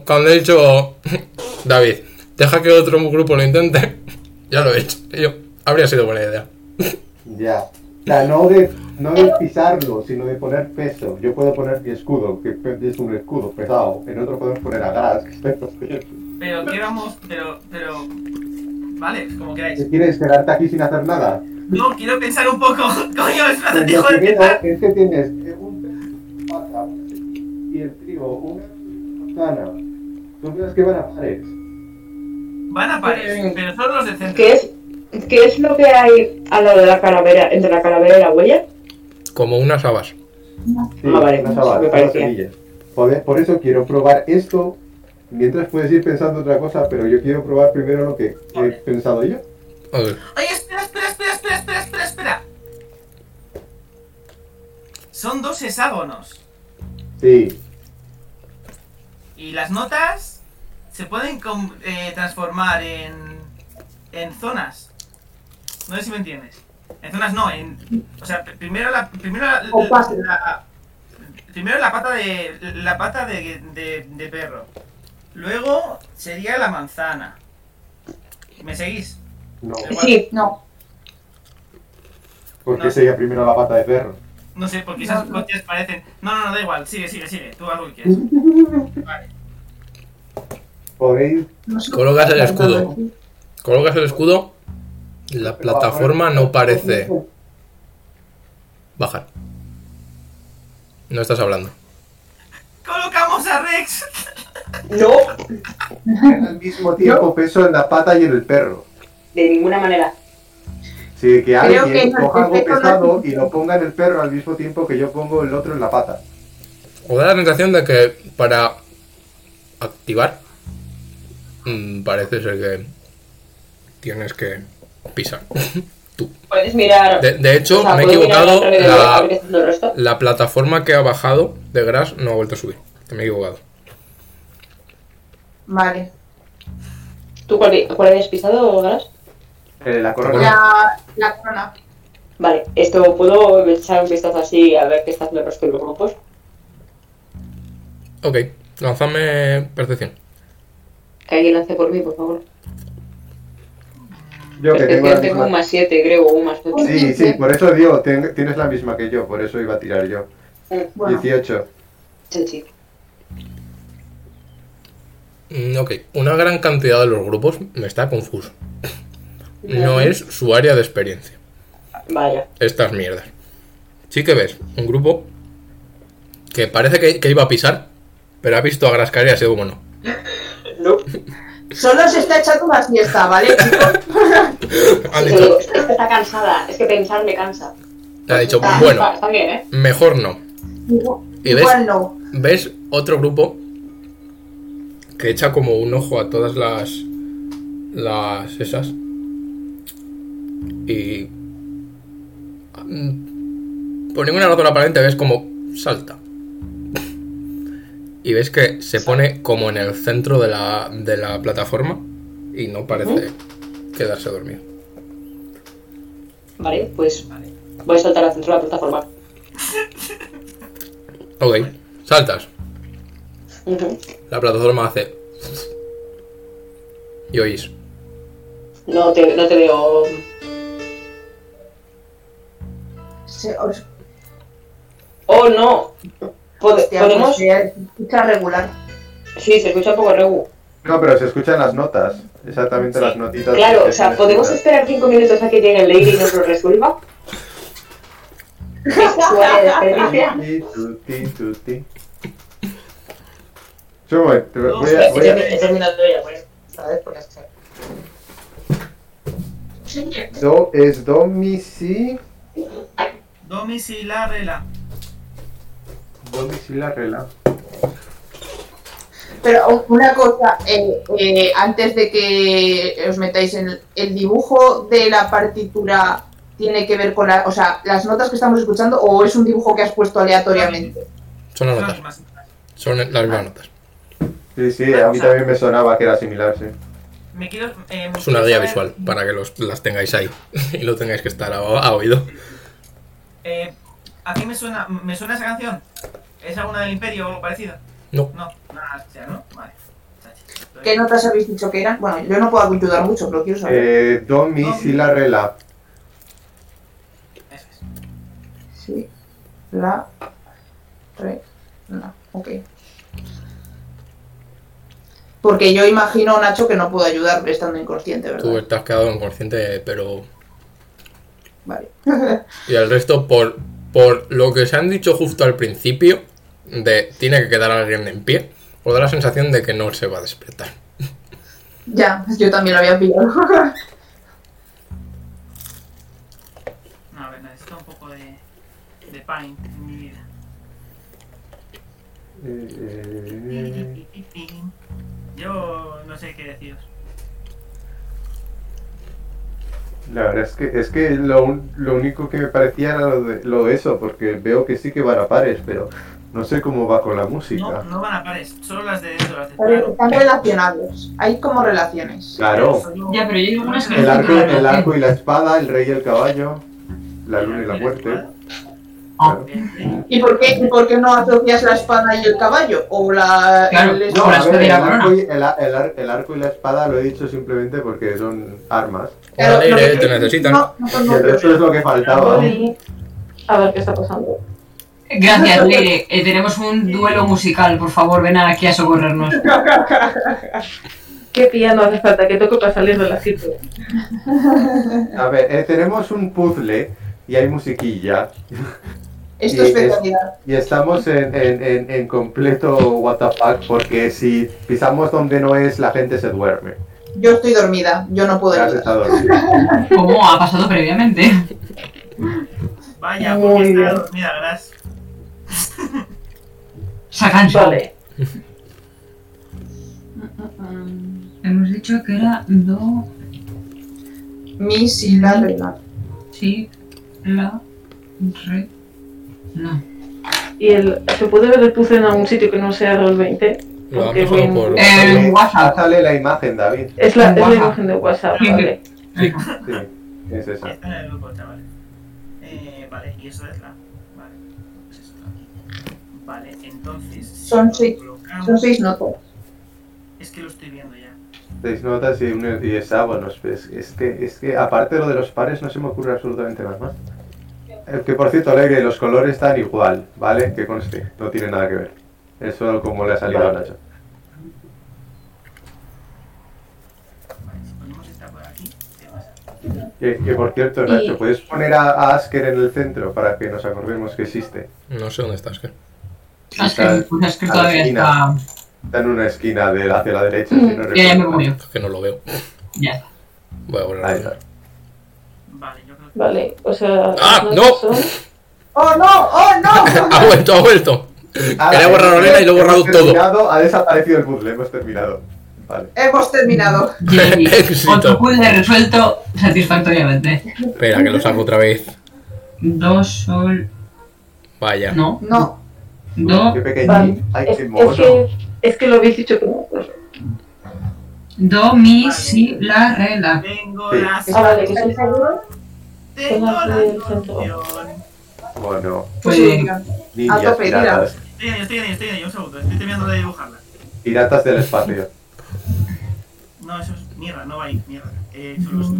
David, deja que otro grupo lo intente. Ya lo he hecho. Y yo, habría sido buena idea. Ya. O sea, no de pisarlo, sino de poner peso. Yo puedo poner mi escudo, que es un escudo pesado. En otro podemos poner a Gras, que está inconsciente. Pero qué vamos. Pero. Vale, como queráis. ¿Quieres quedarte aquí sin hacer nada? No, quiero pensar un poco. Coño, es Pues dijo lo de primero empezar. es que tienes un pata y el trigo, una manzana. Son las que van a pares. Van a pares, pero son los del centro. ¿Qué es lo que hay al lado de la calavera, entre la calavera y la huella? Como unas habas. Sí, vale, unas habas, me unas parecía. semillas. Por eso quiero probar esto. Mientras puedes ir pensando otra cosa, pero yo quiero probar primero lo que he Vale. pensado yo. Ok. Oye, espera. Son dos hexágonos. Sí. Y las notas se pueden transformar en zonas. No sé si me entiendes. En zonas no, o sea, primero la pata de perro. Luego sería la manzana. ¿Me seguís? No. Sí. No. ¿Por qué No. sería primero la pata de perro? No sé, porque esas coches parecen. No, da igual, sigue. Tú haz lo que quieras. Vale. Podéis. No sé. Colocas el escudo. Colocas el escudo. La plataforma no parece bajar. No estás hablando. ¡Colocamos a Rex! No, Al mismo tiempo peso en la pata y en el perro. de ninguna manera. Sí, que Creo alguien que coja algo el efecto pesado no es- y lo ponga en el perro al mismo tiempo que yo pongo el otro en la pata. O da la sensación de que para activar parece ser que tienes que pisar. Tú. Puedes mirar. De hecho, o sea, me he puedes mirar equivocado. alrededor, a ver qué está haciendo el resto. La plataforma que ha bajado de Gras no ha vuelto a subir. Me he equivocado. Vale. ¿Tú cuál habías pisado, Gras? La corona. La corona. Vale, esto puedo echar un vistazo así a ver qué está haciendo el resto de los grupos. Ok, lánzame percepción. Que alguien lance por mí, por favor. Yo que tengo la Tengo un misma. más 7, creo, o un más 8. Sí, por eso digo, tienes la misma que yo, por eso iba a tirar yo. Bueno. 18. Sí. Ok, una gran cantidad de los grupos me está confuso. No es su área de experiencia. Vaya. Estas mierdas. Sí que ves un grupo que parece que iba a pisar, pero ha visto a Grascar y ha sido como no. No. Solo se está echando una siesta, ¿vale, chicos? Han Sí, dicho, es que está cansada. Es que pensar me cansa. ha dicho, Está, bueno, está bien, ¿eh? mejor no. ¿Y ves? Igual no. ¿Ves otro grupo que echa como un ojo a todas las esas? Y por ninguna razón aparente ves como salta. Y ves que se pone como en el centro de la plataforma y no parece quedarse dormido. Vale, pues voy a saltar al centro de la plataforma. Ok, saltas. Ujú. La plataforma hace... Y oís. No te veo. Oh, no. Hostia, ¿Podemos? pues se escucha regular. Sí, se escucha un poco regu. No, pero se escuchan las notas. Exactamente las notitas. Claro, que o sea, se ¿podemos escuchan. esperar 5 minutos a que llegue el Lady y nos lo resuelva? Es su área de experiencia. Tuti. Un momento, voy a... He terminado ya, pues. ¿Sabes? Porque es Es domiciliarela. Domiciliarela. Domiciliarela. Pero una cosa, antes de que os metáis en el dibujo de la partitura, ¿tiene que ver con o sea, las notas que estamos escuchando o es un dibujo que has puesto aleatoriamente? Son las Son notas. las mismas. Son las mismas notas. Sí, a mí también me sonaba que era similar, sí. Me quiero, Es una guía visual para que las tengáis ahí y lo tengáis que estar a oído. ¿A qué me suena esa canción? ¿Es alguna del Imperio o algo parecido? No. No, nada, ya, ¿no? Vale. ¿Qué notas habéis dicho que eran? Bueno, yo no puedo ayudar mucho, pero quiero saber. Domiciliarela. Eso es. Sí. Ok. Porque yo imagino, Nacho, que no puedo ayudar estando inconsciente, ¿verdad? Tú estás quedado inconsciente, pero... Vale. Y el resto, por lo que se han dicho justo al principio, de tiene que quedar alguien en pie, os da la sensación de que no se va a despertar. Ya, yo también lo había pillado. No, a ver, necesito un poco de paint en mi vida. Yo no sé qué deciros. La verdad es que lo único que me parecía era lo de eso, porque veo que sí que van a pares, pero no sé cómo va con la música. No van a pares, solo las de dentro, las de A ver, están relacionados. Hay como relaciones. Claro, Ya, pero yo digo unas que el no arco, tienen el relación. arco y la espada, el rey y el caballo, la luna y la muerte. Ah, ¿Y por qué no asocias la espada y el caballo? O la... Claro, el- No, Con la a ver, espada y la el arco y la espada lo he dicho simplemente porque son armas. Claro, Vale, lo que- te necesitan. no, Y el resto es lo que faltaba. A ver qué está pasando. Gracias, Leire. Tenemos un duelo musical, por favor, ven aquí a socorrernos. ¿Qué piano hace falta que toque para salir de la círculo? A ver, tenemos un puzzle y hay musiquilla. Esto es especialidad. Y estamos en completo what the fuck, porque si pisamos donde no es, la gente se duerme. Yo estoy dormida, yo no puedo Ya has ayudar. estado dormido. Como ha pasado previamente. Vaya, Muy porque bien. está dormida, Gras. Se ha cansado. Vale. Hemos dicho que era do, Mi, si, la, la. si, la, re. No. ¿Y se puede ver el puzzle en algún sitio que no sea Roll 20? Lo han Qué pasado bien. por. WhatsApp. Sale la imagen, David. Es la WhatsApp. imagen de WhatsApp, Sí. vale. Sí, es esa. Está en el grupo, chavales. Vale, y eso es la. Vale, pues eso está aquí. Vale, entonces. si Son lo seis- colocamos- Son 6 notas. Es que lo estoy viendo ya. 6 notas y hexágonos. Pues es que aparte de lo de los pares no se me ocurre absolutamente nada más. Que por cierto, Alegre, los colores están igual, ¿vale? Que conste, no tiene nada que ver. Es solo como le ha salido a Nacho. Vale, si ponemos esta por aquí, ¿qué pasa? Que por cierto, Y- Nacho, ¿puedes poner a Asker en el centro para que nos acordemos que existe? No sé dónde estás, ¿qué? Es que a la todavía esquina. está. Está en una esquina hacia la derecha. Si no Ya me recuerdo voy. mal. Es que no lo veo. Ya está. Voy a Ahí borrarlo. está. Vale, yo creo que. Vale, o sea. ¡Ah, las no! notas son- ¡Oh, no! ¡Oh, no! Ha vuelto. Quería borrar a Lorena y lo he borrado Hemos todo. terminado, ha desaparecido el puzzle, hemos terminado. Vale. Hemos terminado. Yay. Éxito. Otro puzzle resuelto satisfactoriamente. Espera, que lo saco otra vez. Do, sol. Vaya. No. No. Do, Qué Vale. pequeñito. Ay, Es, qué es mono. es que lo habéis dicho que no. Pues. do, mi, si, la, re, la. Tengo Sí. la Ah, vale, que ¿Estás son. seguro? Tengo las la del centro. solución. Bueno, Pues, ninjas tope, mira. piratas. Estoy en ello, un segundo. Estoy terminando de dibujarla. Piratas del espacio. No, eso es mierda, no va ahí, mierda. Solo es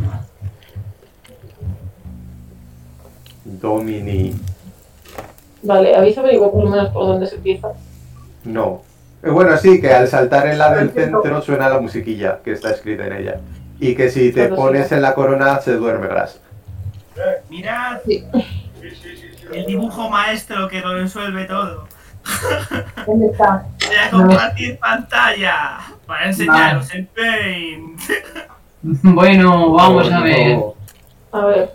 Domini. Vale, habéis averiguado por lo menos por dónde se empieza. No. Bueno, sí, que al saltar en la del centro suena la musiquilla que está escrita en ella. Y que si te Claro, sí. pones en la corona se duerme Gras. Mirad Sí. el dibujo maestro que lo resuelve todo. ¿Dónde está? Voy a compartir pantalla para enseñaros el Paint. bueno, vamos a ver. No. A ver.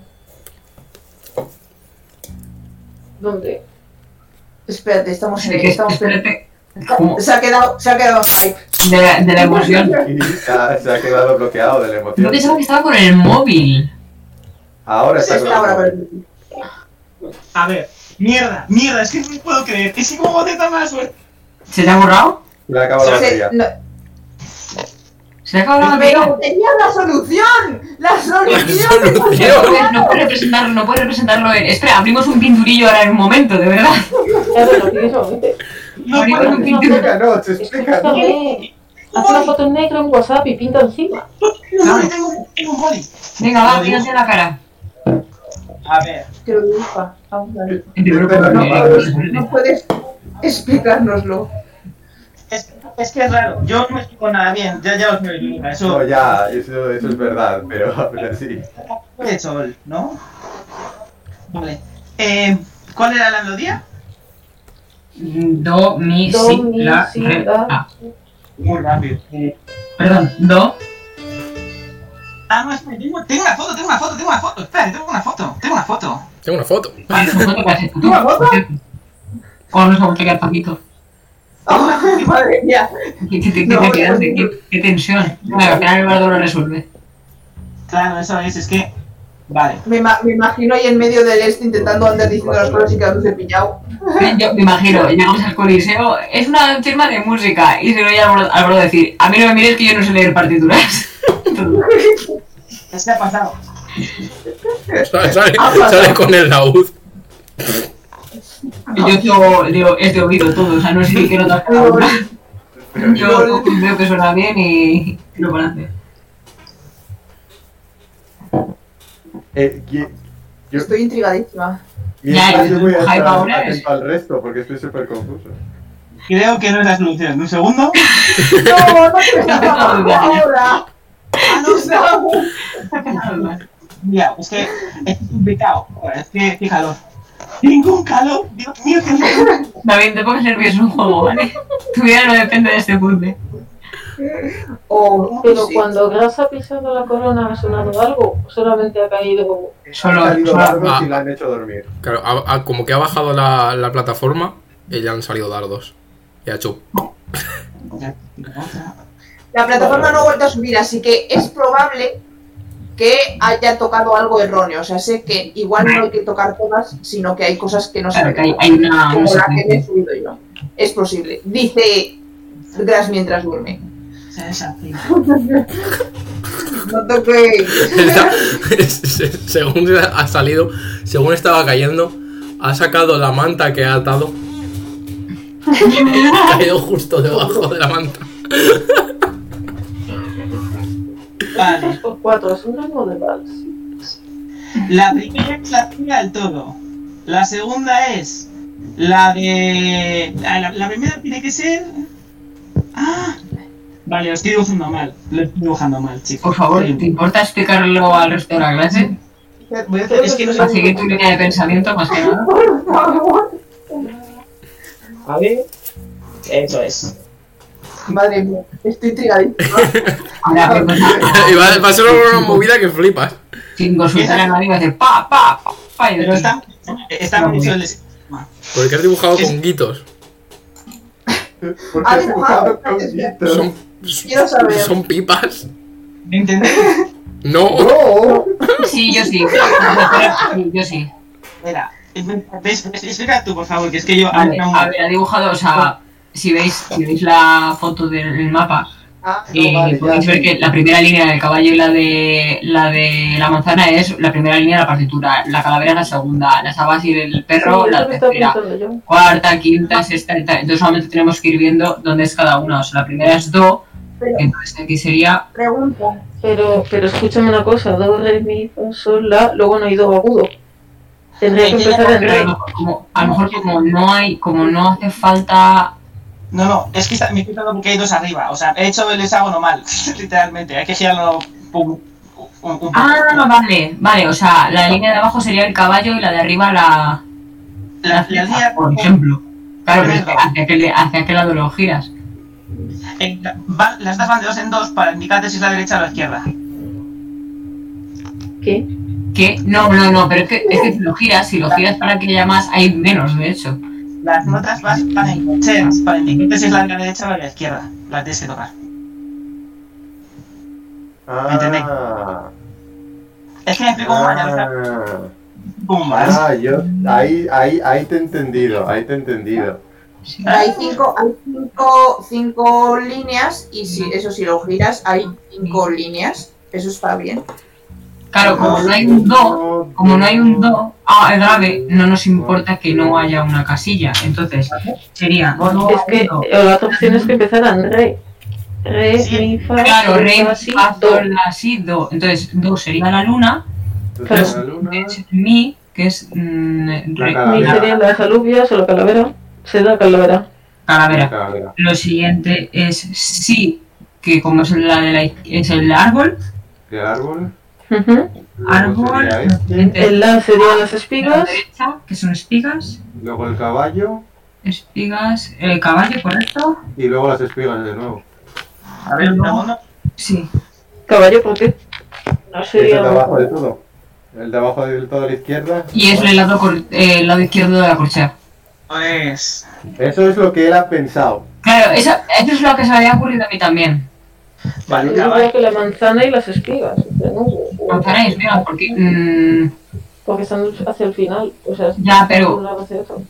¿Dónde? Espérate, estamos en Que- estamos espérate. ¿Cómo? Se ha quedado hype. De la emoción. Y se ha quedado bloqueado de la Yo emoción. pensaba que estaba con el móvil. Ahora Se está está ahora con con el- A ver, mierda, es que no me puedo creer. Ese modo de tan mala suerte. ¿Se te ha borrado? Le acaba la batería. no, ¿Se te ha acabado la batería? pero tenía la solución. La solución. solución. No puedes representarlo en... Espera, abrimos un pinturillo ahora en un momento, de verdad. Claro, lo tienes ahorita. No Abrimos puedo. un pinturillo. Explícanos, explícanos. Escúchame. Haz una foto en negro en WhatsApp y pinta encima. Tengo un boli. Venga, va, tírate la cara. A ver, Que lo dibuja. Vamos a ver. Espera, No puedes explicárnoslo. es que es raro. Yo no me explico nada bien. Ya os veo, Luna. Eso No, ya, eso es verdad, pero sí. de sol, ¿no? Vale. ¿Cuál era la melodía? Do, mi, Do, si, mi, la, si, re, la. la. Muy rápido. Perdón, do. Ah, no, espera, tengo una foto. Espera, tengo una foto. Tengo una foto. Vale, ¿cómo te parece tú? ¿Una foto? ¿Cómo nos vamos a quedar Paquito? Ay, madre mía. ¿Qué tensión? Bueno, al final el bardo lo resuelve. Claro, eso es que... Vale. Me imagino ahí en medio del este intentando andar diciendo las cosas y quedándose pillado. Yo me imagino, llegamos al coliseo, es una firma de música, y se lo oye al bardo decir, a mí no me mires que yo no sé leer partituras. ¿Qué ha pasado? Sale con el laúd. Yo digo, es de oído todo, o sea, no sé ni qué notas cada una. Yo veo que suena bien y lo van a hacer. Yo Estoy intrigadísima. mientras yo voy a hype estar ahora es- atento al resto porque estoy súper confuso. Creo que no es la solución. ¿Un segundo? No, no te ahora. No. Mira, es que es complicado. Es que, fijaros. Tengo un calor. Dios mío, que no. David, te pongas nervioso en un juego, ¿vale? Tu vida no depende de este puzzle. Pero cuando Gras ha pisado la corona, ¿ha sonado algo? ¿O solamente ha caído? Han Solo, salido solo- dardos y la han hecho dormir. Claro, como que ha bajado la plataforma y ya han salido dardos. Y ha hecho. La plataforma no ha vuelto a subir, así que es probable que haya tocado algo erróneo. O sea, sé que igual no hay que tocar todas, sino que hay cosas que no se Claro, que ven. hay una Como la que me he secuencia. subido yo. Es posible. Dice Gras mientras duerme. Exacto. No toquéis. Según ha salido, según estaba cayendo, ha sacado la manta que ha atado. Ha caído justo debajo de la manta. Vale. Por 4, es un rango de vals. La primera es la tira del todo. La segunda es la de... La primera tiene que ser... Vale, lo estoy dibujando mal. Lo estoy dibujando mal, chicos. Por favor, ¿te importa explicarlo al resto de la clase? Voy a hacer... Es que no Para sé... seguir tu línea de pensamiento, más que nada. Por favor. A ver... Eso es. Madre mía, estoy intrigadísima. Ahora, Y va a ser una movida que flipas. sin consultar a nadie, va a hacer pa, pa, pa, pa. Pero está muy hecho el sistema. Porque has dibujado con guitos. ¿Por qué has dibujado con guitos? Son, Quiero saber. son pipas. ¿Me entendés? No. ¡No! Sí, yo sí. Sí, yo sí. Espera, explica tú, por favor, que es que yo... Vale, a ver, ha dibujado, o sea, si veis la foto del mapa, Vale, podéis ya. ver que la primera línea del caballo y la de la manzana es la primera línea de la partitura, la calavera es la segunda, las habas y el perro Sí, es la lo que estaba tercera, pensando yo. cuarta, quinta, sexta y tal. Entonces solamente tenemos que ir viendo dónde es cada una. O sea, la primera es do, entonces aquí sería Pregunta. Pero escúchame una cosa, do, re, mi, fa, sol, la, luego no hay do agudo. Tendría que empezar en pero re. a lo mejor como no hace falta. No, es que me estoy dando porque hay dos arriba. O sea, he hecho el hexágono mal, literalmente. Hay que girarlo un poco. Vale, o sea, la línea de abajo sería el caballo y la de arriba la línea, por ejemplo. Claro, pero es que hacia qué lado lo giras. Las dos van de 2 en 2 para indicarte si es la derecha o la izquierda. ¿Qué? ¿Qué? No, pero es que si lo giras para que haya más, hay menos, de hecho. Las notas van en cocheras para indicarte si es la de la derecha o la de la izquierda. Las tienes que tocar. ¿Entendéis? Es que me explico mal, ya ¿cómo más? Yo ahí te he entendido, Sí. Hay cinco líneas y si lo giras hay 5 líneas. Eso está bien. Claro, como no hay un do grave, no nos importa que no haya una casilla. Entonces, sería do, Es que do. la otra opción es que empezaran re. Re, Sí, mi, fa, Claro, sol, re, la, si, fa, do. sol, la, si, do. Entonces, do sería la luna, Entonces, la luna, mi, que es La Mi calavera. serían las alubias o la calavera. Se da calavera. calavera. calavera. Lo siguiente es si, que como es es el árbol. ¿Qué árbol? Ujú. Árbol, sería lo este. siguiente es El la serían las la espigas. derecha, que son espigas. Luego el caballo Espigas, el caballo, ¿correcto? y luego las espigas de nuevo. A ver, un segundo. Sí. Caballo, ¿por qué? No Es el sería. de abajo de todo. El de abajo del todo a la izquierda. Y es el lado izquierdo de la corchea. Pues... Eso es lo que él ha pensado. Claro, eso es lo que se me había ocurrido a mí también. Vale, Yo caballo. creo que la manzana y las espigas. Pero no, Manzana y espiga, porque. porque están hacia el final. O sea, Ya, pero- de un lado hacia otro.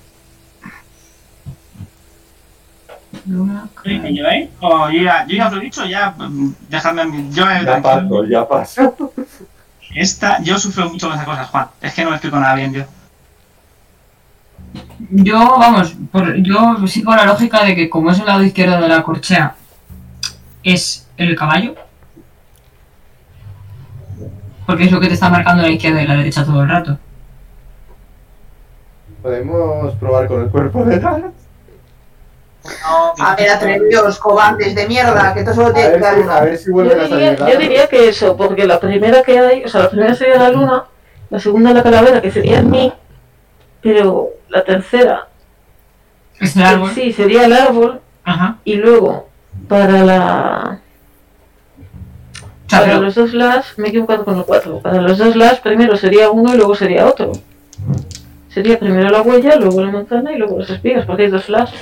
Luna, ¿Qué dice yo, O yo ya os lo he dicho, ya... Dejadme a mí... Yo Ya paso. Yo sufro mucho con esas cosas, Juan. Es que no me explico nada bien yo. yo sigo la lógica de que como es el lado izquierdo de la corchea, es el caballo. Porque es lo que te está marcando la izquierda y la derecha todo el rato. Podemos probar con el cuerpo de Gas. A ver, atrevidos, cobardes de mierda, que esto solo tiene que dar A una. ver si vuelven a salir. Yo diría que eso, porque la primera que hay, o sea, la primera sería la luna, la segunda la calavera, que sería el mi, pero la tercera, Es el árbol. sí, sería el árbol, Ajá. y luego, para la... O sea, Para pero, los dos las, me he equivocado con el 4. Para los dos las, primero sería uno y luego sería otro. Sería primero la huella, luego la manzana y luego las espigas, porque hay dos las.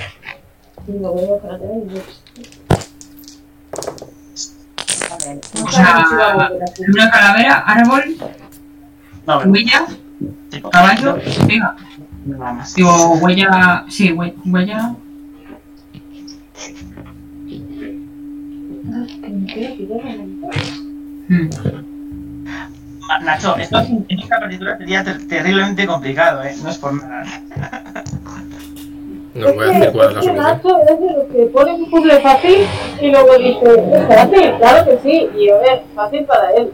o sea, una calavera, árbol, No, pero... huella, tipo, caballo, espiga. Nada más. Digo, huella. Sí, huella. Nacho, esto en esta partitura sería terriblemente complicado, no es por nada. No os voy a decir cuál es la solución. Nacho es de los que pone un puzzle fácil y luego dice, ¿es fácil? Claro que sí. Y a ver, fácil para él.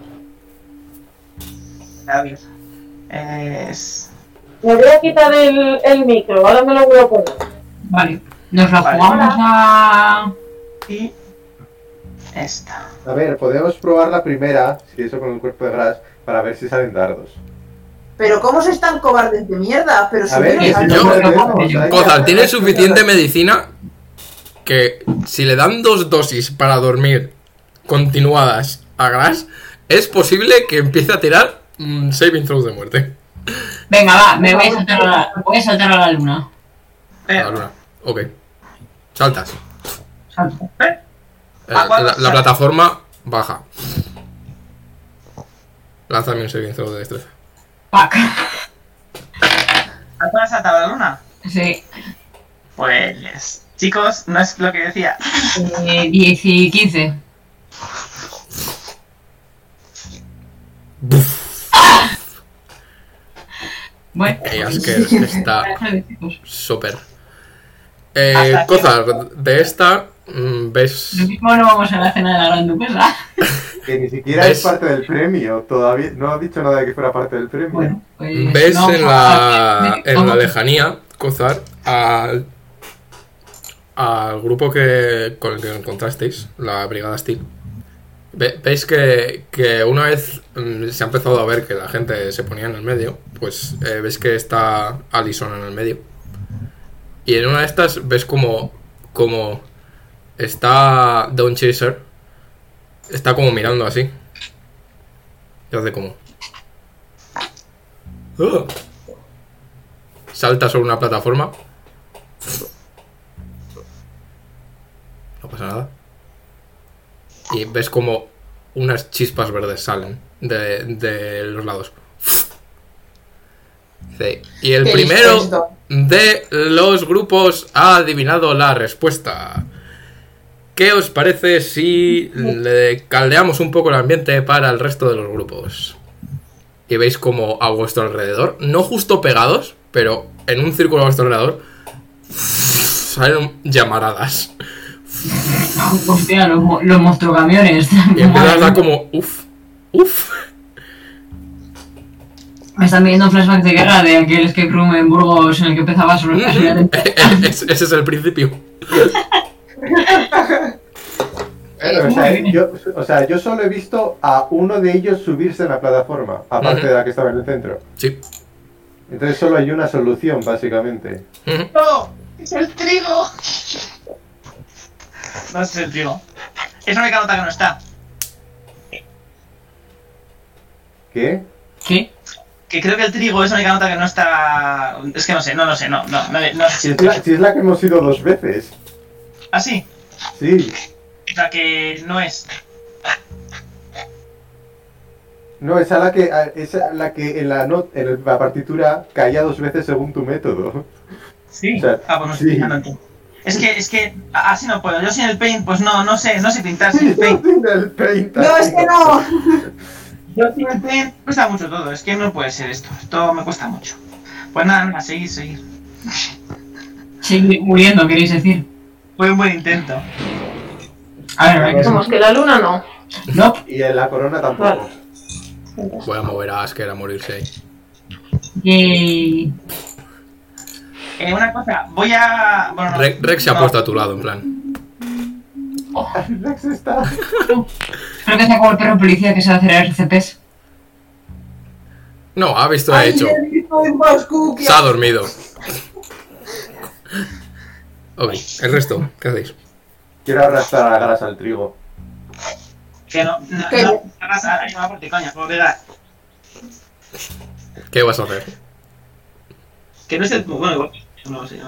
A ver. Es... Me voy a quitar el micro, ahora me lo voy a poner. Vale, nos la Vale. jugamos a... Y... esta. A ver, podemos probar la primera, si eso con el cuerpo de Gras, para ver si salen dardos. Pero ¿cómo se están cobardes de mierda? Pero si A ver, no que si saben- no Yo- perdemos, hay que Cozar, tiene hacer- suficiente medicina que si le dan 2 dosis para dormir continuadas a Gras, es posible que empiece a tirar saving throws de muerte. Venga, va, me voy a saltar a la luna. A la luna. Ok. Saltas. Salto. ¿A cuál La saltas? plataforma baja. Lánzame un saving throw de destreza. Pac. ¿Has para saltar a la luna? Sí. Pues... chicos, no es lo que decía. 10 y 15. Bueno. Asker está súper. Hasta Cozar, de esta ves. Lo mismo no vamos a la cena de la gran duquesa. Que ni siquiera ¿Ves? es parte del premio, todavía no ha dicho nada de que fuera parte del premio. Bueno, pues... Ves no, en la lejanía, Cozar, al grupo con el que encontrasteis, la Brigada Steel. Veis que una vez se ha empezado a ver que la gente se ponía en el medio, pues ves que está Allison en el medio. Y en una de estas ves como está Dawn Chaser, está como mirando así. Y hace como... ¡Ah! Salta sobre una plataforma. No pasa nada. Y ves como unas chispas verdes salen de los lados. Dice, y el ¿Qué primero es esto? de los grupos ha adivinado la respuesta. ¿Qué os parece si le caldeamos un poco el ambiente para el resto de los grupos? Y veis como a vuestro alrededor, no justo pegados, pero en un círculo a vuestro alrededor, salen llamaradas. Hostia, los monstruocamiones. Y empiezas a dar como, uff. Me están viendo flashbacks de guerra de aquel escape room en Burgos en el que empezaba sobre la Ese es el principio. O sea, yo solo he visto a uno de ellos subirse en la plataforma, aparte de la que estaba en el centro. Sí. Entonces solo hay una solución, básicamente. ¡No! ¡Es el trigo! No es el trigo. Es una nota que no está. ¿Qué? ¿Qué? Que creo que el trigo es una nota que no está... Es que no sé, no sé sé si el trigo... Si es la que hemos ido 2 veces. ¿Ah, sí? Sí. La que no es. No, es la que en la partitura caía 2 veces según tu método. Sí. O sea, Pues no sí. estoy fijando en ti. Es que así no puedo. Yo sin el paint, pues no sé pintar sin el paint. El paint, No, es que no. Yo sin el paint cuesta mucho todo. Es que no puede ser esto. Esto me cuesta mucho. Pues nada, seguir. Seguir muriendo, queréis decir. Fue un buen intento. A ver, que Como que la luna no. no. Y en la corona tampoco. Voy a mover a Asker a morirse ahí. Yay. Una cosa, voy a... Bueno, no. Rex se ha No. puesto a tu lado, en plan. Rex está. Creo que sea como el perro policía que sabe hacer RCPs. No, ha visto, ha hecho. Se ha dormido. Ok, el resto, ¿qué hacéis? Quiero arrastrar a grasa al trigo. Que no ¿Qué? hagas animal por ti, coña, por pegar. ¿Qué vas a hacer? Que no es el... Bueno, igual, no sé.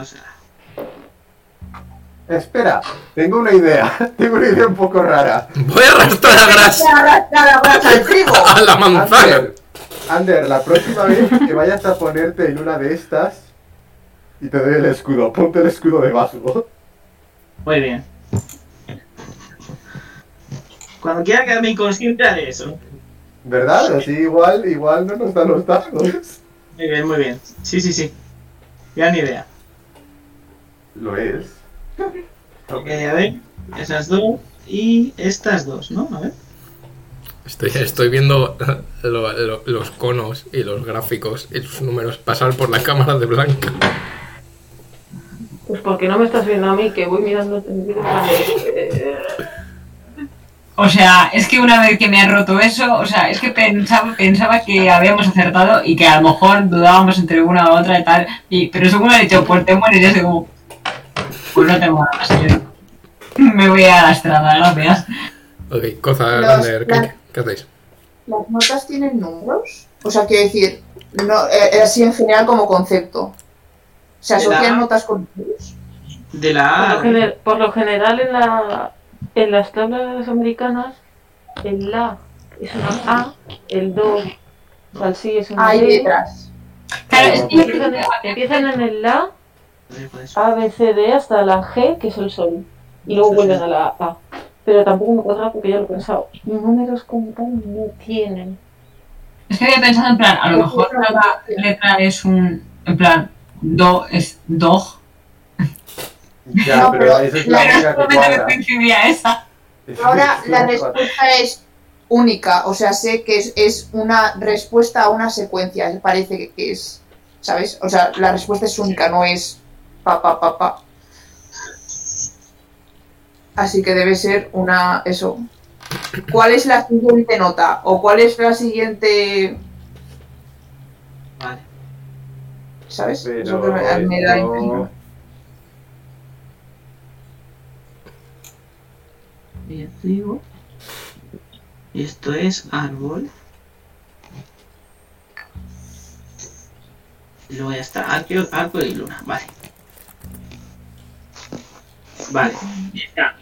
Espera, tengo una idea. Tengo una idea un poco rara. Voy a arrastrar a Gras al trigo. a la manzana. Ander, la próxima vez que vayas a ponerte en una de estas y te doy el escudo, ponte el escudo debajo. Muy bien. Cuando quiera quedarme inconsciente haré eso. ¿Verdad? Así igual no nos dan los dados. Muy bien, muy bien. Sí. Gran idea. Lo es. A ver, esas dos y estas dos, ¿no? A ver. Estoy viendo los conos y los gráficos y los números pasar por la cámara de Blanca. Pues porque no me estás viendo a mí, que voy mirando el vídeo. O sea, es que una vez que me ha roto eso, o sea, es que pensaba que habíamos acertado y que a lo mejor dudábamos entre una u otra y tal. Pero según ha dicho, pues te mueres, ya sé como... Pues no tengo nada más, yo me voy a la estrada, gracias. Ok, cosa grande, ¿qué hacéis? ¿Las notas tienen números? O sea, quiero decir, no, así en general como concepto. ¿Se asocian notas con números? De la A. Por lo general en las tablas americanas, el La es una A, el Do, al sí es una Hay D. letras. Claro, Empiezan en el La, A, B, C, D hasta la G, que es el Sol. Y luego vuelven a la A. Pero tampoco me cuadra porque ya lo he pensado. Números como tal no tienen. Es que había pensado en plan, a lo mejor cada letra es en plan, Do es Dog. Ya, No, pero esa es la única que cuadra. Esa. Ahora la respuesta es única, o sea, sé que es una respuesta a una secuencia, parece que es, ¿sabes? O sea, la respuesta es única, no es pa. Así que debe ser eso. ¿Cuál es la siguiente nota? ¿O cuál es la siguiente...? Vale. ¿Sabes? Pero Eso que me da impresión. Bien, digo. Esto es árbol. Y luego ya está arco y luna. Vale. Vale, ya está.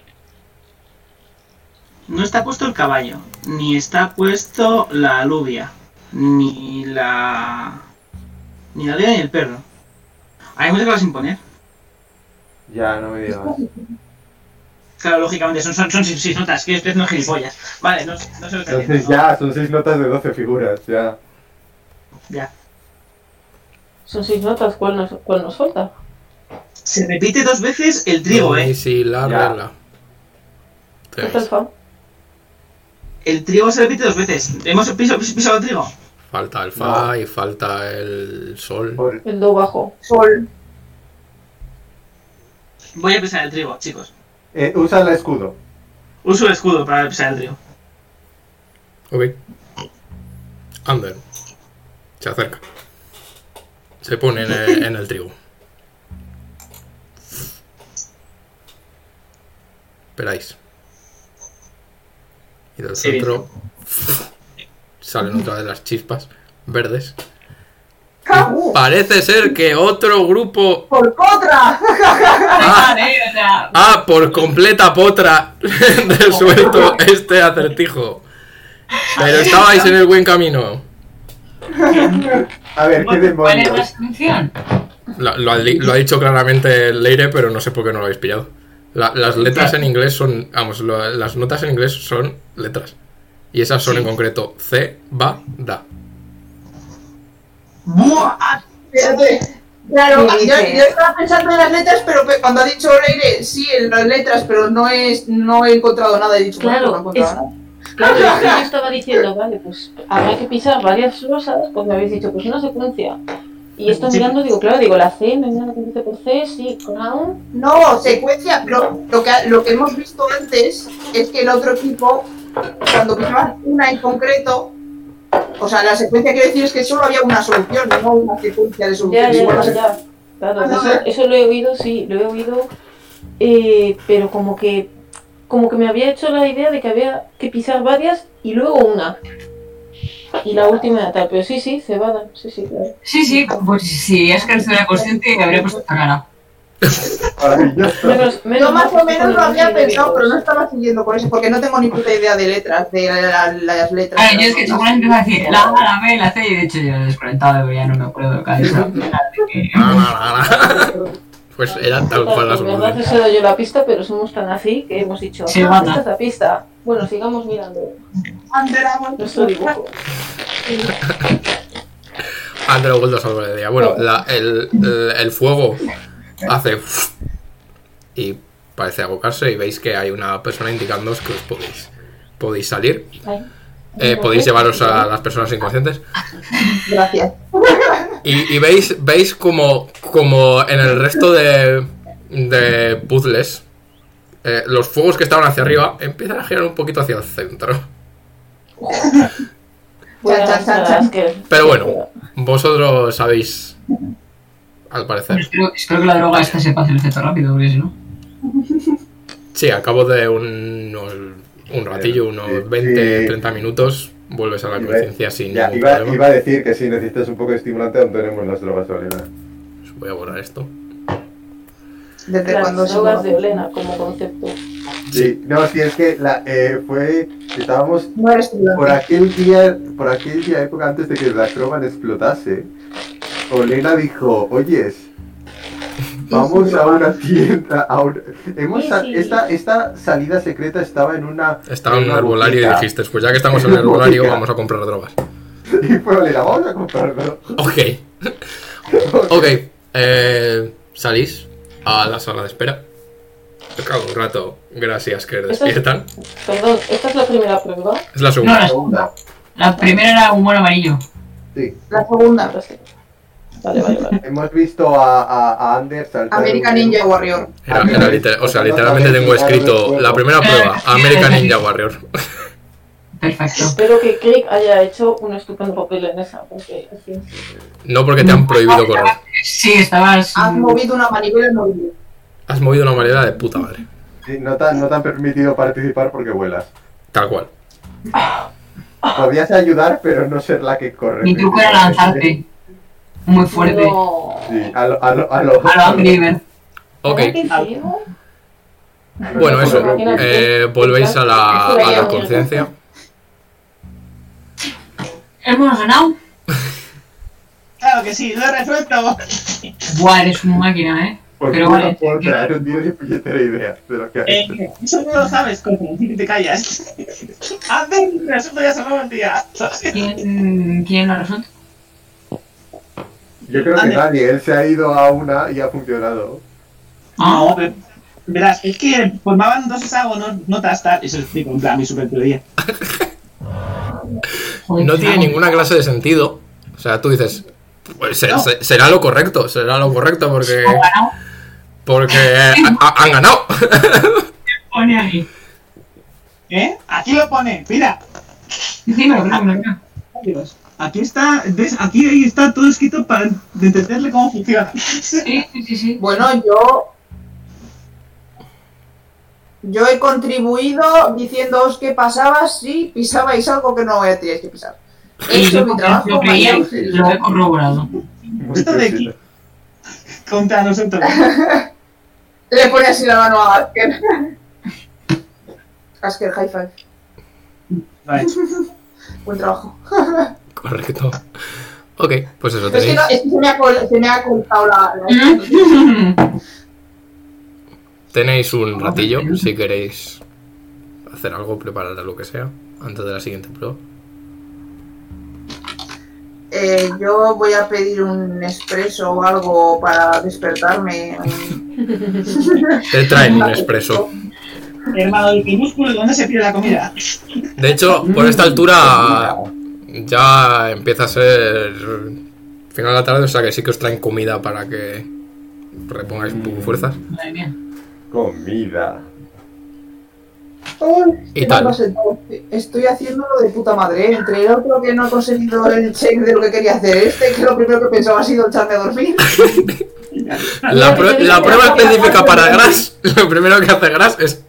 No está puesto el caballo, ni está puesto la alubia, ni la alubia ni el perro. Hay muchas cosas sin poner. Ya, no me digas. Claro, lógicamente, son 6 notas, que usted no es gilipollas. Vale, no se lo está Entonces haciendo, ya, son 6 notas de 12 figuras, ya. Ya. Son 6 notas, ¿cuál nos falta? Se repite 2 veces el trigo, Y si la Ya. regla. ¿Qué es el fa? El trigo se repite 2 veces. ¿Hemos pisado el trigo? Falta el fa y falta el sol. Por- El do bajo. Sol. Voy a pisar el trigo, chicos. usa el escudo. Uso el escudo para pisar el trigo. Ok. Ander. Se acerca. Se pone en el trigo. Esperáis. Y del Sí, centro salen otra de las chispas verdes. Parece ser que otro grupo... ¡Por contra! Por completa potra resuelto este acertijo. Pero estabais en el buen camino. A ver, ¿qué ¿Cuál es la demonios? solución? Lo ha dicho claramente Leire, pero no sé por qué no lo habéis pillado. Las letras en inglés son... Vamos, las notas en inglés son letras. Y esas son en concreto C, ba, da. ¡Buah! Espérate. Claro, Sí, yo dice- estaba pensando en las letras, pero cuando ha dicho Leire, sí, en las letras, pero no he encontrado nada. He dicho, Claro, bueno, no he encontrado nada. Claro, es que yo estaba diciendo, vale, pues habrá que pisar varias rosas, pues me habéis dicho, pues una secuencia. Y esto Sí. mirando, digo, la C, no hay nada que empiece por C, sí, crown. No, secuencia, pero lo que hemos visto antes es que el otro equipo, cuando pisaban una en concreto, o sea, la secuencia quiero decir es que solo había una solución, no una secuencia de Ya, soluciones. ya, Igual ya, no sé. ya. Claro, Ah, eso lo he oído, sí, lo he oído, pero como que me había hecho la idea de que había que pisar varias y luego una. Y la última era tal, pero sí, cebada, sí, claro. Sí, pues si es que estuviera consciente me habría puesto esta cara. Maravilloso. Yo más o menos lo había pensado, pero no no. estaba siguiendo con eso, porque no tengo ni puta idea de letras, de las letras. Claro, yo es que según empiezo a decir la A, la B, la C, y de hecho yo he desconectado, ya no me acuerdo de cada una. Pues era tal cual la En verdad solución. os he dado yo la pista, pero somos tan así que hemos dicho, Sí, esta mata. es la pista. Bueno, sigamos mirando nuestro dibujo. André vuelto a salvar el día. Bueno, el fuego hace y parece agotarse y veis que hay una persona indicándoos que os podéis salir. Ay. Podéis llevaros a las personas inconscientes. Gracias. Y veis como en el resto de puzzles, los fuegos que estaban hacia arriba empiezan a girar un poquito hacia el centro. Voy a Chan, chan, lanzar a chan. Asker. Pero bueno, vosotros sabéis, al parecer. Espero que la droga esta sepa hacer efecto rápido, porque si no. Sí, al cabo de un ratillo, unos 20, 30 minutos, vuelves a la conciencia sin Ya, ningún iba problema. a decir que si necesitas un poco de estimulante, aún tenemos las drogas de Olena. Voy a borrar esto. ¿Desde Las cuándo se drogas de conoce? Olena como concepto. Sí, no, sí, es que estábamos No eres estudiante. por aquella época antes de que la Croman explotase. Olena dijo, oyes, vamos a una tienda. Sí. Esta salida secreta estaba en una. Estaba en un una herbolario y botica. dijiste, pues ya que estamos en un herbolario, Botica. vamos a comprar drogas. Y fue Olena, vamos a comprarlo. Ok. Ok. Salís a la sala de espera. Me cago un rato, gracias que despiertan. Perdón, ¿esta es la primera prueba? Es la No, segunda. la segunda. La primera era humor amarillo. Sí, La segunda. Ahora sí. Vale. hemos visto a Anders saltar. American Ninja Warrior. O sea, literalmente tengo escrito la primera prueba, American Ninja Warrior. Perfecto. Espero que Craig haya hecho un estupendo papel en esa, porque, en fin. No porque te han prohibido correr. Sí, estabas. Has movido una manivela en movimiento. Has movido una manera de puta madre. Sí, no te han permitido participar porque vuelas. Tal cual. Podías ayudar, pero no ser la que corre. Mi truco era lanzarte. Muy fuerte. No. Sí, a lo A lo Angry Bird. Ok. Qué feo. Bueno, eso. Imagínate. Volvéis a la conciencia. Hemos ganado. Claro que sí, lo he resuelto. Buah, eres una máquina, ¿eh? Porque Pero no vale. puedo traer un día de puñetera idea de lo que ha hecho. Eso no lo sabes, coño, así que te callas. Antes el asunto ya se lo día. ¿Quién lo ha resuelto? Yo creo que Ande. nadie, él se ha ido a una y ha funcionado. No, pero, verás, es que formaban dos hexágonos, notas, tal, eso explico, en plan, mi super teoría. Joder, No tiene chaval. ninguna clase de sentido. O sea, tú dices, pues será lo correcto porque ¿Han ganado? han ganado. Pone ahí. ¿Eh? Aquí lo pone, mira. Sí, me lo creo. Dios, aquí está, ¿ves? Aquí ahí está todo escrito para entenderle cómo funciona. Sí. Bueno, yo he contribuido diciéndoos que pasaba si pisabais algo que no teníais que pisar. He Y hecho yo mi trabajo. lo creía, María. lo he corroborado. Muy Esto de aquí. pesado. Contra nosotros. Le pone así la mano a Asker. Asker, high five. Vale. Buen trabajo. Correcto. Ok, pues eso Es que, tenéis. no, es que se me ha cortado la Tenéis un ratillo si queréis hacer algo, preparar lo que sea antes de la siguiente prueba. Yo voy a pedir un expreso o algo para despertarme. Te traen un expreso. Hermano del crepúsculo, ¿dónde se pide la comida? De hecho, por esta altura ya empieza a ser final de la tarde, o sea que sí que os traen comida para que repongáis un poco fuerzas. Madre mía. Comida. Y tal. Estoy haciéndolo de puta madre. Entre el otro que no he conseguido el check de lo que quería hacer, que lo primero que pensaba ha sido echarme a dormir. La prueba específica para Gras, lo primero que hace Gras es...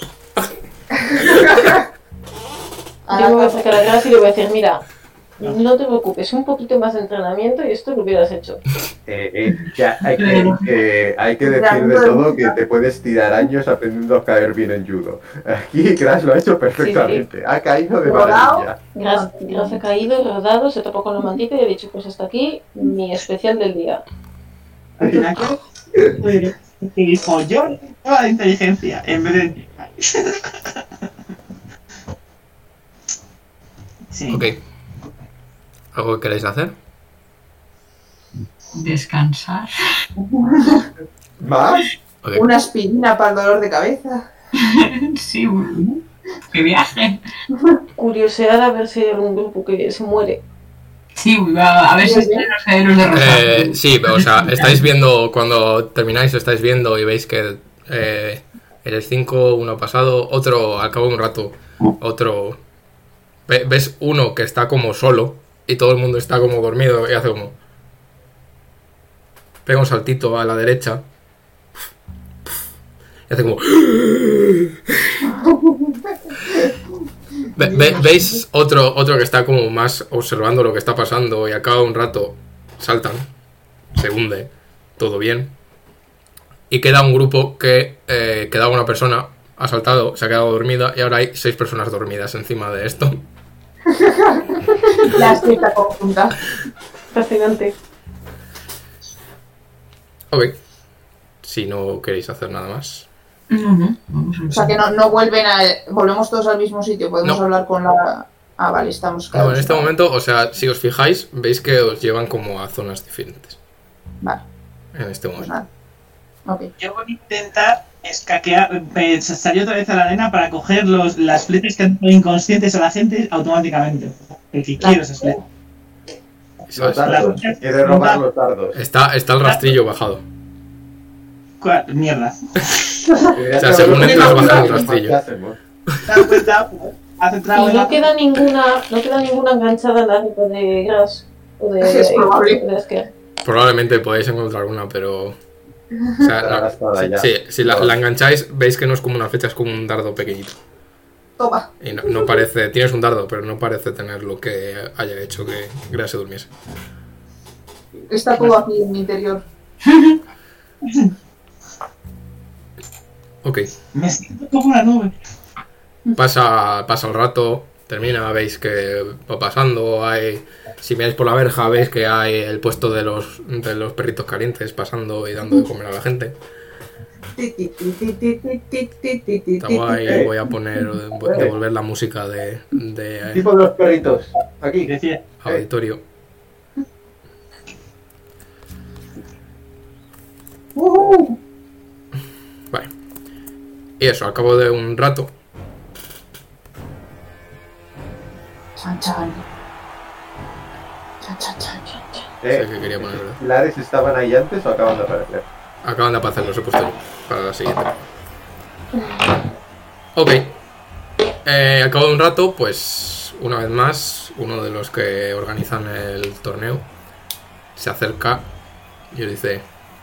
Yo me voy a acercar a Gras y le voy a decir, mira, no te preocupes, un poquito más de entrenamiento y esto lo hubieras hecho. Ya, hay que decir de todo que te puedes tirar años aprendiendo a caer bien en judo. Aquí Crash lo ha hecho perfectamente. Ha caído de maravilla. Gras ha caído, rodado, se topó con la mantita y ha dicho, pues hasta aquí mi especial del día. Al final, Y dijo, yo toda la inteligencia en vez de... Sí. Ok. ¿Algo que queréis hacer? Descansar. ¿Más? Ok. Una aspirina para el dolor de cabeza. Sí, qué viaje. Curiosear a ver si hay algún grupo que se muere. Sí, a ver si están los herederos de Rosario. Sí, pero, o sea, estáis viendo, cuando termináis, estáis viendo y veis que eres 5, uno ha pasado, otro al cabo de un rato, otro... Ves uno que está como solo y todo el mundo está como dormido y hace como... Pega un saltito a la derecha y hace como... ¿Veis otro que está como más observando lo que está pasando y al cabo de un rato saltan, se hunde, todo bien? Y queda un grupo que quedaba una persona, ha saltado, se ha quedado dormida y ahora hay 6 personas dormidas encima de esto. La cita conjunta. Fascinante. Ok. Si no queréis hacer nada más. No, vamos a ver. O sea que no vuelven a... Volvemos todos al mismo sitio. Podemos No. hablar con la... Ah, vale, estamos No, en uno este separado. momento, o sea, si os fijáis, veis que os llevan como a zonas diferentes. Vale, En este pues momento. nada. Ok. Yo voy a intentar escaquear, salir otra vez a la arena para coger las flechas que han inconscientes a la gente automáticamente. Porque quiero esas flechas. Los ¿Sabes? dardos. Quiere robar los dardos. Está el rastrillo bajado. ¿Cuál? Mierda. O sea, según entras baja el rastrillo. ¿Qué hacemos? ¿Te das cuenta? Has entrado Y en no la... queda ninguna enganchada en la ripa de Gras o de... Es probable. de Esker. Probablemente podéis encontrar una, pero... O sea, Está gastada ya. si la engancháis, veis que no es como una flecha, es como un dardo pequeñito. Toma. Y no parece... Tienes un dardo, pero no parece tener lo que haya hecho que Gras se durmiese. Está todo aquí en mi interior. Ok. Me siento como una nube. Pasa el rato, termina, veis que va pasando, si miráis por la verja veis que hay el puesto de los perritos calientes pasando y dando de comer a la gente. Está guay, voy a devolver la música de Tipo de los perritos. Aquí. Decía, auditorio. Vale. Y eso, al cabo de un rato, Chan, chan. Chan, chan, chan, chan, chan. sé que quería ponerlo. ¿Pilares estaban ahí antes o acaban de aparecer? Acaban de aparecer, los he puesto para la siguiente. Ok. Al cabo de un rato, pues una vez más, uno de los que organizan el torneo se acerca y os dice: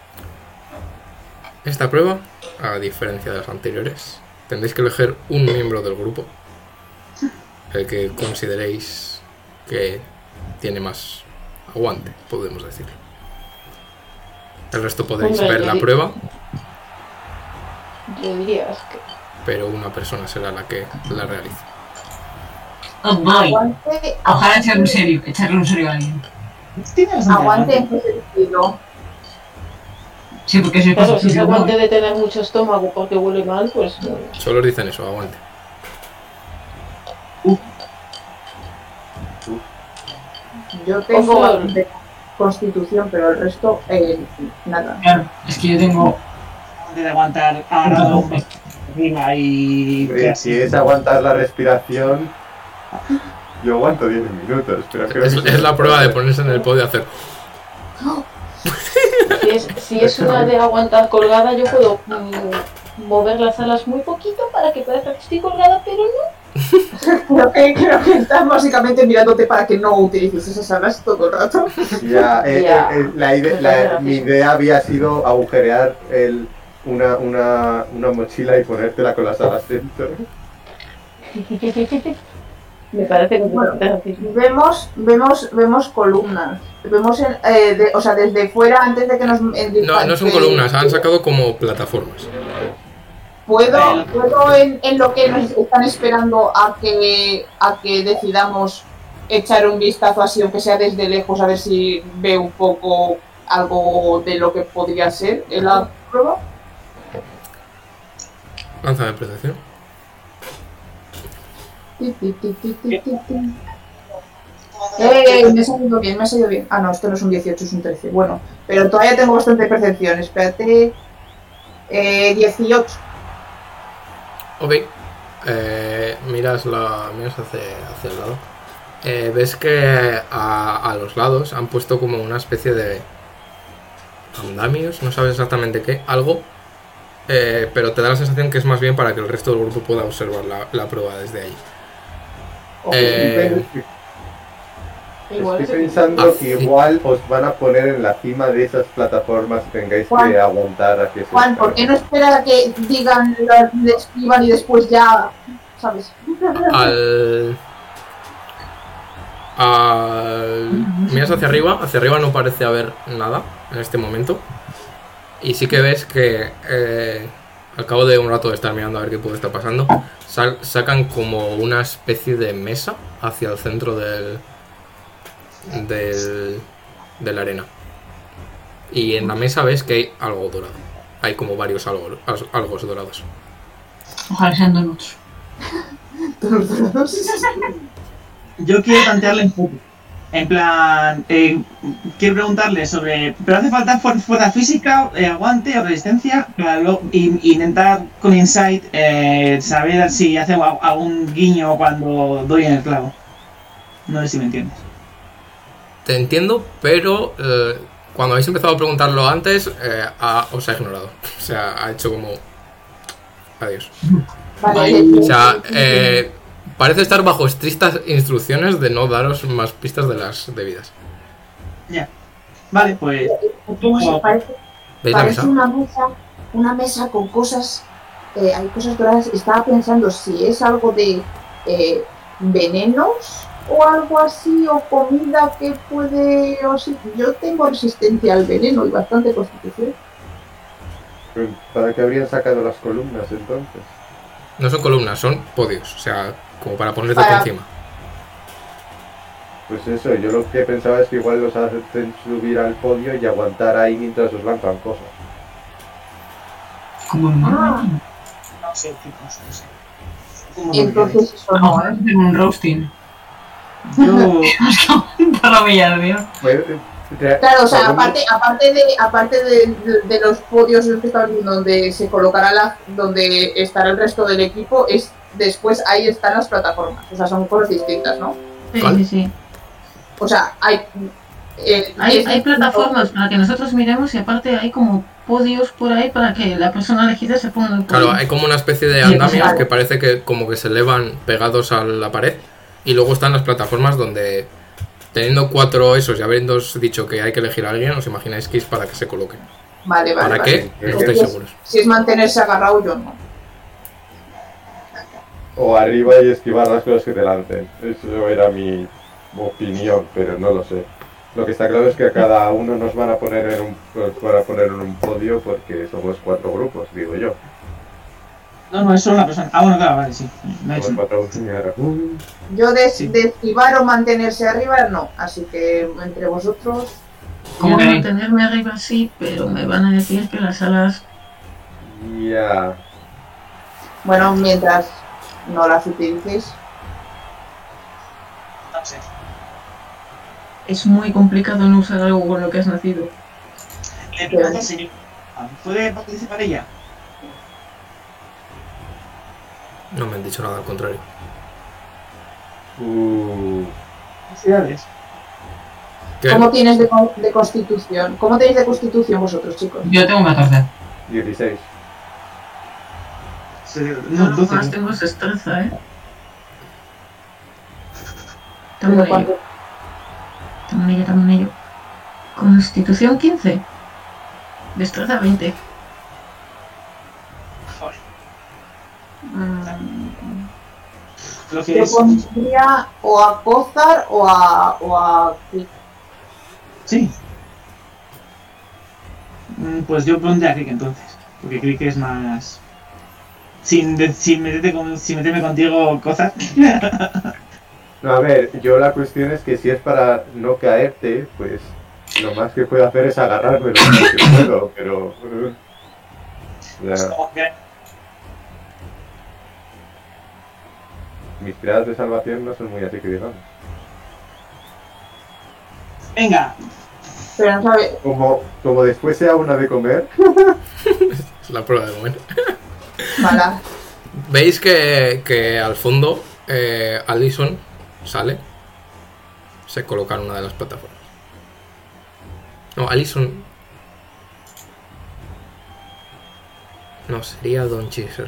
esta prueba, a diferencia de las anteriores, tendréis que elegir un miembro del grupo, el que consideréis que tiene más aguante, podemos decir. El resto podréis Hombre, ver la yo prueba, Yo diría que... pero una persona será la que la realice. Oh, boy. Aguante. Ojalá echarle un serio a alguien. tiene bastante Aguante en qué sentido. Sí, porque soy Claro, si se constitución. aguante de tener mucho estómago porque huele mal, pues... Solo os dicen eso, aguante. Yo tengo Ojo. de constitución, pero el resto, nada. Claro, es que yo tengo. de aguantar agarrado un beso encima y... Hombre, si es aguantar la respiración, yo aguanto 10 minutos, pero creo que Es la prueba de ponerse en el podio y hacer. Si es una de aguantar colgada, yo puedo mover las alas muy poquito para que parezca que estoy colgada, pero no. Creo que estás básicamente mirándote para que no utilices esas alas todo el rato. Ya, Ya. mi idea había sido agujerear una mochila y ponértela con las alas dentro. Me parece que Bueno, gracioso. vemos columnas. Vemos, o sea, desde fuera, antes de que nos... No son columnas, han sacado como plataformas. ¿Puedo en lo que nos están esperando a que decidamos echar un vistazo así, aunque sea desde lejos, a ver si veo un poco algo de lo que podría ser en la prueba. Lánzame percepción. Me ha salido bien, me ha salido bien. Ah, no, esto no es un 18, es un 13. Bueno, pero todavía tengo bastante percepción. Espérate. 18. Ok. Miras hacia el lado. Ves que a los lados han puesto como una especie de andamios, no sabes exactamente qué, algo, pero te da la sensación que es más bien para que el resto del grupo pueda observar la prueba desde ahí. Estoy pensando que igual os van a poner en la cima de esas plataformas y tengáis que aguantar a que se... Juan, ¿por qué no esperar a que digan, lo escriban y después ya, sabes? Miras hacia arriba no parece haber nada en este momento. Y sí que ves que al cabo de un rato de estar mirando a ver qué puede estar pasando, sacan como una especie de mesa hacia el centro de la arena. Y en la mesa ves que hay algo dorado. Hay como varios algos dorados. Ojalá sean donuts. Yo quiero plantearle un poco. En plan, quiero preguntarle sobre... ¿Pero hace falta fuerza física, aguante o resistencia? Para intentar con insight saber si hace algún guiño cuando doy en el clavo. No sé si me entiendes. Te entiendo, pero cuando habéis empezado a preguntarlo antes, os ha ignorado. O sea, ha hecho como... Adiós. Vale. O sea, parece estar bajo estrictas instrucciones de no daros más pistas de las debidas. Ya. Vale, pues... Parece una mesa con cosas... hay cosas doradas. Estaba pensando si es algo de venenos o algo así, o comida que puede... Yo tengo resistencia al veneno y bastante constitución. ¿Para qué habrían sacado las columnas entonces? No son columnas, son podios. O sea, como para ponerte por encima. Pues eso, yo lo que pensaba es que igual los hacen subir al podio y aguantar ahí mientras os lanzan cosas. Como un No sé, chicos, no sé. Entonces eso no, ¿eh? en un roasting. Yo... Para humillar, tío. Claro, o sea, aparte de los podios que estamos viendo, donde se colocará donde estará el resto del equipo, es después ahí están las plataformas. O sea, son cosas distintas, ¿no? Sí. O sea, hay plataformas para que nosotros miremos y aparte hay como podios por ahí para que la persona elegida se ponga en el podio. Claro, hay como una especie de andamios que parece que como que se elevan pegados a la pared. Y luego están las plataformas donde, teniendo 4 esos y habiendo dicho que hay que elegir a alguien, os imagináis que es para que se coloquen. Vale. ¿Para qué? No estáis seguros. Si es mantenerse agarrado, yo no. O arriba y esquivar las cosas que te lancen. Eso era mi opinión, pero no lo sé. Lo que está claro es que a cada uno nos van a poner en un podio porque somos 4 grupos, digo yo. No, es solo una persona. Ah, bueno, claro, vale, sí. No he hecho. Yo de esquivar o mantenerse arriba, no. Así que entre vosotros... Quiero mantenerme arriba sí, pero me van a decir que las alas... Ya. Bueno, mientras no las utilicéis. No sé. Es muy complicado no usar algo con lo que has nacido. Le pregunto, señor, ¿puede participar ella? No me han dicho nada al contrario. Felicidades. ¿Cómo tienes de constitución? ¿Cómo tenéis de constitución vosotros, chicos? Yo tengo 14. 16. No, 12. Más tengo destreza, Estamos en ello. Constitución 15. Destreza 20. Lo que Yo es... pondría o a Cozar o a Crick. Sí. Pues yo pondría a Crick entonces. Porque Crick es más... Sin meterme contigo, Cozar. No, a ver, yo la cuestión es que si es para no caerte, pues Lo más que puedo hacer es agarrarme lo más que puedo, pero... ya. Mis tiradas de salvación no son muy así que digamos. Venga, Pero no sabe. Como después sea una de comer, Es la prueba de comer. Mala. Veis que al fondo Allison sale. Se coloca en una de las plataformas. No, Allison. No, sería Don Chaser.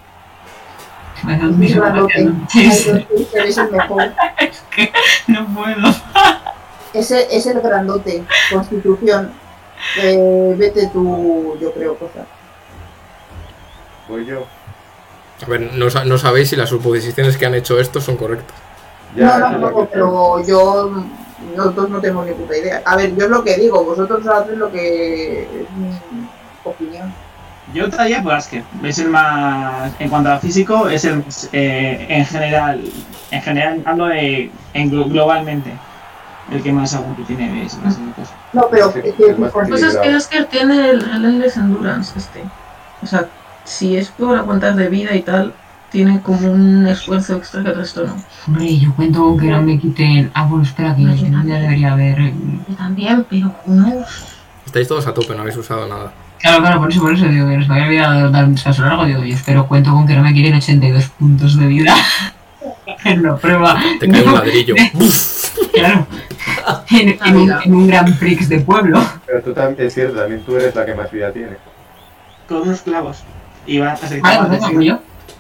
Es grandote. Es el mejor. No puedo. Ese es el grandote. Constitución. Vete tú, yo creo, cosa. voy yo. A ver, no sabéis si las suposiciones que han hecho estos son correctas. Ya, No, pero yo. Nosotros no tenemos ni puta idea. A ver, yo es lo que digo, vosotros hacéis lo que es mi opinión. yo traía por Asker. Es el más. En cuanto a físico, es el. En general hablo globalmente. El que más aguante tiene, ¿veis? No, pero Sí, que es más Pues es que Asker tiene el Endless Endurance O sea, si es por aguantar de vida y tal, tiene como un esfuerzo extra que el resto no. Hombre, yo cuento con que no me quiten. Ah, bueno, espera, que No, yo ya debería haber. Yo también, pero no. Estáis todos a tope, no habéis usado nada. Claro, por eso digo que nos había olvidado dar un salto largo. Digo, yo espero, cuento con que no me quiten 82 puntos de vida. En la prueba. Te cae un ladrillo. Claro. En un Grand Prix de pueblo. Pero tú también, es cierto, también tú eres la que más vida tiene. Con unos clavos. Y va a ser Vale, capaz de pues vengo yo.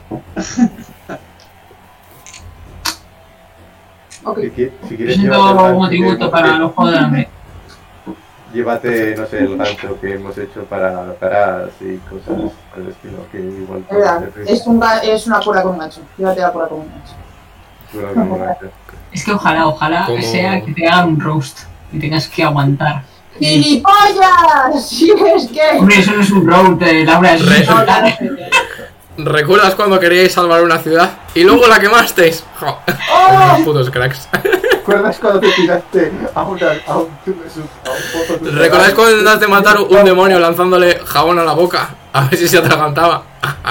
Ok. Si quieres Presento llévate un tributo para los Juegos del Hambre. Llévate, no sé, el gancho que hemos hecho para caras y cosas al estilo, que igual... Es verdad, es una cola con un gancho. Llévate la cola con un gancho. Bueno, como gancho. Es que ojalá Como- sea que te hagan un roast y tengas que aguantar. ¡Gilipollas! Si es que. Hombre, eso no es un roast, Laura, eso es insultar. ¿Recuerdas cuando queríais salvar una ciudad y luego la quemasteis? Jo, unos putos cracks. ¿Recuerdas cuando te tiraste a un pozo? ¿Recordáis cuando intentaste matar un demonio lanzándole jabón a la boca? A ver si se atragantaba.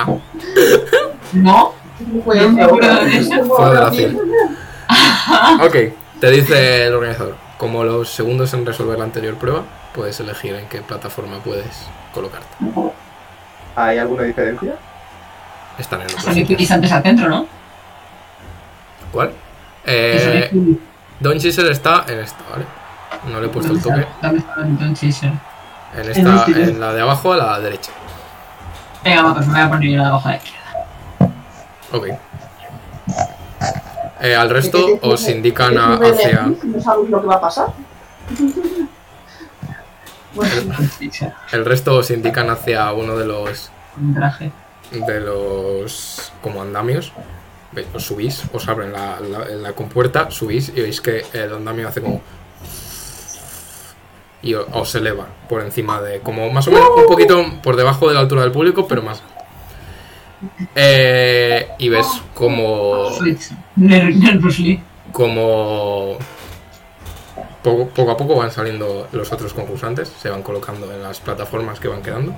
¿No? Pues, No me acuerdo de eso. Fuera de la cien. Ok, te dice el organizador. Como los segundos en resolver la anterior prueba, puedes elegir en qué plataforma puedes colocarte. ¿Hay alguna diferencia? Están en otro Son sitio. equidizantes al centro, ¿no? ¿Cuál? Que son equidizantes. Don Chisel está en esta, ¿vale? No le he puesto el toque. ¿Dónde está Don Chaser? En esta, en la de abajo a la derecha. Venga, va, pues me voy a poner yo la de abajo de aquí. Ok. Al resto os indican hacia... ¿No sabéis lo que va a pasar? Bueno, El resto os indican hacia uno de los Un traje. como andamios. ¿Veis? Os subís, os abren la compuerta, subís y veis que el andamio hace como... Y os eleva por encima de... Como más o menos un poquito por debajo de la altura del público, pero más. Y ves como... Nervously. Como... Poco a poco van saliendo los otros concursantes, se van colocando en las plataformas que van quedando.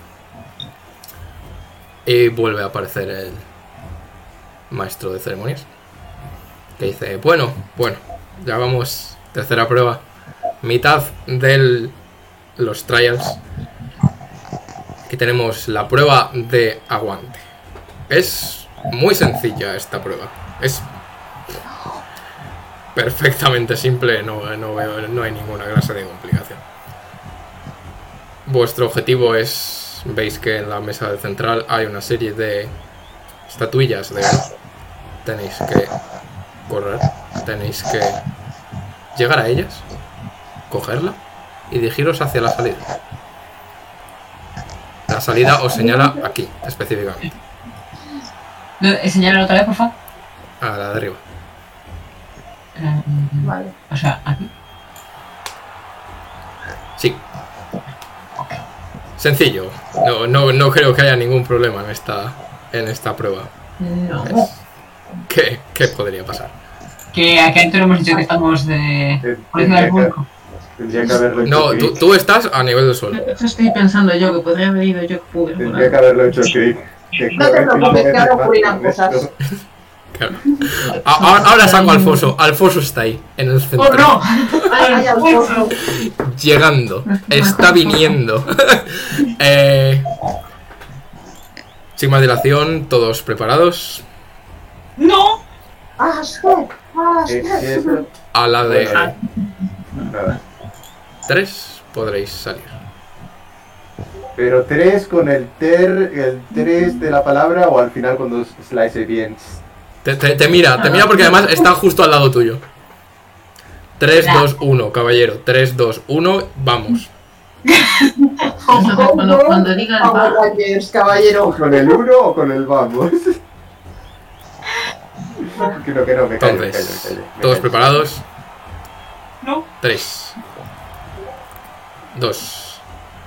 Y vuelve a aparecer el maestro de ceremonias, que dice, bueno, ya vamos, tercera prueba, mitad de los trials. Aquí tenemos la prueba de aguante. Es muy sencilla esta prueba, es perfectamente simple, no hay ninguna clase de complicación. Vuestro objetivo es, veis que en la mesa de central hay una serie de estatuillas de oro. Tenéis que correr, tenéis que llegar a ellas, cogerla y dirigiros hacia la salida. La salida os señala aquí, específicamente, Señala otra vez, por favor. a la de arriba. vale. O sea, aquí. Sí. Sencillo. No creo que haya ningún problema en esta prueba. No. ¿Qué podría pasar? Que aquí adentro hemos dicho que estamos por encima del público. Tendría que haberlo hecho No, Crick. tú estás a nivel del suelo. Eso estoy pensando yo, que podría haber ido yo que Tendría que haberlo hecho Crick. Que No te corre preocupes, que 5 ahora veces más ocurrirán que cosas. esto. Claro. Ahora saco a Alfonso. Alfonso está ahí, en el centro. ¡Oh, no! Ay, Alfonso. Llegando. Está viniendo. Sin más dilación, todos preparados. ¡No! Asker, Asker. Eso. A la de Nada. 3 podréis salir. Pero 3 con el 3 de la palabra o al final cuando slice bien. Te mira porque además está justo al lado tuyo. 3, 2, 1, caballero. 3, 2, 1, vamos. Cuando diga el bar, Caballero. ¿Con el 1 o con el vamos? Que no, me callo. Entonces, todos preparados. No. 3, 2,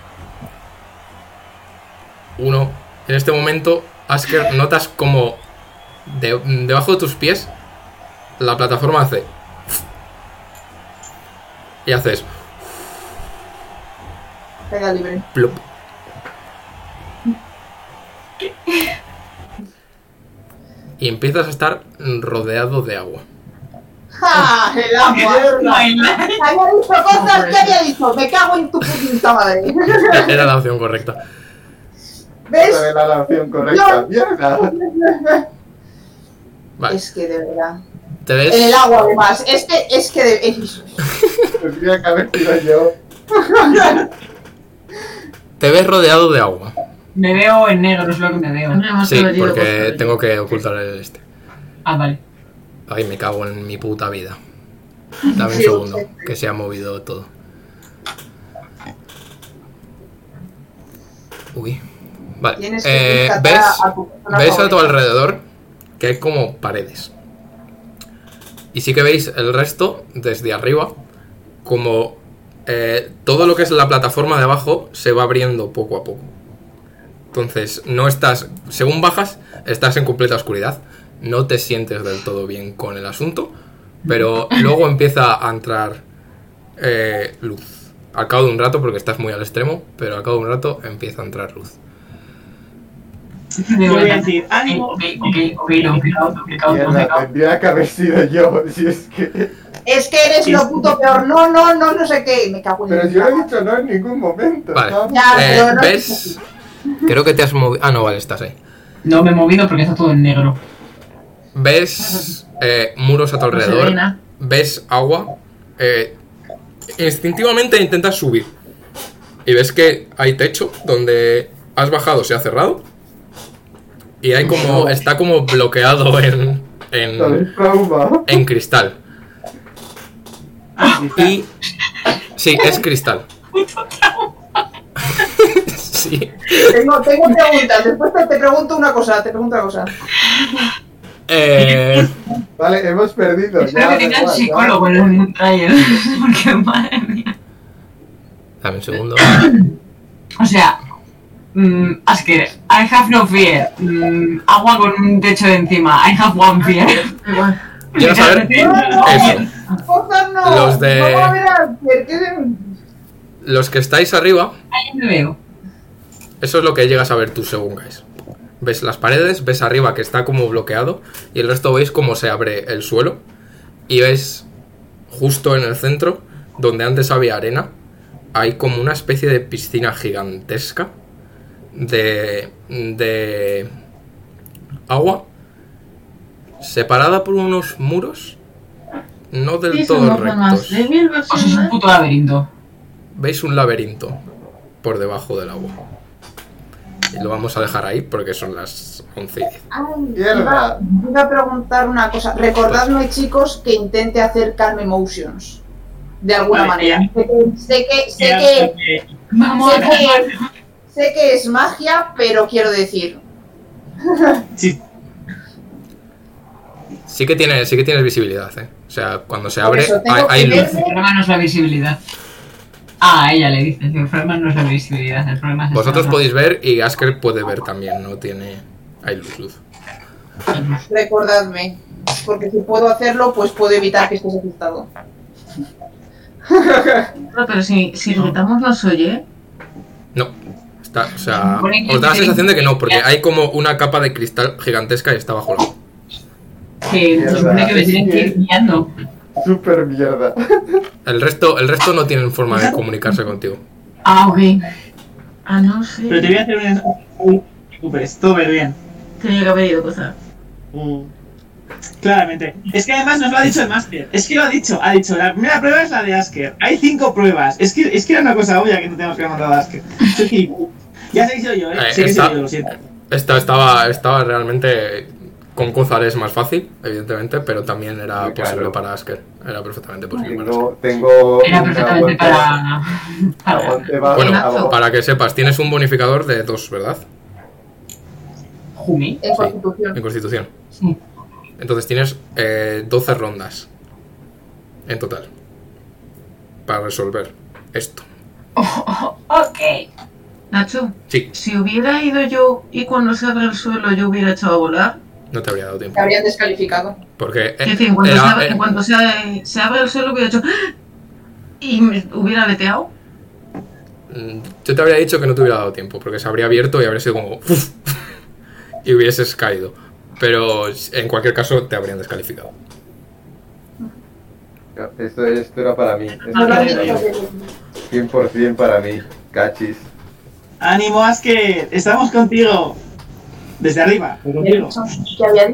1. En este momento, Asker, notas como debajo de tus pies la plataforma hace y haces Queda libre. plop. Y empiezas a estar rodeado de agua. ¡Ja! El agua. Había dicho cosas que había dicho. Me cago en tu puta madre. Era la opción correcta. ¿Ves? Esa era la opción correcta. ¡Mierda! Vale. Es que de verdad. ¿Te ves? En el agua además. Es que Tendría que haber sido yo. Te ves rodeado de agua. Me veo en negro, es lo que me veo. Sí, porque tengo que ocultar el este. Ah, vale. Ay, me cago en mi puta vida. Dame un Sí, segundo, sí. que se ha movido todo. Uy. Vale. Tienes que rescatar ¿Ves a tu persona a tu favorita. alrededor que hay como paredes? Y sí que veis el resto desde arriba, como todo lo que es la plataforma de abajo se va abriendo poco a poco. Entonces, no estás, según bajas, estás en completa oscuridad. No te sientes del todo bien con el asunto, pero luego empieza a entrar luz. Al cabo de un rato, porque estás muy al extremo, pero al cabo de un rato empieza a entrar luz. Yo voy a decir, ánimo. Ok, complicado. Mierda, tendría que haber sido yo. Si es que. Es que eres lo puto peor. No sé qué. Me cago en Pero el yo no he dicho no en ningún momento. Vale. ¿no? Ya, pero no- ¿Ves? Creo que te has movido. Ah, no, vale, estás ahí. No me he movido porque está todo en negro. ¿Ves muros a tu alrededor? Serena. ¿Ves agua? Instintivamente intentas subir. Y ves que hay techo donde has bajado, se ha cerrado. Y hay como. Está como bloqueado en Trauma. cristal. Y. Sí, es cristal. Sí. Tengo preguntas. Después te pregunto una cosa. Vale, hemos perdido. Espero ya, que tenga da un igual, psicólogo en el trailer. Porque madre mía. Dame un segundo. O sea, Asker, I have no fear. Agua con un techo de encima. I have one fear. Igual. ¿Quieres saber? Eso. Cosas no. Los de- No va a haber Asker, ¿qué? Los que estáis arriba, Ahí me veo. eso es lo que llegas a ver tú según caes. Ves las paredes, ves arriba que está como bloqueado y el resto veis cómo se abre el suelo y ves justo en el centro, donde antes había arena, hay como una especie de piscina gigantesca de agua separada por unos muros no del Sí, todo somos más rectos. débil, O sea, es versión un más. puto laberinto. Veis un laberinto por debajo del agua. Y lo vamos a dejar ahí porque son las 11 y 10. Ay, Mierda. iba a preguntar una cosa. Recordadme, chicos, que intente hacer Calm Emotions. De alguna Vale, manera. Sé que Vamos sé que- sé que es magia, pero quiero decir. Sí, Sí que tienes visibilidad, ¿eh? O sea, cuando se Por abre eso, tengo hay que luz. ver- El problema no es la visibilidad. Ah, a ella le dices. El problema no es la visibilidad. El problema es Vosotros esa- podéis ver y Asker puede ver también, no tiene... Hay luz. Recordadme. Porque si puedo hacerlo, pues puedo evitar que estés asustado. No, pero si gritamos no se oye. No. O sea, os da la sensación de que no, porque hay como una capa de cristal gigantesca y está bajo el agua. Que se supone que me tienen que ir guiando. Super mierda. El resto no tienen forma de comunicarse contigo. Ah, ok. Ah, no sé. Pero te voy a hacer un súper bien. Tenía que haber ido a cruzar. Claramente. Es que además nos lo ha dicho el máster. Es que lo ha dicho, la primera prueba es la de Asker. Hay 5 pruebas. Es que era una cosa obvia que no tenemos que haber mandado a Asker. Ya sé que soy yo, sé que soy yo, lo siento. Esta estaba realmente... Con Cozar es más fácil, evidentemente, pero también era Sí, posible claro. para Asker. Era perfectamente posible para Asker. Tengo Era perfectamente para... Bueno, para que sepas, tienes un bonificador de 2, ¿verdad? Jumi. En Constitución. En Constitución. Sí. Entonces tienes 12 rondas en total para resolver esto. Ok. Nacho, Sí, si hubiera ido yo y cuando se abre el suelo yo hubiera echado a volar, no te habría dado tiempo. Te habrían descalificado. Porque es decir, en cuanto se abre el suelo hubiera hecho ¡ah! Y me hubiera aleteado. yo te habría dicho que no te hubiera dado tiempo, porque se habría abierto y habría sido como... ¡uf! Y hubieses caído. Pero en cualquier caso te habrían descalificado. Esto era para mí. Esto era para mí. 100% para mí. Cachis. Ánimo, Asker. Estamos contigo. Desde arriba. Contigo. ¿Qué había